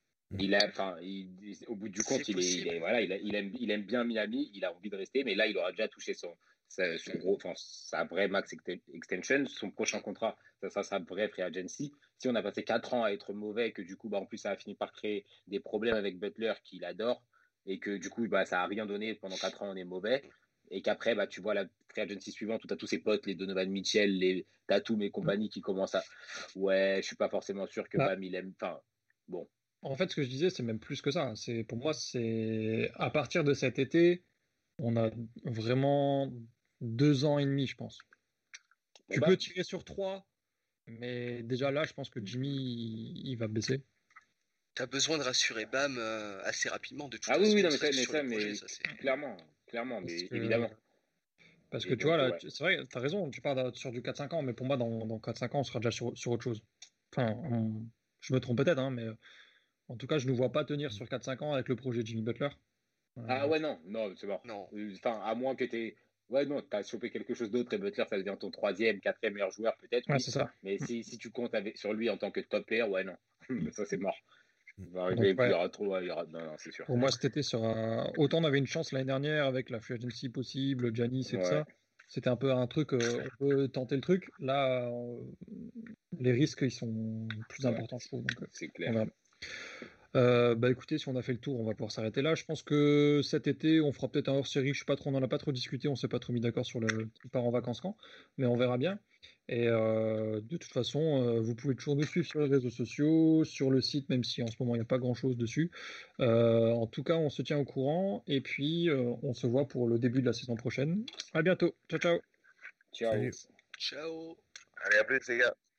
Il a, enfin, au bout du compte, il, est, il, est, voilà, il, a, il, aime, il aime bien Miami, il a envie de rester, mais là, il aura déjà touché son, sa, son gros, enfin, sa vraie max extension, son prochain contrat, ça sera sa vraie free agency. Si on a passé quatre ans à être mauvais, que du coup, bah, en plus, ça a fini par créer des problèmes avec Butler, qu'il adore, et que du coup, bah, ça a rien donné pendant quatre ans, on est mauvais, et qu'après, bah, tu vois la free agency suivante où tu as tous ses potes, les Donovan Mitchell, les Tatum et compagnie qui commencent à, ouais, je suis pas forcément sûr que bah. Bam, il aime, enfin, bon. En fait, ce que je disais, c'est même plus que ça. C'est pour moi, c'est à partir de cet été, on a vraiment deux ans et demi, je pense. Bon tu bah. peux tirer sur trois, mais déjà là, je pense que Jimmy, il, il va baisser. T'as besoin de rassurer Bam euh, assez rapidement de toute ah façon. Ah oui, oui, non, mais ça, mais ça, mais projet, ça clairement, clairement, mais que... évidemment. Parce que et tu donc, vois, là, ouais. c'est vrai, t'as raison, tu parles sur du quatre cinq ans, mais pour moi, dans, dans quatre cinq ans, on sera déjà sur, sur autre chose. Enfin, on... je me trompe peut-être, hein, mais en tout cas, je ne nous vois pas tenir sur quatre cinq ans avec le projet Jimmy Butler. Euh... Ah ouais, non, non, c'est bon. Non. Enfin, à moins que tu ouais, non, t'as chopé quelque chose d'autre et Butler, ça devient ton troisième, quatrième meilleur joueur, peut-être. Ouais, oui. c'est ça. Mais si, si tu comptes avec, sur lui en tant que top player, ouais, non. Ça, c'est mort. Il va arriver, Donc, ouais. il y aura trop, il y aura... non, non, c'est sûr. Pour moi, cet été sera. Autant on avait une chance l'année dernière avec la free agency possible, Giannis et ouais. tout ça. C'était un peu un truc, euh, on peut tenter le truc. Là, euh, les risques, ils sont plus ouais. importants, je trouve. Donc, c'est clair. On Euh, bah écoutez, si on a fait le tour, on va pouvoir s'arrêter là. Je pense que cet été, on fera peut-être un hors-série. Je suis pas trop, on n'en a pas trop discuté, on s'est pas trop mis d'accord sur le qui part en vacances quand, mais on verra bien. Et euh, de toute façon, euh, vous pouvez toujours nous suivre sur les réseaux sociaux, sur le site, même si en ce moment il n'y a pas grand-chose dessus. Euh, en tout cas, on se tient au courant et puis euh, on se voit pour le début de la saison prochaine. À bientôt. Ciao, ciao. Ciao. Salut. Ciao. Allez, à plus les gars.